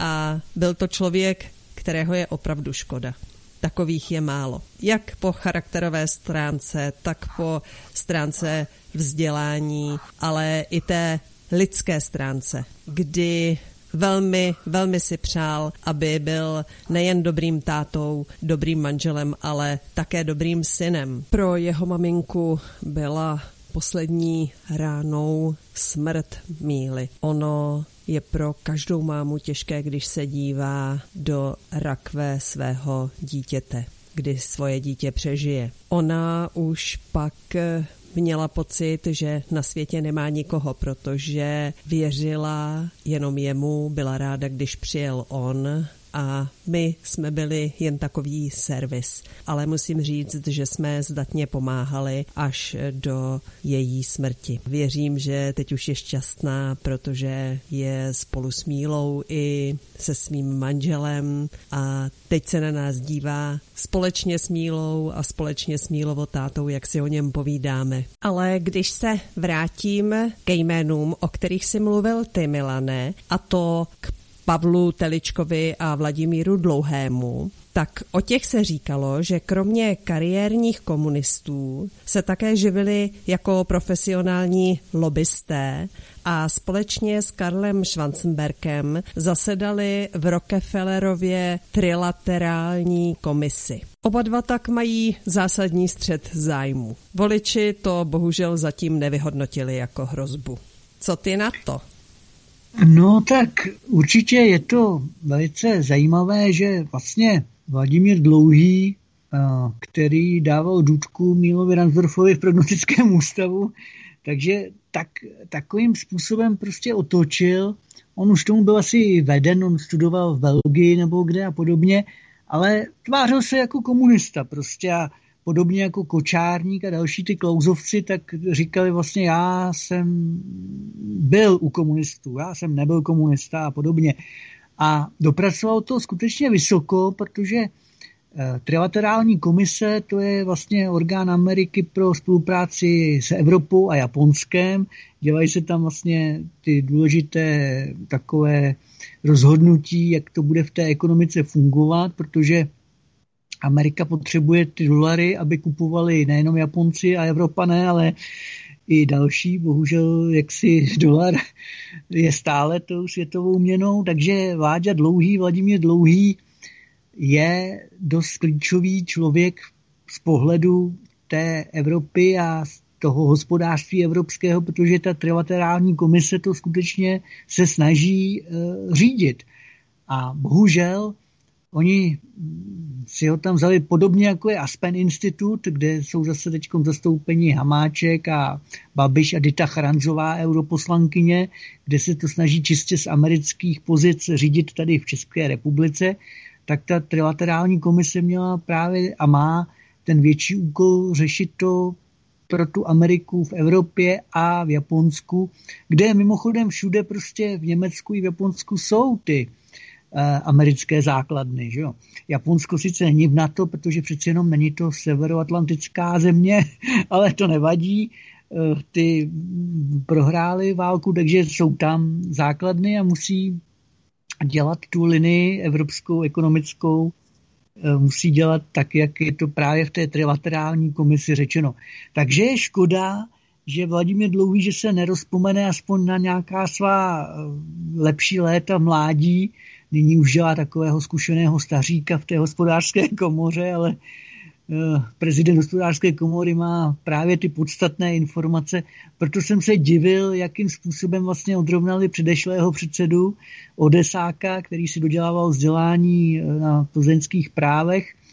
a byl to člověk, kterého je opravdu škoda. Takových je málo. Jak po charakterové stránce, tak po stránce vzdělání, ale i té lidské stránce, kdy velmi, velmi si přál, aby byl nejen dobrým tátou, dobrým manželem, ale také dobrým synem. Pro jeho maminku byla poslední ránou smrt Míly. Ono je pro každou mámu těžké, když se dívá do rakve svého dítěte, kdy svoje dítě přežije. Ona už pak měla pocit, že na světě nemá nikoho, protože věřila jenom jemu, byla ráda, když přijel on, a my jsme byli jen takový servis. Ale musím říct, že jsme zdatně pomáhali až do její smrti. Věřím, že teď už je šťastná, protože je spolu s Mílou i se svým manželem a teď se na nás dívá společně s Mílou a společně s Mílovou tátou, jak si o něm povídáme. Ale když se vrátím ke jménům, o kterých si mluvil ty, Milane, a to k Pavlu Teličkovi a Vladimíru Dlouhému, tak o těch se říkalo, že kromě kariérních komunistů se také živili jako profesionální lobbysté a společně s Karlem Schwarzenbergem zasedali v Rockefellerově trilaterální komisi. Oba dva tak mají zásadní střet zájmů. Voliči to bohužel zatím nevyhodnotili jako hrozbu. Co ty na to? No tak určitě je to velice zajímavé, že vlastně Vladimír Dlouhý, který dával důtku Mílovi Ransdorfovi v prognostickém ústavu, takže takovým způsobem prostě otočil. On už tomu byl asi veden, on studoval v Belgii nebo kde a podobně, ale tvářil se jako komunista prostě a podobně jako Kočárník a další ty klauzovci, tak říkali vlastně, já jsem byl u komunistů, já jsem nebyl komunista a podobně. A dopracoval to skutečně vysoko, protože trilaterální komise, to je vlastně orgán Ameriky pro spolupráci s Evropou a Japonskem. Dělají se tam vlastně ty důležité takové rozhodnutí, jak to bude v té ekonomice fungovat, protože Amerika potřebuje ty dolary, aby kupovali nejenom Japonci a Evropané, ale i další. Bohužel jaksi dolar je stále tou světovou měnou, takže Vladimír Dlouhý je dost klíčový člověk z pohledu té Evropy a z toho hospodářství evropského, protože ta trilaterální komise to skutečně se snaží řídit. A bohužel oni si ho tam vzali podobně jako je Aspen Institut, kde jsou zase teď zastoupeni Hamáček a Babiš a Dita Charanzová, europoslankyně, kde se to snaží čistě z amerických pozic řídit tady v České republice, tak ta trilaterální komise měla právě a má ten větší úkol řešit to pro tu Ameriku v Evropě a v Japonsku, kde mimochodem všude prostě v Německu i v Japonsku jsou ty americké základny. Že jo? Japonsko sice není v NATO, protože přeci jenom není to severoatlantická země, ale to nevadí. Ty prohráli válku, takže jsou tam základny a musí dělat tu linii evropskou, ekonomickou, musí dělat tak, jak je to právě v té trilaterální komisi řečeno. Takže je škoda, že Vladimír Dlouhý, že se nerozpomene aspoň na nějaká svá lepší léta mládí. Nyní už dělá takového zkušeného staříka v té hospodářské komoře, ale prezident hospodářské komory má právě ty podstatné informace. Proto jsem se divil, jakým způsobem vlastně odrovnali předešlého předsedu Odesáka, který si dodělával vzdělání na plzeňských právech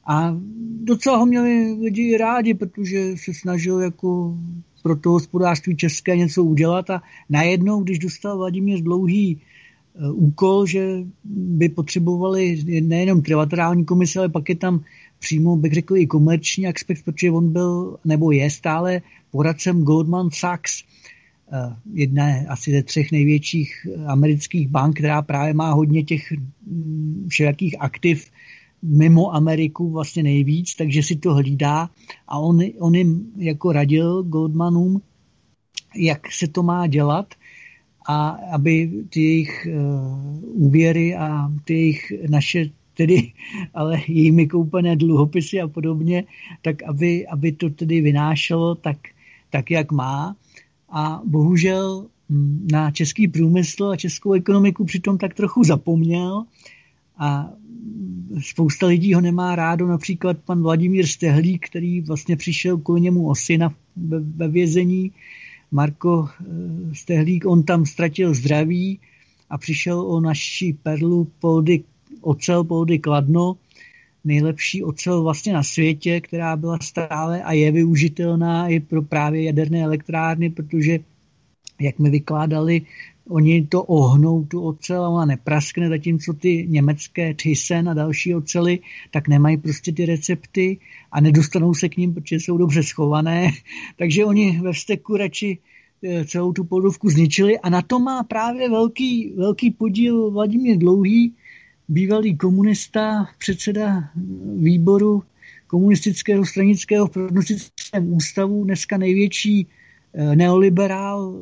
A docela ho měli lidi rádi, protože se snažil jako pro to hospodářství české něco udělat a najednou, když dostal Vladimír Dlouhý úkol, že by potřebovali nejenom trilaterální komise, ale pak je tam přímo, bych řekl, i komerční aspekt, protože on byl, nebo je stále poradcem Goldman Sachs, jedné asi ze 3 největších amerických bank, která právě má hodně těch všelijakých aktiv mimo Ameriku vlastně nejvíc, takže si to hlídá a on jim jako radil Goldmanům, jak se to má dělat a aby ty jejich úvěry a ty jejich naše tedy, ale jimi koupené dluhopisy a podobně, tak aby to tedy vynášelo tak, jak má. A bohužel na český průmysl a českou ekonomiku přitom tak trochu zapomněl a spousta lidí ho nemá rádo, například pan Vladimír Stehlík, který vlastně přišel kvůli němu o syna ve vězení. Marko Stehlík, on tam ztratil zdraví a přišel o naši perlu ocel Poldy Kladno, nejlepší ocel vlastně na světě, která byla stále a je využitelná i pro právě jaderné elektrárny, protože, jak mi vykládali, oni to ohnou, tu ocel, a ona nepraskne, zatímco ty německé Thyssen a další ocely, tak nemají prostě ty recepty a nedostanou se k ním, protože jsou dobře schované. Takže oni ve vzteku radši celou tu Poldovku zničili a na to má právě velký podíl Vladimír Dlouhý, bývalý komunista, předseda výboru komunistického stranického v prognostickém ústavu, dneska největší neoliberál,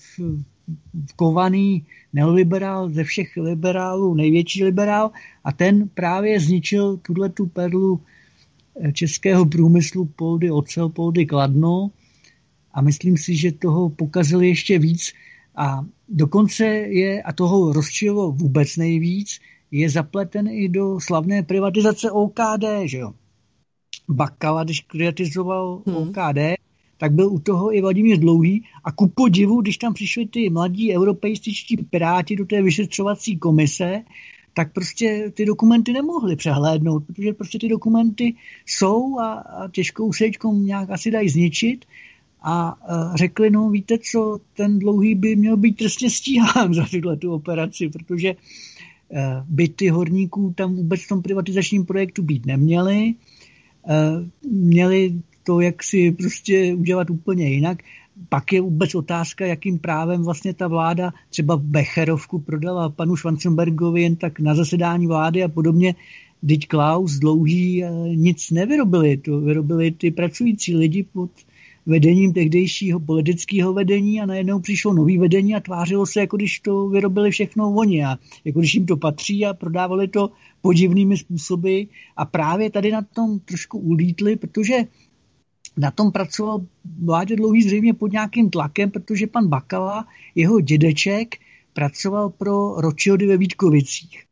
kovaný neoliberál ze všech liberálů, největší liberál, a ten právě zničil tu perlu českého průmyslu ocel Poldy Kladno a myslím si, že toho pokazili ještě víc a dokonce a toho rozčililo vůbec nejvíc, je zapleten i do slavné privatizace OKD, že jo. Bakala, když privatizoval OKD, tak byl u toho i Vladimír Dlouhý a ku podivu, když tam přišli ty mladí europeističtí piráti do té vyšetřovací komise, tak prostě ty dokumenty nemohli přehlédnout, protože prostě ty dokumenty jsou a těžkou sečkou nějak asi dají zničit a řekli, no víte co, ten Dlouhý by měl být trestně stíhán za tu operaci, protože byty horníků tam vůbec v tom privatizačním projektu být neměly. Měli to, jak si prostě udělat úplně jinak. Pak je vůbec otázka, jakým právem vlastně ta vláda třeba Becherovku prodala panu Schwarzenbergovi jen tak na zasedání vlády a podobně. Vždyť Klaus, Dlouhý nic nevyrobili. To vyrobili ty pracující lidi pod vedením tehdejšího politického vedení a najednou přišlo nový vedení a tvářilo se, jako když to vyrobili všechno oni a jako když jim to patří a prodávali to podivnými způsoby a právě tady na tom trošku ulítli, protože na tom pracoval Vláďa Dlouhý zřejmě pod nějakým tlakem, protože pan Bakala, jeho dědeček, pracoval pro Rothschildy ve Vítkovicích.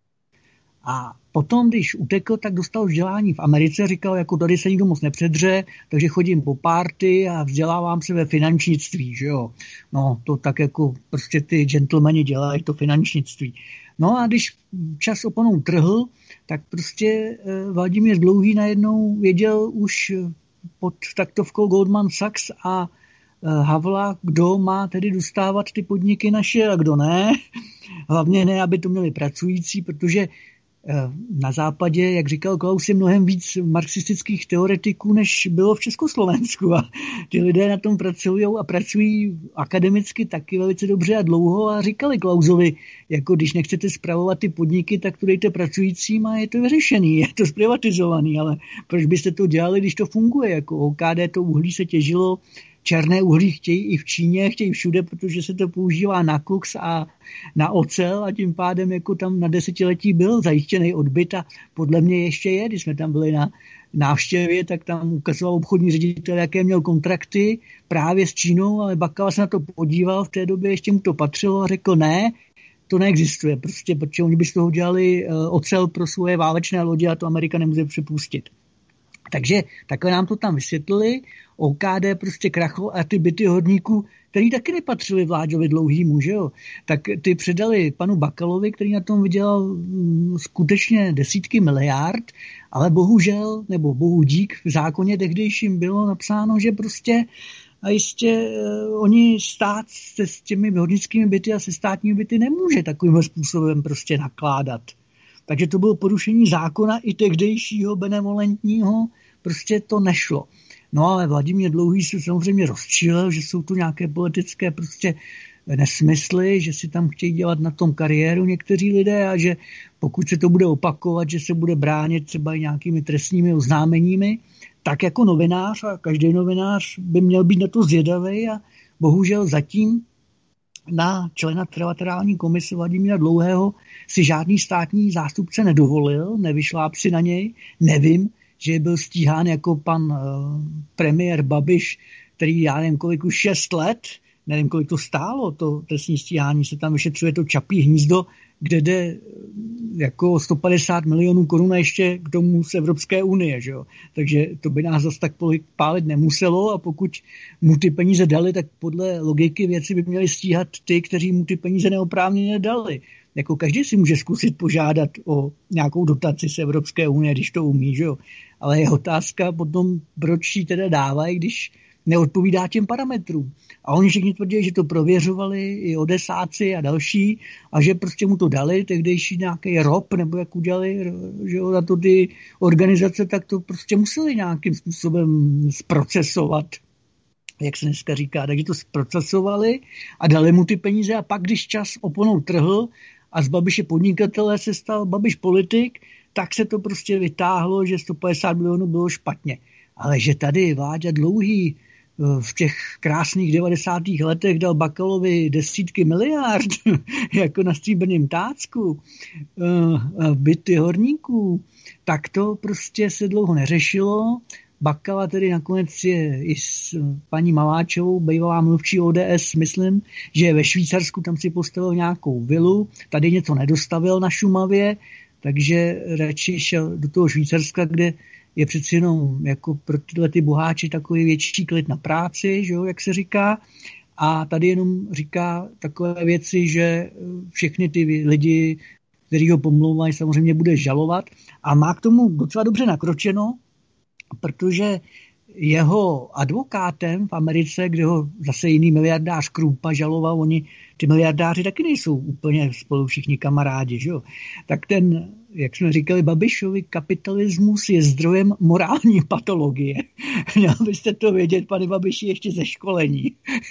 A potom, když utekl, tak dostal vzdělání v Americe, říkal, jako tady se nikdo moc nepředře, takže chodím po party a vzdělávám se ve finančnictví, že jo. No, to tak jako prostě ty gentlemani dělají, to finančnictví. No a když čas oponou trhl, tak prostě Vladimír Dlouhý najednou věděl už pod taktovkou Goldman Sachs a Havla, kdo má tedy dostávat ty podniky naše a kdo ne. Hlavně ne, aby to měli pracující, protože na západě, jak říkal Klaus, je mnohem víc marxistických teoretiků, než bylo v Československu. A ty lidé na tom pracují akademicky taky velice dobře a dlouho a říkali Klausovi, jako když nechcete spravovat ty podniky, tak to dejte pracujícím a je to vyřešený, je to zprivatizovaný, ale proč byste to dělali, když to funguje? Jako OKD to uhlí se těžilo, černé uhlí chtějí i v Číně, chtějí všude, protože se to používá na koks a na ocel a tím pádem jako tam na desetiletí byl zajištěný odbyt a podle mě ještě je, když jsme tam byli na návštěvě, tak tam ukazoval obchodní ředitel, jaké měl kontrakty právě s Čínou, ale Bakala se na to podíval, v té době ještě mu to patřilo a řekl ne, to neexistuje, prostě, protože oni by z toho dělali ocel pro svoje válečné lodě a to Amerika nemůže připustit. Takže takhle nám to tam vysvětlili. OKD prostě krachlo a ty byty horníků, který taky nepatřili Vláďovi Dlouhýmu, že jo? Tak ty předali panu Bakalovi, který na tom vydělal skutečně desítky miliard, ale bohužel, nebo bohu dík, v zákoně tehdejším bylo napsáno, že prostě a jistě oni stát se s těmi hornickými byty a se státními byty nemůže takovým způsobem prostě nakládat. Takže to bylo porušení zákona i tehdejšího benevolentního, prostě to nešlo. No ale Vladimír Dlouhý se samozřejmě rozčílil, že jsou tu nějaké politické prostě nesmysly, že si tam chtějí dělat na tom kariéru někteří lidé a že pokud se to bude opakovat, že se bude bránit třeba i nějakými trestními oznámeními, tak jako novinář, a každý novinář by měl být na to zvědavý a bohužel zatím na člena trilaterální komise Vladimíra Dlouhého si žádný státní zástupce nedovolil, nevyšlápl si na něj, nevím, že byl stíhán jako pan premiér Babiš, který já nevím kolik už 6 let, nevím kolik to stálo, to trestní stíhání, se tam vyšetřuje to Čapí hnízdo, kde jde jako 150 milionů korun ještě k tomu z Evropské unie, že jo? Takže to by nás zase tak pálit nemuselo a pokud mu ty peníze dali, tak podle logiky věci by měli stíhat ty, kteří mu ty peníze neoprávněně dali. Jako každý si může zkusit požádat o nějakou dotaci z Evropské unie, když to umí, že jo? Ale je otázka potom, proč ji teda dávají, když neodpovídá těm parametrům. A oni všichni tvrdí, že to prověřovali i odesáci a další a že prostě mu to dali, tehdejší nějaký ROP, nebo jak udělali, že jo, na to ty organizace, tak to prostě museli nějakým způsobem zprocesovat, jak se dneska říká. Takže to zprocesovali a dali mu ty peníze a pak, když čas oponou trhl a z Babiše podnikatele se stal Babiš politik, tak se to prostě vytáhlo, že 150 milionů bylo špatně. Ale že tady Vláďa Dlouhý v těch krásných 90. letech dal Bakalovi desítky miliard, jako na stříbrném tácku, byty horníků, tak to prostě se dlouho neřešilo. Bakala tedy nakonec je i s paní Maláčovou, bývalá mluvčí ODS, myslím, že je ve Švýcarsku, tam si postavil nějakou vilu, tady něco nedostavil na Šumavě, takže radši šel do toho Švýcarska, kde je přeci jenom jako pro tyhle ty boháči takový větší klid na práci, že jo, jak se říká. A tady jenom říká takové věci, že všechny ty lidi, kteří ho pomlouvají, samozřejmě bude žalovat. A má k tomu docela dobře nakročeno, protože jeho advokátem v Americe, kde ho zase jiný miliardář Krůpa žaloval, oni, ty miliardáři taky nejsou úplně spolu všichni kamarádi, že jo? Tak ten, jak jsme říkali Babišovi, kapitalismus je zdrojem morální patologie. Měl byste to vědět, pane Babiši, ještě ze školení.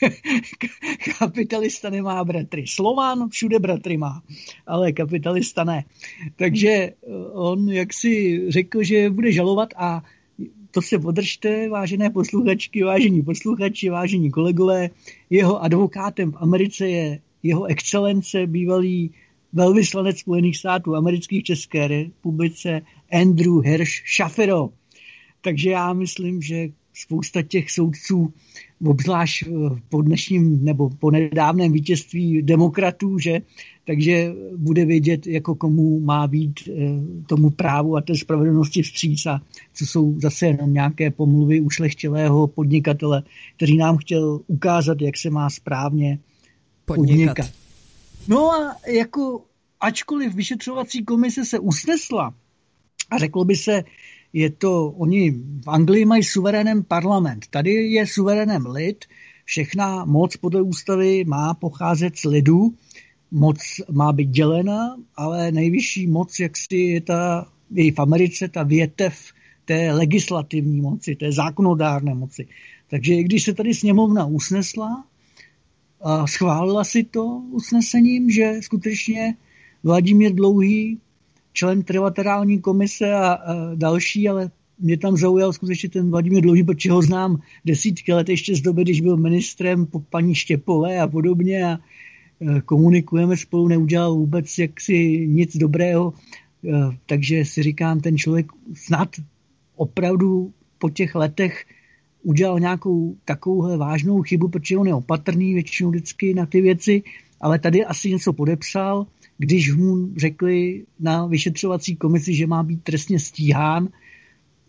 Kapitalista nemá bratry. Slován všude bratry má, ale kapitalista ne. Takže on jaksi řekl, že bude žalovat a to se podržte, vážené posluchačky, vážení posluchači, vážení kolegové. Jeho advokátem v Americe je jeho excelence, bývalý velvyslanec Spojených států amerických v České republice Andrew Hirsch Shapiro. Takže já myslím, že spousta těch soudců, obzvlášť po dnešním nebo po nedávném vítězství demokratů, že, takže bude vědět, jako komu má být tomu právu a té spravedlnosti vstříc a co jsou zase jenom nějaké pomluvy ušlechtilého podnikatele, který nám chtěl ukázat, jak se má správně podnikat. No a jako ačkoliv vyšetřovací komise se usnesla a řeklo by se, oni v Anglii mají suverénem parlament, tady je suverénem lid, všechna moc podle ústavy má pocházet z lidu, moc má být dělena, ale nejvyšší moc, jak si je v Americe ta větev té legislativní moci, té zákonodárné moci. Takže i když se tady sněmovna usnesla a schválila si to usnesením, že skutečně Vladimír Dlouhý, člen trilaterální komise a další, ale mě tam zaujal skutečně ten Vladimír Dlouhý, protože ho znám desítky let ještě z doby, když byl ministrem po paní Štěpové a podobně a komunikujeme spolu, neudělal vůbec jaksi nic dobrého, takže si říkám, ten člověk snad opravdu po těch letech udělal nějakou takovouhle vážnou chybu, protože on je opatrný většinou vždycky na ty věci, ale tady asi něco podepsal, když mu řekli na vyšetřovací komisi, že má být trestně stíhán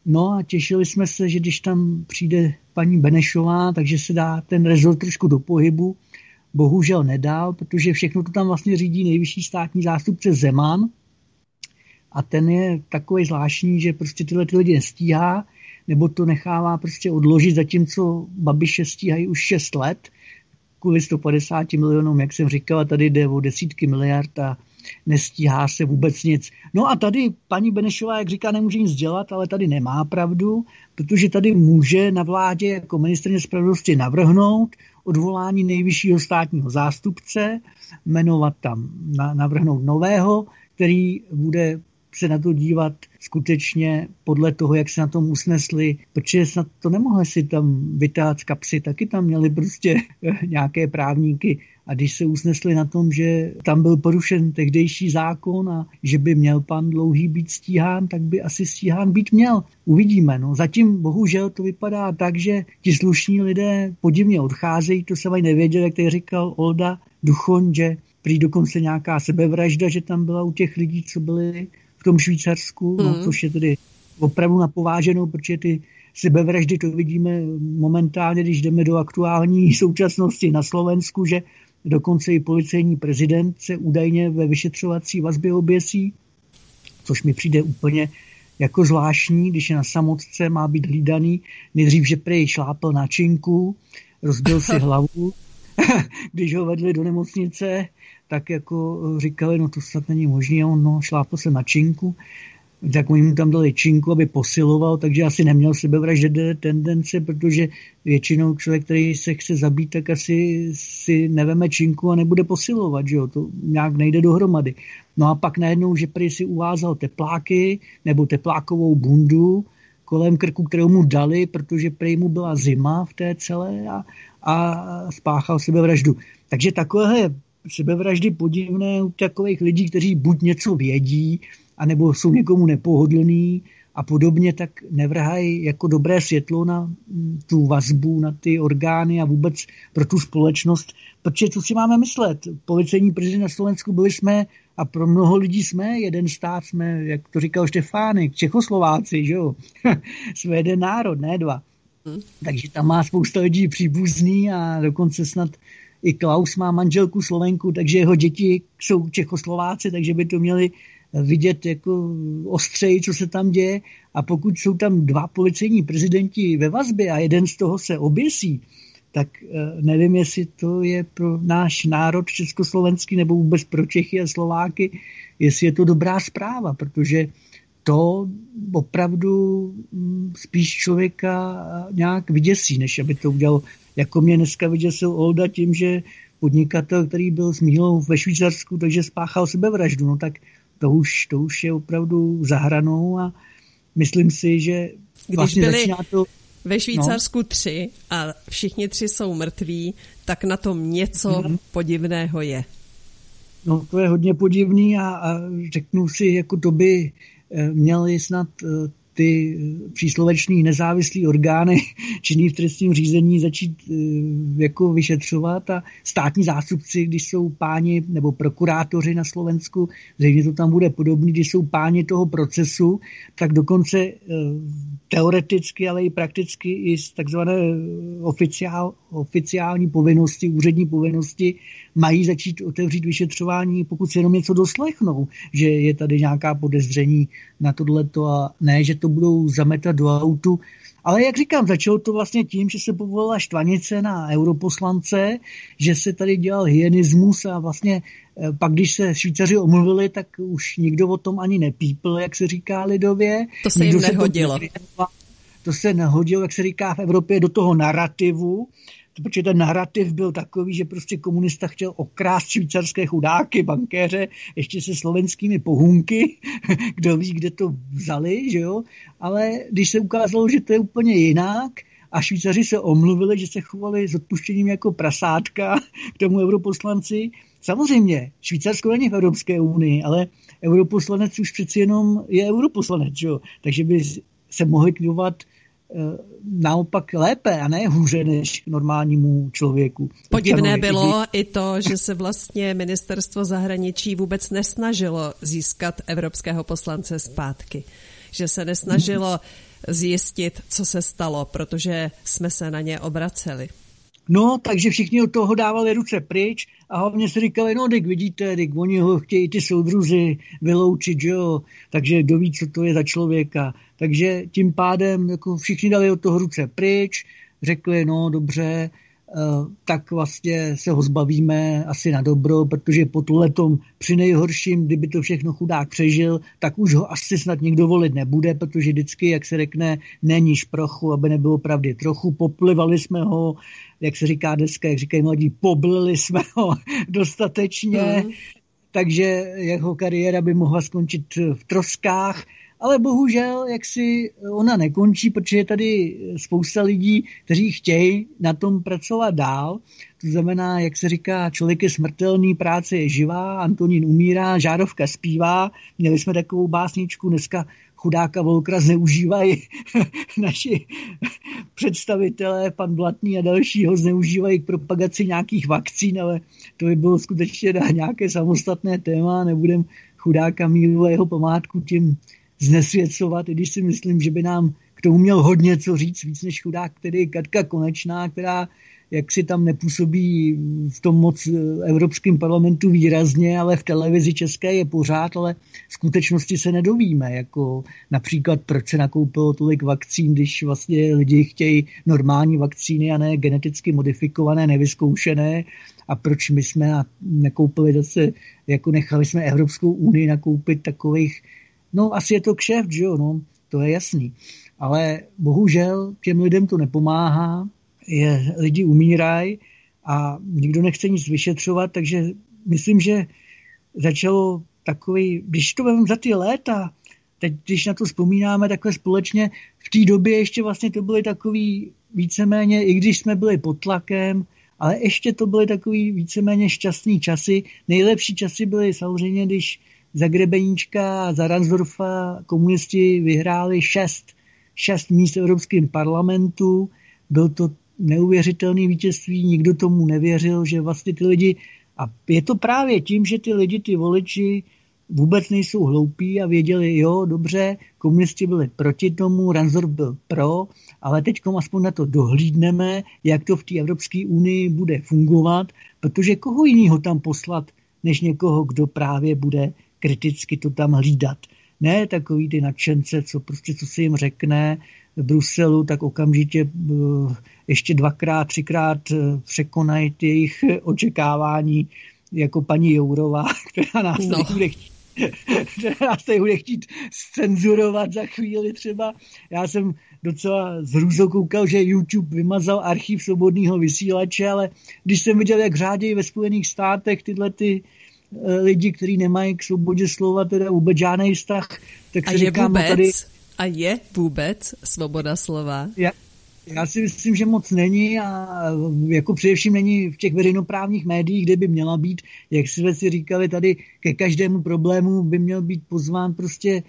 No a těšili jsme se, že když tam přijde paní Benešová, takže se dá ten rezort trošku do pohybu. Bohužel nedal, protože všechno to tam vlastně řídí nejvyšší státní zástupce Zeman a ten je takový zvláštní, že prostě tyhle ty lidi nestíhá, nebo to nechává prostě odložit, zatímco Babiše stíhají už 6 let kvůli 150 milionům, jak jsem říkal, a tady jde o desítky miliard a nestíhá se vůbec nic. No a tady paní Benešová, jak říká, nemůže nic dělat, ale tady nemá pravdu, protože tady může na vládě jako ministryně spravedlnosti navrhnout odvolání nejvyššího státního zástupce, jmenovat tam, navrhnout nového, který bude se na to dívat skutečně podle toho, jak se na tom usnesli, protože snad to nemohli si tam vytáhat z kapsy, taky tam měli prostě nějaké právníky. A když se usnesli na tom, že tam byl porušen tehdejší zákon a že by měl pan Dlouhý být stíhán, tak by asi stíhán být měl. Uvidíme. No. Zatím bohužel to vypadá tak, že ti slušní lidé podivně odcházejí, to jsem ani nevěděl, jak tady říkal Olda Duchoň, že prý dokonce nějaká sebevražda, že tam byla u těch lidí, co byli v tom Švýcarsku, no, což je tedy opravdu napováženou, protože ty sebevraždy to vidíme momentálně, když jdeme do aktuální současnosti na Slovensku, že dokonce i policejní prezident se údajně ve vyšetřovací vazbě oběsí, což mi přijde úplně jako zvláštní, když je na samotce, má být hlídaný, nejdřív, že prej šlápl na činku, rozbil si hlavu, když ho vedli do nemocnice, tak jako říkali, no to snad není možné, on šlápl se na činku, tak oni mu tam dali činku, aby posiloval, takže asi neměl sebevražedné tendence, protože většinou člověk, který se chce zabít, tak asi si neveme činku a nebude posilovat, že jo, to nějak nejde dohromady. No a pak najednou, že prý si uvázal tepláky nebo teplákovou bundu kolem krku, kterou mu dali, protože prý mu byla zima v té celé a spáchal sebevraždu. Takže takovéhle sebevraždy podivné u takových lidí, kteří buď něco vědí, anebo jsou někomu nepohodlný a podobně, tak nevrhají jako dobré světlo na tu vazbu, na ty orgány a vůbec pro tu společnost. Protože co si máme myslet? Policejní prezident na Slovensku byli jsme a pro mnoho lidí jsme jeden stát, jsme, jak to říkal Štefánek, Čechoslováci, že jo? Jsme jeden národ, ne dva. Takže tam má spousta lidí příbuzný a dokonce snad i Klaus má manželku Slovenku, takže jeho děti jsou Čechoslováci, takže by to měli vidět jako ostřeji, co se tam děje. A pokud jsou tam 2 policejní prezidenti ve vazbě a jeden z toho se oběsí, tak nevím, jestli to je pro náš národ československý nebo vůbec pro Čechy a Slováky, jestli je to dobrá zpráva, protože to opravdu spíš člověka nějak vyděsí, než aby to udělal. Jako mě dneska vyděsil Olda tím, že podnikatel, který byl s Mílou ve Švýcarsku, takže spáchal sebevraždu, no tak to už je opravdu za hranou a myslím si, že vlastně byli začíná to... Ve Švýcarsku 3 a všichni 3 jsou mrtví, tak na tom něco podivného je. No to je hodně podivný a řeknu si, jako to by měli snad ty přísloveční nezávislé orgány činný v trestním řízení začít jako vyšetřovat a státní zástupci, když jsou páni nebo prokurátoři na Slovensku, zřejmě to tam bude podobný, když jsou páni toho procesu, tak dokonce teoreticky, ale i prakticky i z takzvané oficiální povinnosti, úřední povinnosti mají začít otevřít vyšetřování, pokud se jenom něco doslechnou, že je tady nějaká podezření na tohleto a ne, že to budou zametat do autu. Ale jak říkám, začalo to vlastně tím, že se povolila štvanice na europoslance, že se tady dělal hyenismus a vlastně pak, když se Švýcaři omluvili, tak už nikdo o tom ani nepípl, jak se říká lidově. To se jim nehodilo. To se nehodilo, jak se říká v Evropě, do toho narrativu, protože ten narrativ byl takový, že prostě komunista chtěl okrást švýcarské chudáky, bankéře, ještě se slovenskými pohůnky, kdo ví, kde to vzali, že jo? Ale když se ukázalo, že to je úplně jinak a Švýcaři se omluvili, že se chovali s odpuštěním jako prasátka k tomu europoslanci. Samozřejmě, Švýcarsko není v Evropské unii, ale europoslanec už přeci jenom je europoslanec, že jo? Takže by se mohli kňovat naopak lépe a ne hůře než normálnímu člověku. Podivné bylo i to, že se vlastně ministerstvo zahraničí vůbec nesnažilo získat evropského poslance zpátky. Že se nesnažilo zjistit, co se stalo, protože jsme se na ně obraceli. No, takže všichni od toho dávali ruce pryč a hlavně si říkali, no, tak vidíte, tak oni ho chtějí ty soudruzi vyloučit, jo, takže kdo ví, co to je za člověka. Takže tím pádem jako všichni dali od toho ruce pryč, řekli, no, dobře, tak vlastně se ho zbavíme asi na dobro, protože po tuhletom při nejhorším, kdyby to všechno chudák přežil, tak už ho asi snad nikdo volit nebude, protože vždycky, jak se řekne, není šprochu, aby nebylo pravdy trochu, poplivali jsme ho, jak se říká dneska, jak říkají mladí, poblili jsme ho dostatečně, takže jeho kariéra by mohla skončit v troskách, ale bohužel, jak si ona nekončí, protože je tady spousta lidí, kteří chtějí na tom pracovat dál. To znamená, jak se říká, člověk je smrtelný, práce je živá, Antonín umírá, žárovka zpívá. Měli jsme takovou básničku, dneska chudáka Volkra zneužívají naši představitelé, pan Blatný a další ho zneužívají k propagaci nějakých vakcín, ale to by bylo skutečně na nějaké samostatné téma, nebudem chudáka Mílu a jeho památku tím znesvěcovat, i když si myslím, že by nám k tomu měl hodně co říct, víc než chudák, tedy Katka Konečná, která jak si tam nepůsobí v tom moc Evropském parlamentu výrazně, ale v televizi české je pořád, ale v skutečnosti se nedovíme, jako například proč se nakoupilo tolik vakcín, když vlastně lidi chtějí normální vakcíny a ne geneticky modifikované, nevyzkoušené, a proč my jsme nekoupili zase, jako nechali jsme Evropskou unii nakoupit takových. No, asi je to kšeft, že jo, no, to je jasný. Ale bohužel těm lidem to nepomáhá, lidi umírají a nikdo nechce nic vyšetřovat, takže myslím, že začalo takový, když to vezmeme za ty léta, teď když na to vzpomínáme takhle společně, v té době ještě vlastně to byly takový víceméně, i když jsme byli pod tlakem, ale ještě to byly takový víceméně šťastný časy. Nejlepší časy byly samozřejmě, když za Grebeníčka a za Ransdorfa komunisti vyhráli 6 míst v Evropském parlamentu. Byl to neuvěřitelné vítězství, nikdo tomu nevěřil, že vlastně ty lidi, a je to právě tím, že ty lidi, ty voliči vůbec nejsou hloupí a věděli, jo, dobře, komunisti byli proti tomu, Ransdorf byl pro, ale teď aspoň na to dohlídneme, jak to v té Evropské unii bude fungovat, protože koho jiného tam poslat, než někoho, kdo právě bude kriticky to tam hlídat. Ne takový ty nadšence, co se jim řekne v Bruselu, tak okamžitě ještě 2x, 3x překonají jejich očekávání, jako paní Jourová, která nás bude chtít zcenzurovat za chvíli třeba. Já jsem docela s hrůzou koukal, že YouTube vymazal archiv Svobodného vysílače, ale když jsem viděl, jak řádějí ve Spojených státech tyhle ty lidi, kteří nemají k svobodě slova teda vůbec žádný vztah, tak si říkám, tady. A je vůbec svoboda slova? Já si myslím, že moc není a jako především není v těch veřejnoprávních médiích, kde by měla být, jak jsme si říkali, tady ke každému problému by měl být pozván prostě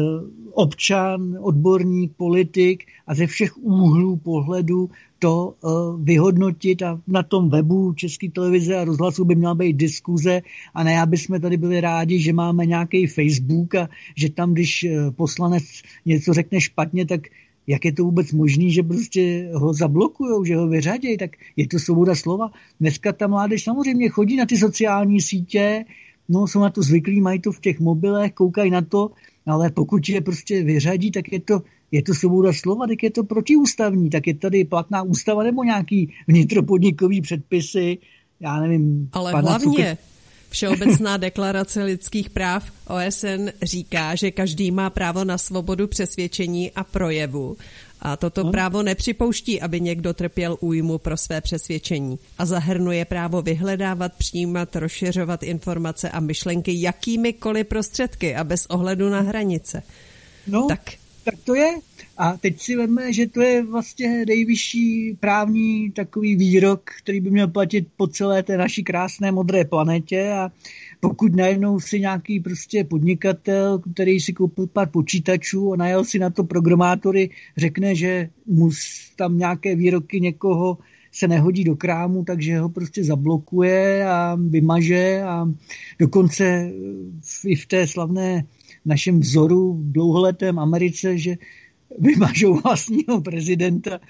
občan, odborník, politik a ze všech úhlů pohledu to vyhodnotit a na tom webu České televize a rozhlasu by měla být diskuze a ne, aby jsme tady byli rádi, že máme nějaký Facebook a že tam, když poslanec něco řekne špatně, tak jak je to vůbec možný, že prostě ho zablokujou, že ho vyřadějí, tak je to svoboda slova. Dneska ta mládež samozřejmě chodí na ty sociální sítě, no jsou na to zvyklí, mají to v těch mobilech, koukají na to, ale pokud je prostě vyřadí, tak je to svoboda slova, tak je to protiústavní, tak je tady platná ústava nebo nějaký vnitropodnikový předpisy, já nevím. Ale hlavně Všeobecná deklarace lidských práv OSN říká, že každý má právo na svobodu přesvědčení a projevu. A toto právo nepřipouští, aby někdo trpěl újmu pro své přesvědčení. A zahrnuje právo vyhledávat, přijímat, rozšiřovat informace a myšlenky jakýmikoliv prostředky a bez ohledu na hranice. No, tak to je. A teď si veme, že to je vlastně nejvyšší právní takový výrok, který by měl platit po celé té naší krásné modré planetě a pokud najednou si nějaký prostě podnikatel, který si koupil pár počítačů a najel si na to programátory, řekne, že mu tam nějaké výroky někoho se nehodí do krámu, takže ho prostě zablokuje a vymaže a dokonce i v té slavné našem vzoru v dlouholetém Americe, že vymažou vlastního prezidenta.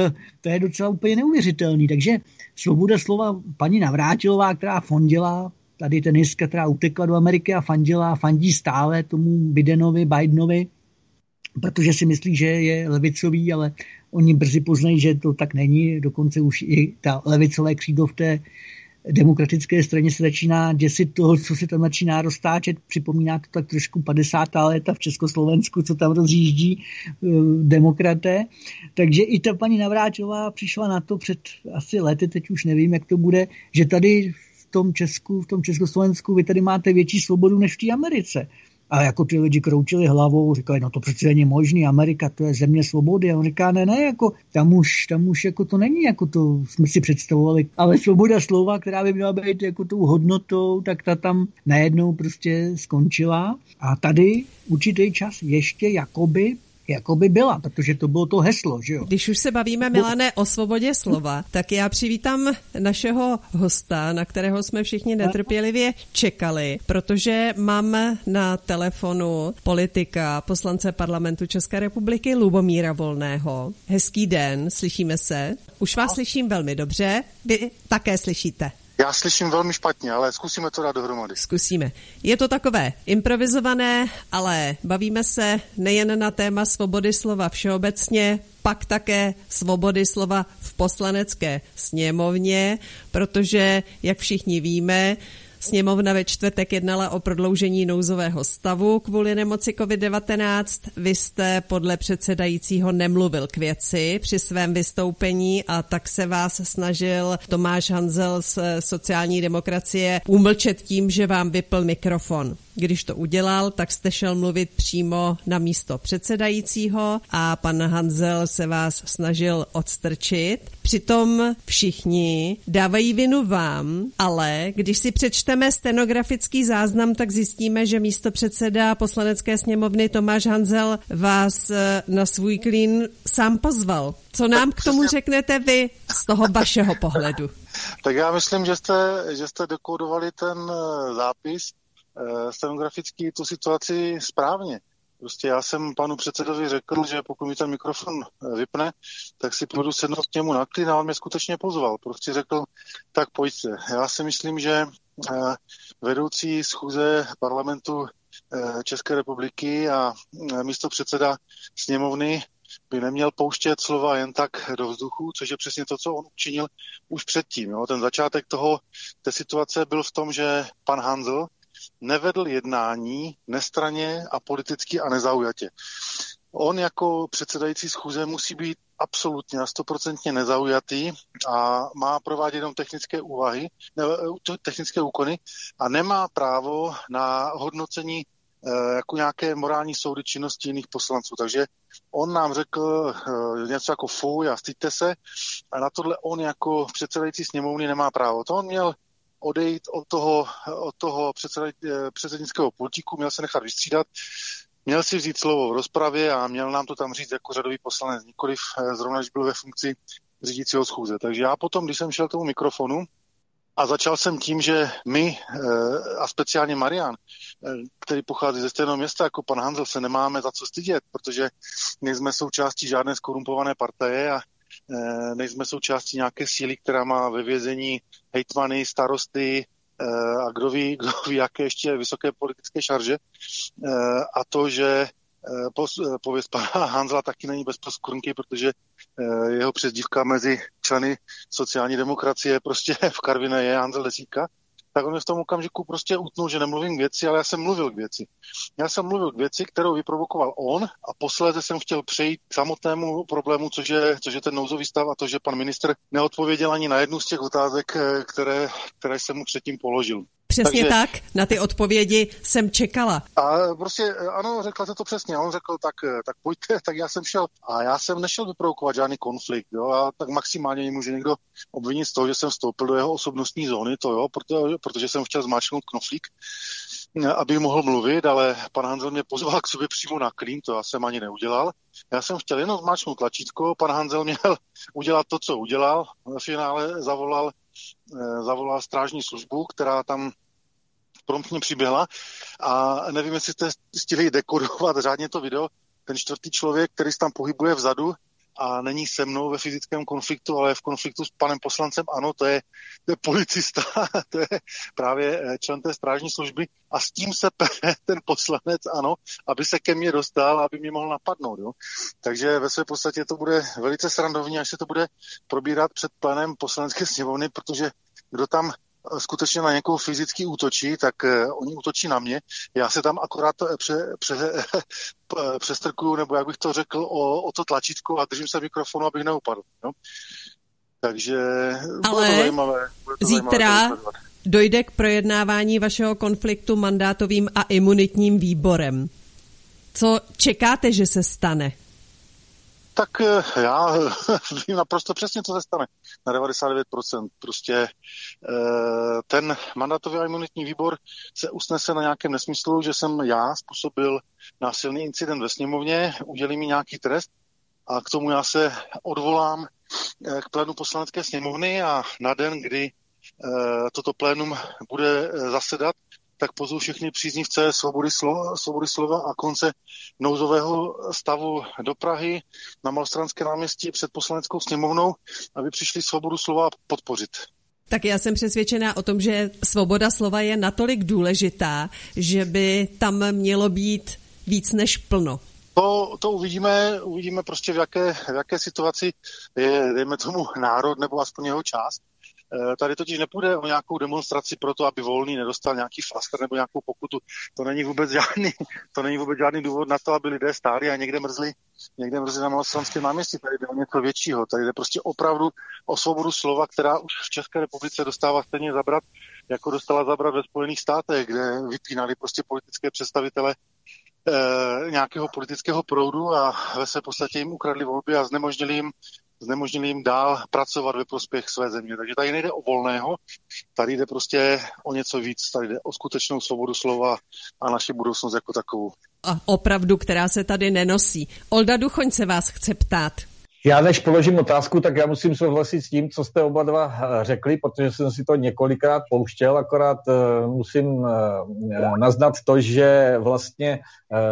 To je docela úplně neuvěřitelný. Takže svoboda slova paní Navrátilová, která fandila, tady tenistka, která utekla do Ameriky a fandí stále tomu Bidenovi, protože si myslí, že je levicový, ale oni brzy poznají, že to tak není. Dokonce už i ta levicové křídlo v té demokratické straně se začíná děsit toho, co se tam začíná roztáčet. Připomíná to tak trošku 50. léta v Československu, co tam rozjíždí demokraté. Takže i ta paní Navrátilová přišla na to před asi lety, teď už nevím, jak to bude, že tady v tom Československu vy tady máte větší svobodu než v té Americe. A jako ty lidi kroučili hlavou, říkali, no to přece není možný, Amerika to je země svobody. A on říká, ne, jako tam už jako to není, jako to jsme si představovali. Ale svoboda slova, která by měla být jako tou hodnotou, tak ta tam najednou prostě skončila. A tady určitý čas ještě jakoby byla, protože to bylo to heslo, že jo. Když už se bavíme, Milane, o svobodě slova, tak já přivítám našeho hosta, na kterého jsme všichni netrpělivě čekali, protože mám na telefonu politika, poslance parlamentu České republiky Lubomíra Volného. Hezký den, slyšíme se? Už vás slyším velmi dobře, vy také slyšíte. Já slyším velmi špatně, ale zkusíme to dát dohromady. Zkusíme. Je to takové improvizované, ale bavíme se nejen na téma svobody slova všeobecně, pak také svobody slova v poslanecké sněmovně, protože, jak všichni víme, sněmovna ve čtvrtek jednala o prodloužení nouzového stavu kvůli nemoci COVID-19. Vy jste podle předsedajícího nemluvil k věci při svém vystoupení a tak se vás snažil Tomáš Hanzel z sociální demokracie umlčet tím, že vám vypl mikrofon. Když to udělal, tak jste šel mluvit přímo na místo předsedajícího a pan Hanzel se vás snažil odstrčit. Přitom všichni dávají vinu vám, ale když si přečteme stenografický záznam, tak zjistíme, že místopředseda poslanecké sněmovny Tomáš Hanzel vás na svůj klín sám pozval. Co nám k tomu řeknete vy z toho vašeho pohledu? Tak já myslím, že jste dekodovali ten zápis stenografický, tu situaci správně. Prostě já jsem panu předsedovi řekl, že pokud mi ten mikrofon vypne, tak si půjdu sednout k němu na klín a on mě skutečně pozval. Prostě řekl, tak pojďte. Já si myslím, že vedoucí schůze parlamentu České republiky a místopředseda sněmovny by neměl pouštět slova jen tak do vzduchu, což je přesně to, co on učinil už předtím. Jo. Ten začátek té situace byl v tom, že pan Hanzel nevedl jednání nestranně a politicky a nezaujatě. On jako předsedající schůze musí být absolutně a 100% nezaujatý a má provádět jenom technické úkony a nemá právo na hodnocení jako nějaké morální soudy činnosti jiných poslanců. Takže on nám řekl něco jako fuj a styďte se a na tohle on jako předsedající sněmovny nemá právo. To on měl odejít od toho předsednického pultíku, měl se nechat vystřídat, měl si vzít slovo v rozpravě a měl nám to tam říct jako řadový poslanec, nikoliv zrovna, když byl ve funkci řídícího schůze. Takže já potom, když jsem šel k tomu mikrofonu a začal jsem tím, že my a speciálně Marian, který pochází ze stejného města jako pan Hanzel, se nemáme za co stydět, protože nejsme součástí žádné skorumpované partaje a nejsme součástí nějaké síly, která má ve vězení hejtmany, starosty a kdo ví, jaké ještě vysoké politické šarže. A to, že pověst pana Hanzela taky není bez poskvrnky, protože jeho přezdívka mezi členy sociální demokracie prostě v Karviné je Hanzel Desítka, tak on mě v tom okamžiku prostě utnul, že nemluvím k věci, ale já jsem mluvil k věci. Já jsem mluvil k věci, kterou vyprovokoval on a posléze jsem chtěl přejít k samotnému problému, což je ten nouzový stav a to, že pan ministr neodpověděl ani na jednu z těch otázek, které jsem mu předtím položil. Přesně tak, na ty odpovědi jsem čekala. A prostě ano, řekla to přesně. A on řekl, tak pojďte, tak já jsem šel. A já jsem nešel vyprovokovat žádný konflikt. Jo? A tak maximálně může někdo obvinit z toho, že jsem vstoupil do jeho osobnostní zóny, protože jsem chtěl zmáčknout knoflík, aby mohl mluvit, ale pan Hanzel mě pozval k sobě přímo na klín, to já jsem ani neudělal. Já jsem chtěl jenom zmáčknout tlačítko, pan Hanzel měl udělat to, co udělal. V finále zavolal strážní službu, která tam promptně přiběhla a nevím, jestli jste stihli dekodovat řádně to video, ten čtvrtý člověk, který se tam pohybuje vzadu a není se mnou ve fyzickém konfliktu, ale je v konfliktu s panem poslancem, ano, to je policista, to je právě člen té strážní služby a s tím se pere ten poslanec, ano, aby se ke mně dostal, aby mě mohl napadnout. Jo. Takže ve své podstatě to bude velice srandovní, až se to bude probírat před plénem poslanecké sněmovny, protože kdo tam skutečně na někoho fyzicky útočí, tak oni útočí na mě. Já se tam akorát přestrkuju, nebo jak bych to řekl, o to tlačítko a držím se mikrofonu, abych neupadl. No? Takže ale to zajímavé. Zítra dojde k projednávání vašeho konfliktu mandátovým a imunitním výborem. Co čekáte, že se stane? Tak já vím naprosto přesně, co se stane. Na 99%. Prostě ten mandátový a imunitní výbor se usnese na nějakém nesmyslu, že jsem já způsobil násilný incident ve sněmovně, udělí mi nějaký trest a k tomu já se odvolám k plénu poslanecké sněmovny a na den, kdy toto plénum bude zasedat, tak pozvu všechny příznivce svobody slova a konce nouzového stavu do Prahy na Malostranské náměstí před poslaneckou sněmovnou, aby přišli svobodu slova podpořit. Tak já jsem přesvědčená o tom, že svoboda slova je natolik důležitá, že by tam mělo být víc než plno. To uvidíme prostě v jaké situaci je, dejme tomu, národ nebo aspoň jeho část. Tady totiž nepůjde o nějakou demonstraci pro to, aby Volný nedostal nějaký flaster nebo nějakou pokutu. To není vůbec žádný důvod na to, aby lidé stáli a někde mrzli na Malostranském náměstí. Tady jde o něco většího. Tady jde prostě opravdu o svobodu slova, která už v České republice dostává stejně zabrat, jako dostala zabrat ve Spojených státech, kde vypínali prostě politické představitele nějakého politického proudu a ve své podstatě jim ukradli volby a znemožnili jim dál pracovat ve prospěch své země. Takže tady nejde o Volného, tady jde prostě o něco víc, tady jde o skutečnou svobodu slova a naši budoucnost jako takovou. A opravdu, která se tady nenosí. Olda Duchoň se vás chce ptát. Já než položím otázku, tak já musím souhlasit s tím, co jste oba dva řekli, protože jsem si to několikrát pouštěl, akorát musím naznat to, že vlastně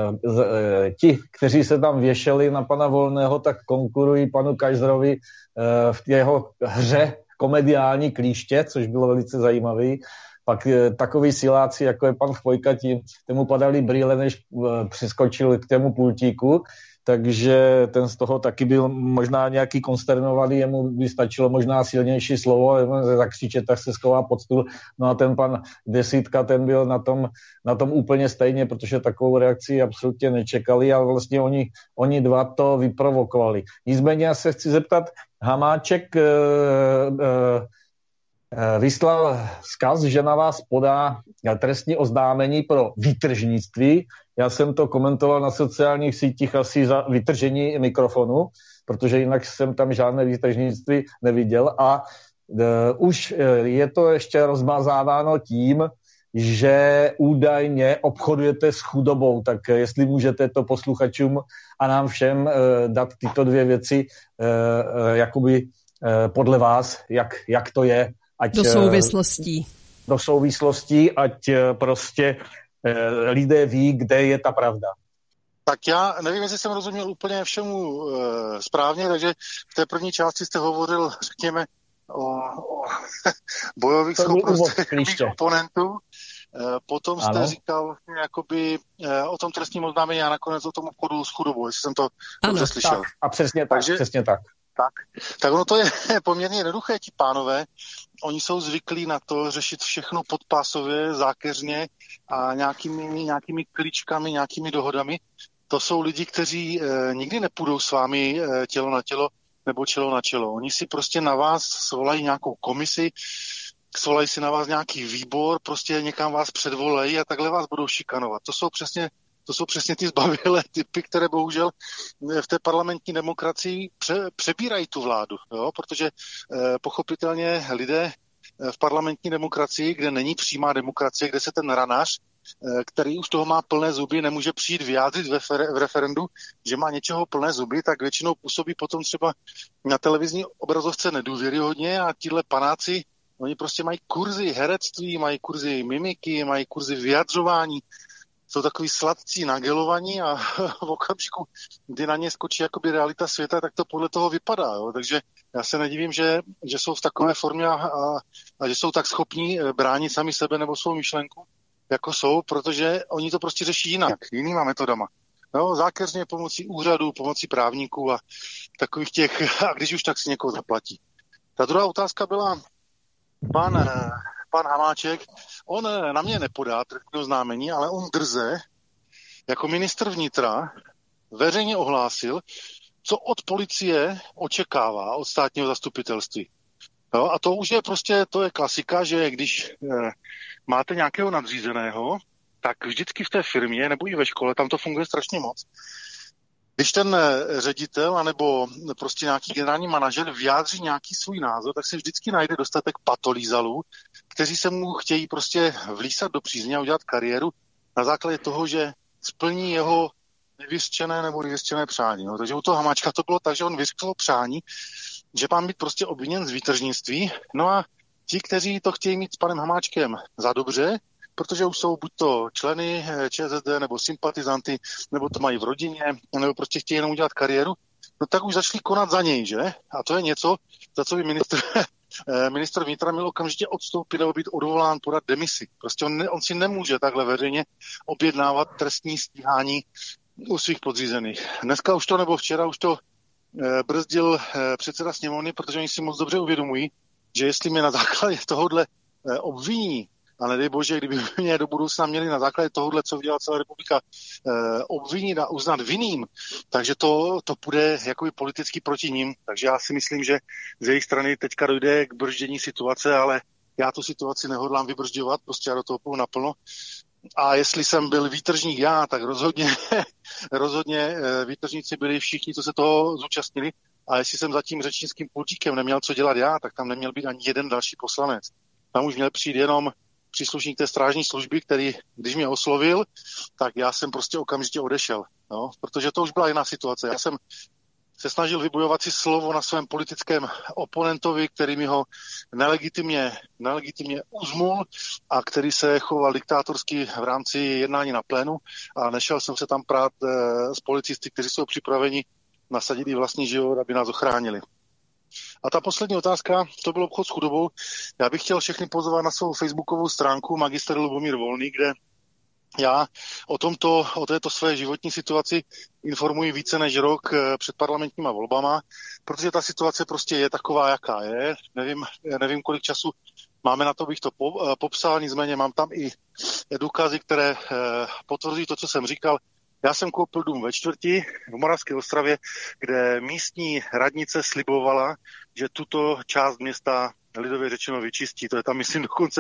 ti, kteří se tam věšeli na pana Volného, tak konkurují panu Kaiserovi v jeho hře komediální klíště, což bylo velice zajímavý. Pak takový siláci, jako je pan Chvojka, tomu padaly brýle, než přiskočil k tému pultíku, takže ten z toho taky byl možná nějaký konsternovaný, jemu by stačilo možná silnější slovo, zakřičet, tak se schová pod stůl. No a ten pan Desítka, ten byl na tom úplně stejně, protože takovou reakci absolutně nečekali a vlastně oni dva to vyprovokovali. Nicméně já se chci zeptat, Hamáček vyslal vzkaz, že na vás podá trestní oznámení pro výtržnictví. Já jsem to komentoval na sociálních sítích asi za vytržení mikrofonu, protože jinak jsem tam žádné výtržnictví neviděl a už je to ještě rozmazáváno tím, že údajně obchodujete s chudobou, tak jestli můžete to posluchačům a nám všem dát tyto dvě věci jakoby podle vás, jak to je. Do souvislostí, ať prostě lidé ví, kde je ta pravda. Tak já nevím, jestli jsem rozuměl úplně všemu správně, takže v té první části jste hovořil, řekněme, o bojových schopnostech oponentů. Potom jste říkal jakoby o tom trestním oznámení a nakonec o tom obchodu s chudobou, jestli jsem to dobře slyšel. Tak, a přesně tak. Tak ono to je poměrně jednoduché, ti pánové. Oni jsou zvyklí na to řešit všechno podpásově, zákeřně a nějakými kličkami, nějakými dohodami. To jsou lidi, kteří nikdy nepůjdou s vámi tělo na tělo nebo čelo na čelo. Oni si prostě na vás svolají nějakou komisi, svolají si na vás nějaký výbor, prostě někam vás předvolají a takhle vás budou šikanovat. To jsou přesně ty zbavilé typy, které bohužel v té parlamentní demokracii přebírají tu vládu, jo? Protože pochopitelně lidé v parlamentní demokracii, kde není přímá demokracie, kde se ten ranář, který už toho má plné zuby, nemůže přijít vyjádřit v referendu, že má něčeho plné zuby, tak většinou působí potom třeba na televizní obrazovce nedůvěryhodně a tíhle panáci, oni prostě mají kurzy herectví, mají kurzy mimiky, mají kurzy vyjadřování. jsou takový sladcí nagelovaní a v okamžiku, kdy na ně skočí jakoby realita světa, tak to podle toho vypadá. Jo? Takže já se nedivím, že jsou v takové formě a že jsou tak schopní bránit sami sebe nebo svou myšlenku, jako jsou, protože oni to prostě řeší jinak, jinýma metodama. No, zákeřně pomocí úřadů, pomocí právníků a takových těch, a když už tak si někoho zaplatí. Ta druhá otázka byla, pan Hamáček, on na mě nepodá trestní oznámení, ale on drze, jako ministr vnitra, veřejně ohlásil, co od policie očekává, od státního zastupitelství. No, a to už je prostě, to je klasika, že když máte nějakého nadřízeného, tak vždycky v té firmě nebo i ve škole, tam to funguje strašně moc. Když ten ředitel anebo prostě nějaký generální manažer vyjádří nějaký svůj názor, tak se vždycky najde dostatek patolízalů, kteří se mu chtějí prostě vlísat do přízně a udělat kariéru na základě toho, že splní jeho nevyřčené nebo nevyřčené přání. No, takže u toho Hamáčka to bylo tak, že on vyřkl přání, že má být prostě obviněn z výtržnictví. No a ti, kteří to chtějí mít s panem Hamáčkem za dobře, protože už jsou buď to členy ČSSD nebo sympatizanty, nebo to mají v rodině, nebo prostě chtějí jenom udělat kariéru, no tak už začali konat za něj, že? A to je něco, za co by ministr vnitra měl okamžitě odstoupit nebo být odvolán, podat demisi. Prostě on si nemůže takhle veřejně objednávat trestní stíhání u svých podřízených. Dneska už to, nebo včera už to brzdil předseda sněmovny, protože oni si moc dobře uvědomují, že jestli mě na základě tohohle obviní, a nedej bože, kdyby mě do budoucna měli na základě tohohle, co udělala celá republika, obvinit a uznat vinným, takže to půjde jakoby politicky proti ním. Takže já si myslím, že z jejich strany teďka dojde k brždění situace, ale já tu situaci nehodlám vybržďovat, prostě já do toho půjdu naplno. A jestli jsem byl výtržník já, tak rozhodně výtržníci byli všichni, co se toho zúčastnili. A jestli jsem za tím řečnickým pultíkem neměl co dělat já, tak tam neměl být ani jeden další poslanec. Tam už měl přijít jenom příslušník té strážní služby, který, když mě oslovil, tak já jsem prostě okamžitě odešel. No, protože to už byla jiná situace. Já jsem se snažil vybojovat si slovo na svém politickém oponentovi, který mi ho nelegitimně uzmul a který se choval diktátorsky v rámci jednání na plénu a nešel jsem se tam prát s policisty, kteří jsou připraveni nasadit i vlastní život, aby nás ochránili. A ta poslední otázka, to byl obchod s chudobou. Já bych chtěl všechny pozvat na svou facebookovou stránku Magister Lubomír Volný, kde já o této své životní situaci informuji více než rok před parlamentníma volbama, protože ta situace prostě je taková, jaká je. Nevím, kolik času máme na to, bych to popsal, nicméně mám tam i důkazy, které potvrzují to, co jsem říkal. Já jsem koupil dům ve čtvrti v Moravské Ostravě, kde místní radnice slibovala, že tuto část města lidově řečeno vyčistí. To je tam, myslím, dokonce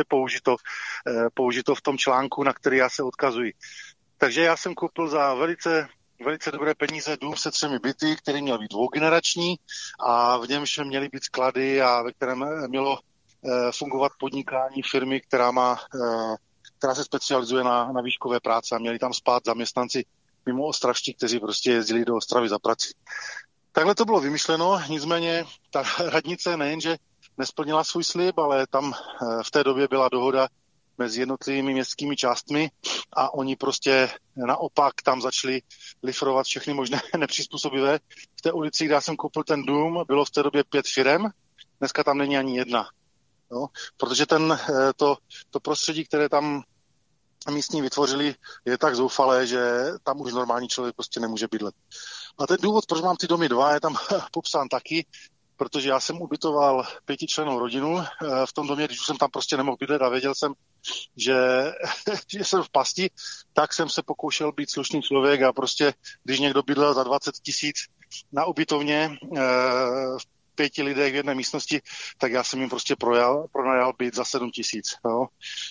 použito v tom článku, na který já se odkazuji. Takže já jsem koupil za velice dobré peníze dům se 3 byty, který měl být dvougenerační a v němž měly být sklady a ve kterém mělo fungovat podnikání firmy, která se specializuje na výškové práce a měli tam spát zaměstnanci mimo ostravští, kteří prostě jezdili do Ostravy za prací. Takhle to bylo vymyšleno, nicméně ta radnice nejenže nesplnila svůj slib, ale tam v té době byla dohoda mezi jednotlivými městskými částmi a oni prostě naopak tam začali lifrovat všechny možné nepřizpůsobivé. V té ulici, kde já jsem koupil ten dům, bylo v té době 5 firem, dneska tam není ani jedna. No, protože to prostředí, které tam místní vytvořili, je tak zoufalé, že tam už normální člověk prostě nemůže bydlet. A ten důvod, proč mám ty domy 2, je tam popsán taky, protože já jsem ubytoval 5člennou rodinu v tom domě, když už jsem tam prostě nemohl bydlet a věděl jsem, že jsem v pasti, tak jsem se pokoušel být slušný člověk a prostě, když někdo bydlel za 20 000 na ubytovně v 5 lidech v jedné místnosti, tak já jsem jim prostě pronajal byt za 7 000.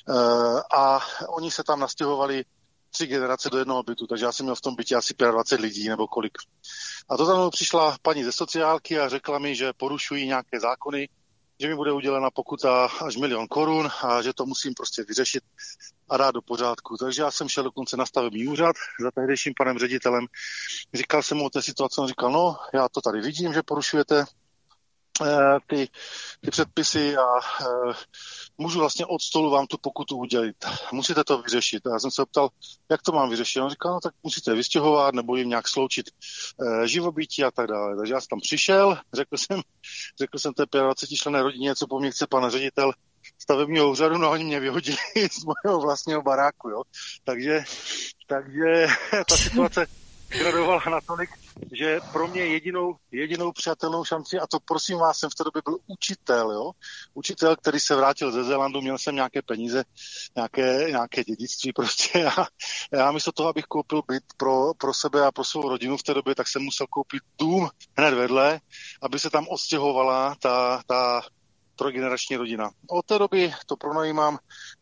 A oni se tam nastěhovali 3 generace do jednoho bytu, takže já jsem měl v tom bytě asi 25 lidí nebo kolik. A to za mnou přišla paní ze sociálky a řekla mi, že porušují nějaké zákony, že mi bude udělena pokuta až 1 000 000 korun a že to musím prostě vyřešit a dát do pořádku. Takže já jsem šel dokonce na stavební úřad za tehdejším panem ředitelem. Říkal jsem mu o té situaci, on říkal, no, já to tady vidím, že porušujete ty předpisy a můžu vlastně od stolu vám tu pokutu udělit. Musíte to vyřešit. A já jsem se ptal, jak to mám vyřešit. On říkal, no tak musíte vystěhovat nebo jim nějak sloučit živobytí a tak dále. Takže já jsem tam přišel, řekl jsem té 25členné rodině, co po mně chce pan ředitel stavebního úřadu, no oni mě vyhodili z mého vlastního baráku, jo. Takže ta situace gradovala natolik, že pro mě jedinou přijatelnou šanci, a to prosím vás, jsem v té době byl učitel, jo. Učitel, který se vrátil ze Zélandu, měl jsem nějaké peníze, nějaké dědictví prostě a já místo toho, abych koupil byt pro sebe a pro svou rodinu v té době, tak jsem musel koupit dům hned vedle, aby se tam odstěhovala ta trojgenerační rodina. Od té doby to pronajímám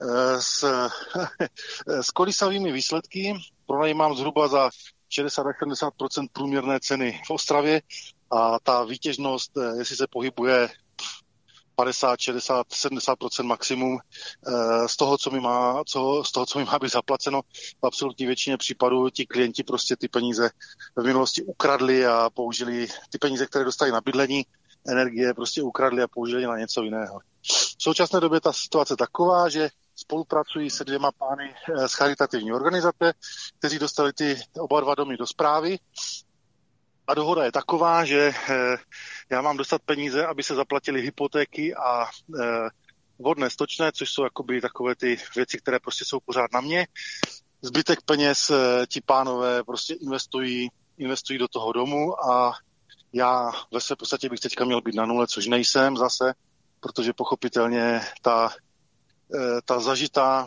s kolísavými výsledky, pronajímám zhruba za 60-70% průměrné ceny v Ostravě a ta výtěžnost, jestli se pohybuje 50, 60, 70% maximum z toho, co mi má být zaplaceno. V absolutní většině případů ti klienti prostě ty peníze v minulosti ukradli a použili ty peníze, které dostali na bydlení, energie prostě ukradli a použili na něco jiného. V současné době ta situace taková, že spolupracují se 2 pány z charitativní organizace, kteří dostali ty oba 2 domy do správy. A dohoda je taková, že já mám dostat peníze, aby se zaplatily hypotéky a vodné, stočné, což jsou jakoby takové ty věci, které prostě jsou pořád na mě. Zbytek peněz ti pánové prostě investují do toho domu a já ve své podstatě bych teďka měl být na nule, což nejsem zase, protože pochopitelně ta zažitá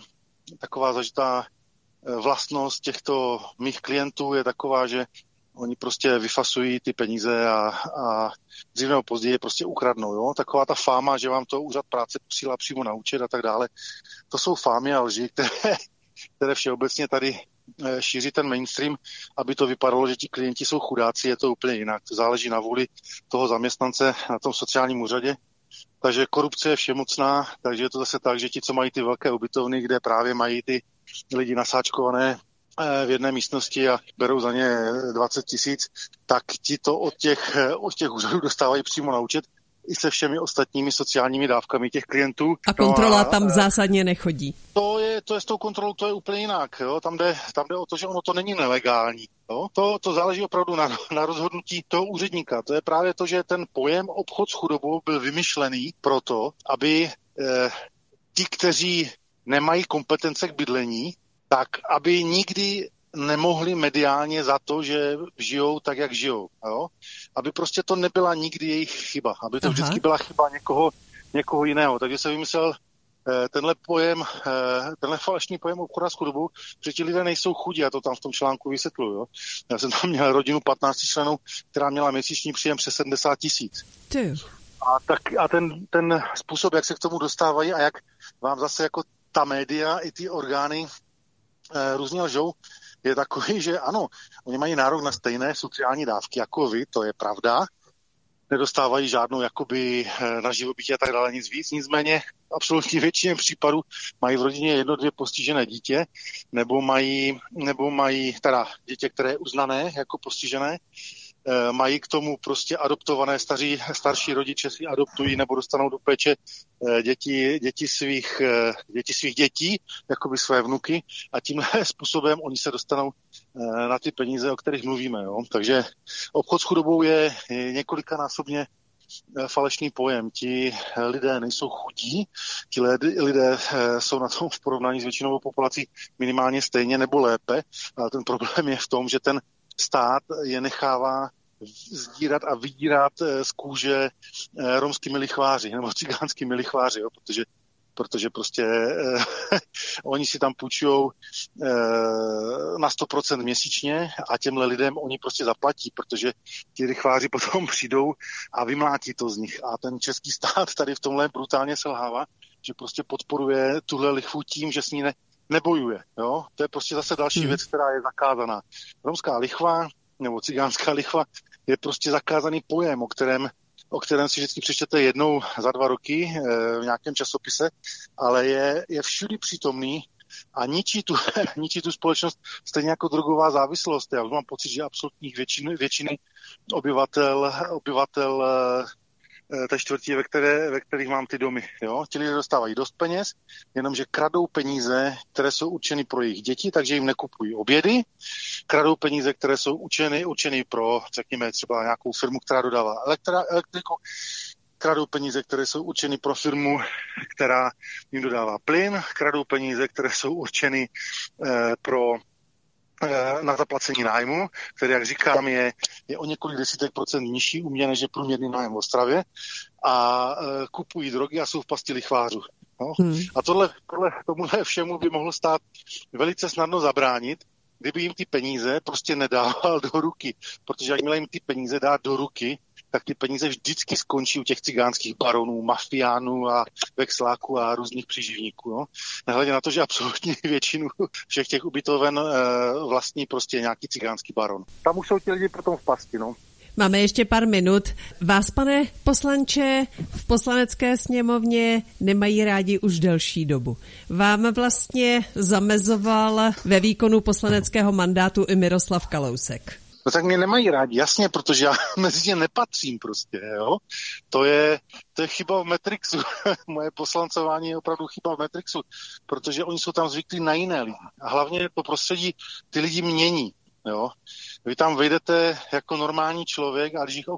vlastnost těchto mých klientů je taková, že oni prostě vyfasují ty peníze a dříve nebo později je prostě ukradnou. Jo? Taková ta fáma, že vám to úřad práce posílá přímo na účet a tak dále, to jsou fámy a lži, které všeobecně tady šíří ten mainstream, aby to vypadalo, že ti klienti jsou chudáci, je to úplně jinak. To záleží na vůli toho zaměstnance na tom sociálním úřadě. Takže korupce je všemocná, takže je to zase tak, že ti, co mají ty velké ubytovny, kde právě mají ty lidi nasáčkované v jedné místnosti a berou za ně 20 000, tak ti to od těch úřadů dostávají přímo na účet i se všemi ostatními sociálními dávkami těch klientů. A kontrola tam zásadně nechodí. To je s tou kontrolou, to je úplně jinak. Jo? Tam jde o to, že ono to není nelegální. Jo? To záleží opravdu na rozhodnutí toho úředníka. To je právě to, že ten pojem obchod s chudobou byl vymyšlený proto, aby ti, kteří nemají kompetence k bydlení, tak aby nikdy nemohli mediálně za to, že žijou tak, jak žijou. Jo? Aby prostě to nebyla nikdy jejich chyba. Aby to vždycky byla chyba někoho jiného. Takže se vymyslel tenhle falešný pojem obchodu s chudobou, že ti lidé nejsou chudí, a to tam v tom článku vysvětluju. Jo? Já jsem tam měl rodinu 15 členů, která měla měsíční příjem přes 70 000. A ten způsob, jak se k tomu dostávají a jak vám zase jako ta média i ty orgány různě lžou, je takový, že ano, oni mají nárok na stejné sociální dávky jako vy, to je pravda, nedostávají žádnou jakoby na živobytí a tak dále, nic víc, nicméně absolutně většině případů mají v rodině 1-2 postižené dítě, nebo mají teda dítě, které je uznané jako postižené, mají k tomu prostě adoptované starší rodiče si adoptují nebo dostanou do péče děti svých dětí, jakoby své vnuky, a tímhle způsobem oni se dostanou na ty peníze, o kterých mluvíme. Jo? Takže obchod s chudobou je několikanásobně falešný pojem. Ti lidé nejsou chudí, ti lidé jsou na tom v porovnání s většinovou populací minimálně stejně nebo lépe, ale ten problém je v tom, že ten stát je nechává sdírat a vydírat z kůže romskými lichváři nebo cigánskými lichváři, jo, protože prostě oni si tam půjčujou na 100% měsíčně a těmhle lidem oni prostě zaplatí, protože ti lichváři potom přijdou a vymlátí to z nich. A ten český stát tady v tomhle brutálně selhává, že prostě podporuje tuhle lichvu tím, že s ní nebojuje. Jo? To je prostě zase další věc, která je zakázaná. Romská lichva nebo cigánská lichva je prostě zakázaný pojem, o kterém si vždycky přečtete jednou za 2 roky v nějakém časopise, ale je všudy přítomný a ničí tu společnost stejně jako drogová závislost. Já mám pocit, že absolutních většiny obyvatel té čtvrtí, ve kterých mám ty domy. Jo? Ti lidé dostávají dost peněz, jenomže kradou peníze, které jsou určeny pro jejich děti, takže jim nekupují obědy. Kradou peníze, které jsou určeny pro, řekněme, třeba nějakou firmu, která dodává elektriku. Kradou peníze, které jsou určeny pro firmu, která jim dodává plyn. Kradou peníze, které jsou určeny na zaplacení nájmu, který, jak říkám, je o několik desítek procent nižší u mě, než je průměrný nájem v Ostravě, a kupují drogy a jsou v pasti lichvářů. No? A tomuhle všemu by mohlo stát velice snadno zabránit, kdyby jim ty peníze prostě nedával do ruky. Protože jakmile jim ty peníze dá do ruky, tak ty peníze vždycky skončí u těch cigánských baronů, mafiánů a vexláků a různých příživníků. No? Nehledě na to, že absolutní většinu všech těch ubytoven vlastní prostě nějaký cigánský baron. Tam už jsou ti lidi potom v pasti, no. Máme ještě pár minut. Vás, pane poslanče, v Poslanecké sněmovně nemají rádi už delší dobu. Vám vlastně zamezoval ve výkonu poslaneckého mandátu i Miroslav Kalousek. No tak mě nemají rádi, jasně, protože já mezi ně nepatřím prostě, jo. To je chyba v Matrixu. Moje poslancování je opravdu chyba v Matrixu, protože oni jsou tam zvyklí na jiné lidi. A hlavně to prostředí ty lidi mění, jo. Vy tam vejdete jako normální člověk a když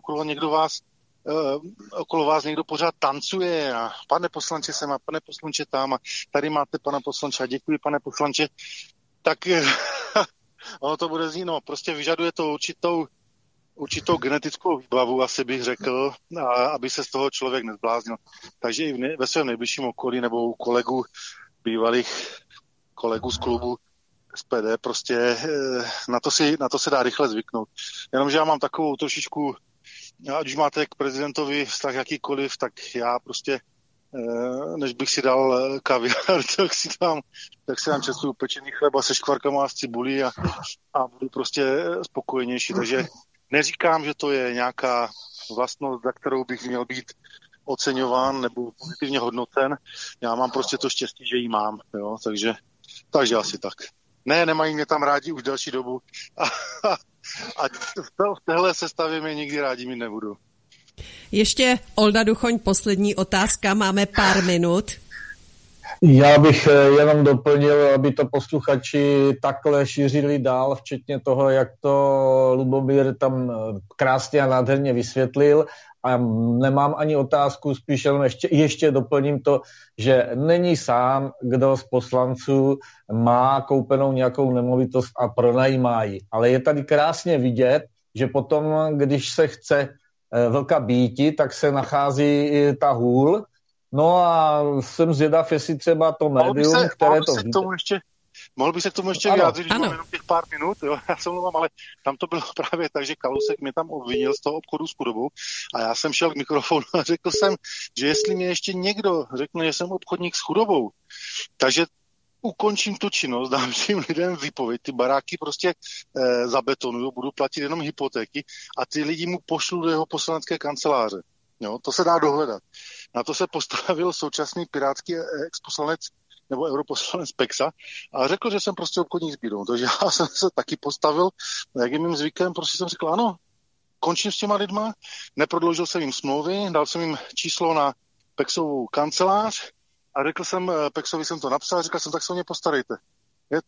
okolo vás někdo pořád tancuje a pane poslanče sem a pane poslanče tam a tady máte pana poslanče a děkuji pane poslanče, tak ono to bude znít, no, prostě vyžaduje to určitou genetickou výbavu, asi bych řekl, aby se z toho člověk nezbláznil. Takže i ve svém nejbližším okolí nebo u bývalých kolegů z klubu SPD, prostě na to se dá rychle zvyknout. Jenomže já mám takovou trošičku, ať už máte k prezidentovi vztah jakýkoliv, tak já prostě, než bych si dal kaviár, tak si dám často upečený chleba se škvarkama a s cibulí a budu prostě spokojenější. Takže neříkám, že to je nějaká vlastnost, za kterou bych měl být oceňován nebo pozitivně hodnocen. Já mám prostě to štěstí, že ji mám. Jo? Takže asi tak. Ne, nemají mě tam rádi už další dobu a v téhle sestavě mě nikdy rádi mít nebudu. Ještě Olda Duchoň, poslední otázka, máme pár minut. Já bych jenom doplnil, aby to posluchači takhle šířili dál, včetně toho, jak to Lubomír tam krásně a nádherně vysvětlil. A nemám ani otázku, spíš jenom ještě doplním to, že není sám, kdo z poslanců má koupenou nějakou nemovitost a pronajímá ji. Ale je tady krásně vidět, že potom, když se chce velká býti, tak se nachází i ta hůl. No a jsem zvědav, jestli třeba to médium, které to... Mohl bych se k tomu ještě vyjádřit, když mám jenom těch pár minut, jo? Já se mluvám, ale tam to bylo právě tak, že Kalousek mě tam obvinil z toho obchodu s chudobou a já jsem šel k mikrofonu a řekl jsem, že jestli mě ještě někdo řekne, že jsem obchodník s chudobou, takže ukončím tu činnost, dám tím lidem výpověď, ty baráky prostě zabetonuju, budu platit jenom hypotéky a ty lidi mu pošlu do jeho poslanecké kanceláře. Jo? To se dá dohledat. Na to se postavil současný pirátský exposlanec nebo europoslanec Peksa a řekl, že jsem prostě obchodník s bídou. Takže já jsem se taky postavil, jak je mým zvykem, prostě jsem řekl, ano, končím s těma lidma, neprodloužil jsem jim smlouvy, dal jsem jim číslo na Peksovou kancelář a řekl jsem, Peksovi jsem to napsal, říkal jsem, tak se o ně postarejte. Je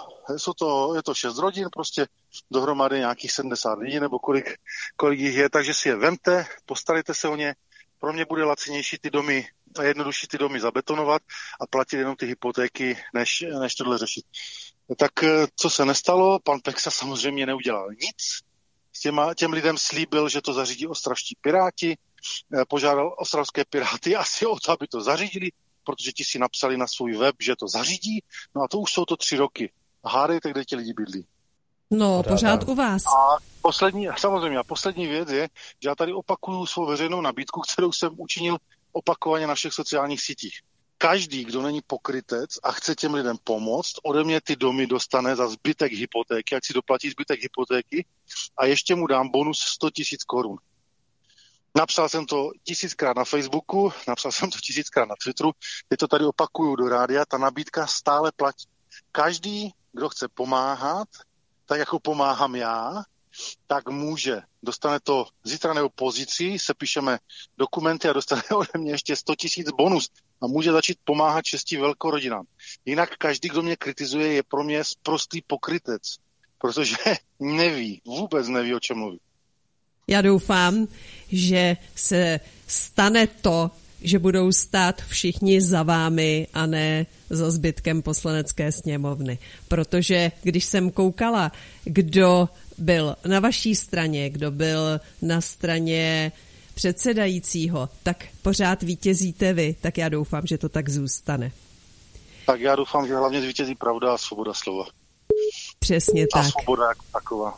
to 6 rodin, prostě dohromady nějakých 70 lidí, nebo kolik jich je, takže si je vemte, postarejte se o ně. Pro mě bude lacinější ty domy a jednodušší ty domy zabetonovat a platit jenom ty hypotéky, než tohle řešit. Tak co se nestalo, pan Peksa samozřejmě neudělal nic. Těm lidem slíbil, že to zařídí ostravští piráti, požádal ostravské piráty asi o to, aby to zařídili, protože ti si napsali na svůj web, že to zařídí. No a to už jsou to 3 roky. A hádejte, kde ti lidi bydlí. No, pořád u vás. A poslední věc je, že já tady opakuju svou veřejnou nabídku, kterou jsem učinil opakovaně na všech sociálních sítích. Každý, kdo není pokrytec a chce těm lidem pomoct, ode mě ty domy dostane za zbytek hypotéky, ať si doplatí zbytek hypotéky a ještě mu dám bonus 100 000 korun. Napsal jsem to 1000krát na Facebooku, napsal jsem to 1000krát na Twitteru, teď to tady opakuju do rádia, ta nabídka stále platí. Každý, kdo chce pomáhat, tak jako pomáhám já, tak dostane to zítra nebo pozítří, sepíšeme dokumenty a dostane ode mě ještě 100 000 bonus a může začít pomáhat 6 velkorodinám. Jinak každý, kdo mě kritizuje, je pro mě sprostý pokrytec, protože vůbec neví, o čem mluví. Já doufám, že se stane to, že budou stát všichni za vámi a ne za zbytkem Poslanecké sněmovny. Protože když jsem koukala, kdo byl na vaší straně, kdo byl na straně předsedajícího, tak pořád vítězíte vy, tak já doufám, že to tak zůstane. Tak já doufám, že hlavně zvítězí pravda a svoboda slova. Přesně tak. A svoboda jako taková.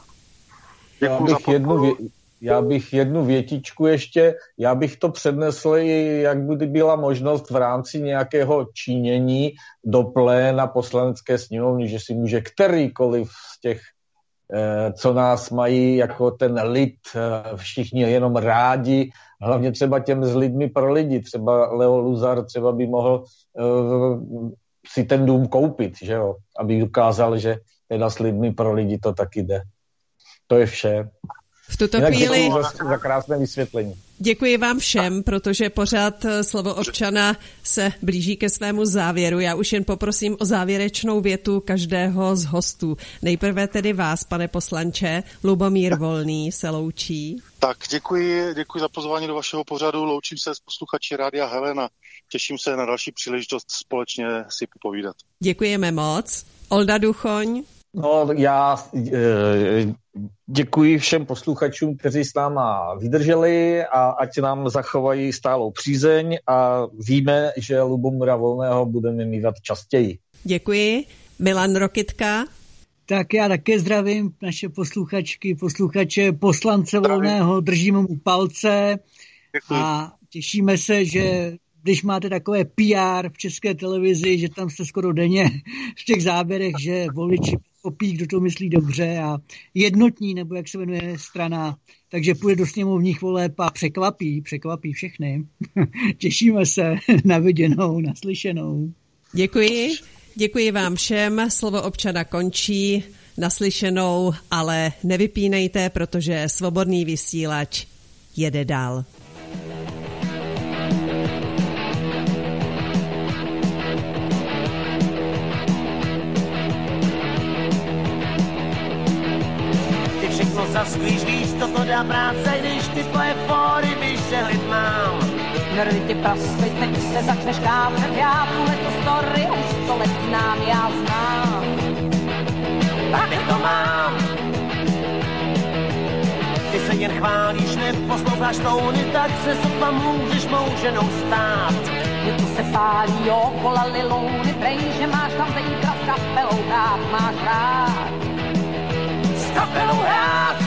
Já bych jednu větičku ještě, já bych to přednesl, jak by byla možnost v rámci nějakého činění do pléna Poslanecké sněmovny, že si může kterýkoliv z těch, co nás mají jako ten lid, všichni jenom rádi, hlavně třeba těm s lidmi pro lidi, třeba Leo Luzar třeba by mohl si ten dům koupit, že jo, aby ukázal, že teda s lidmi pro lidi to taky jde. To je vše. V tuto chvíli za krásné vysvětlení. Děkuji vám všem, protože pořád Slovo občana se blíží ke svému závěru. Já už jen poprosím o závěrečnou větu každého z hostů. Nejprve tedy vás, pane poslanče. Lubomír Volný se loučí. Tak děkuji za pozvání do vašeho pořadu. Loučím se s posluchači Rádia Helena. Těším se na další příležitost společně si popovídat. Děkujeme moc. Olda Duchoň. No, já děkuji všem posluchačům, kteří s náma vydrželi a ať nám zachovají stálou přízeň a víme, že Lubomíra Volného budeme mívat častěji. Děkuji. Milan Rokytka. Tak já také zdravím naše posluchače, poslance Volného, držíme mu palce. Děkuji. A těšíme se, že když máte takové PR v České televizi, že tam jste skoro denně v těch záběrech, že voliči popí, kdo to myslí dobře a jednotní, nebo jak se jmenuje strana, takže půjde do sněmovních voleb a překvapí všechny. Těšíme se na viděnou, naslyšenou. Děkuji vám všem, Slovo občana končí, naslyšenou, ale nevypínejte, protože svobodný vysílač jede dál. Zas když víš, co to dá práce, když ty tvoje fóry vyšehlit mám. Nerdy ti prasky, teď se začneš kácet, já tuhletu story už 100 let znám, já znám. Tady to mám. Ty se jen chválíš, neposloucháš tóny, tak se sotva můžeš mou ženou stát. Něco se pálí okolo lilouny, prej, že máš tam zítra s kapelou hrát, máš rád. S kapelou hrát.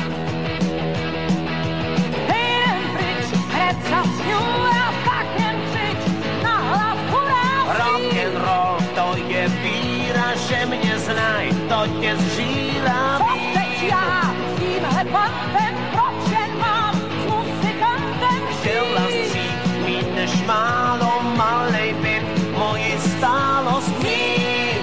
A pak jen křič na hlavu rád. Rock'n'roll, to je víra, že mě znaj, to tě zžírá. Co teď já tímhle pantem, proč jen mám s muzikantem žít? Chtěla střít mít než málo malej byt, moji stálost mít.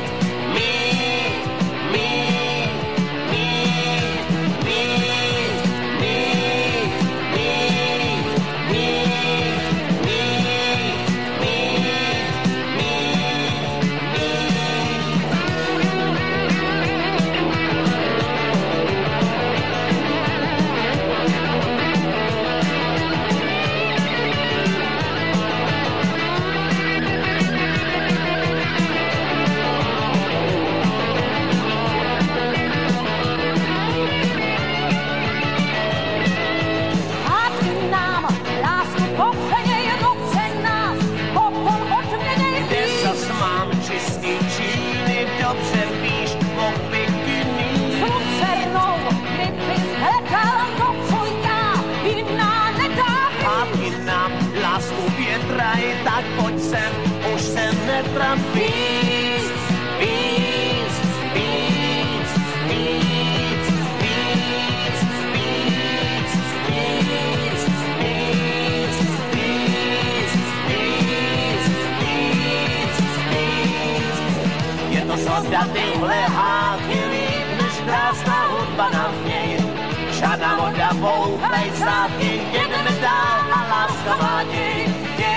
Tak pojď sem, už se netrap víc, víc, víc, víc, víc, víc, víc, víc, víc, víc, víc, víc. Je to škoda tyhle hádky líp, než krásná hudba na něj. žádná voda, bouchej záky, jedeme dál a láska má děj.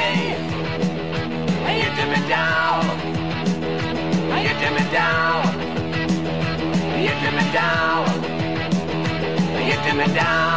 Jedeme dál, jedeme dál, jedeme dál, jedeme dál.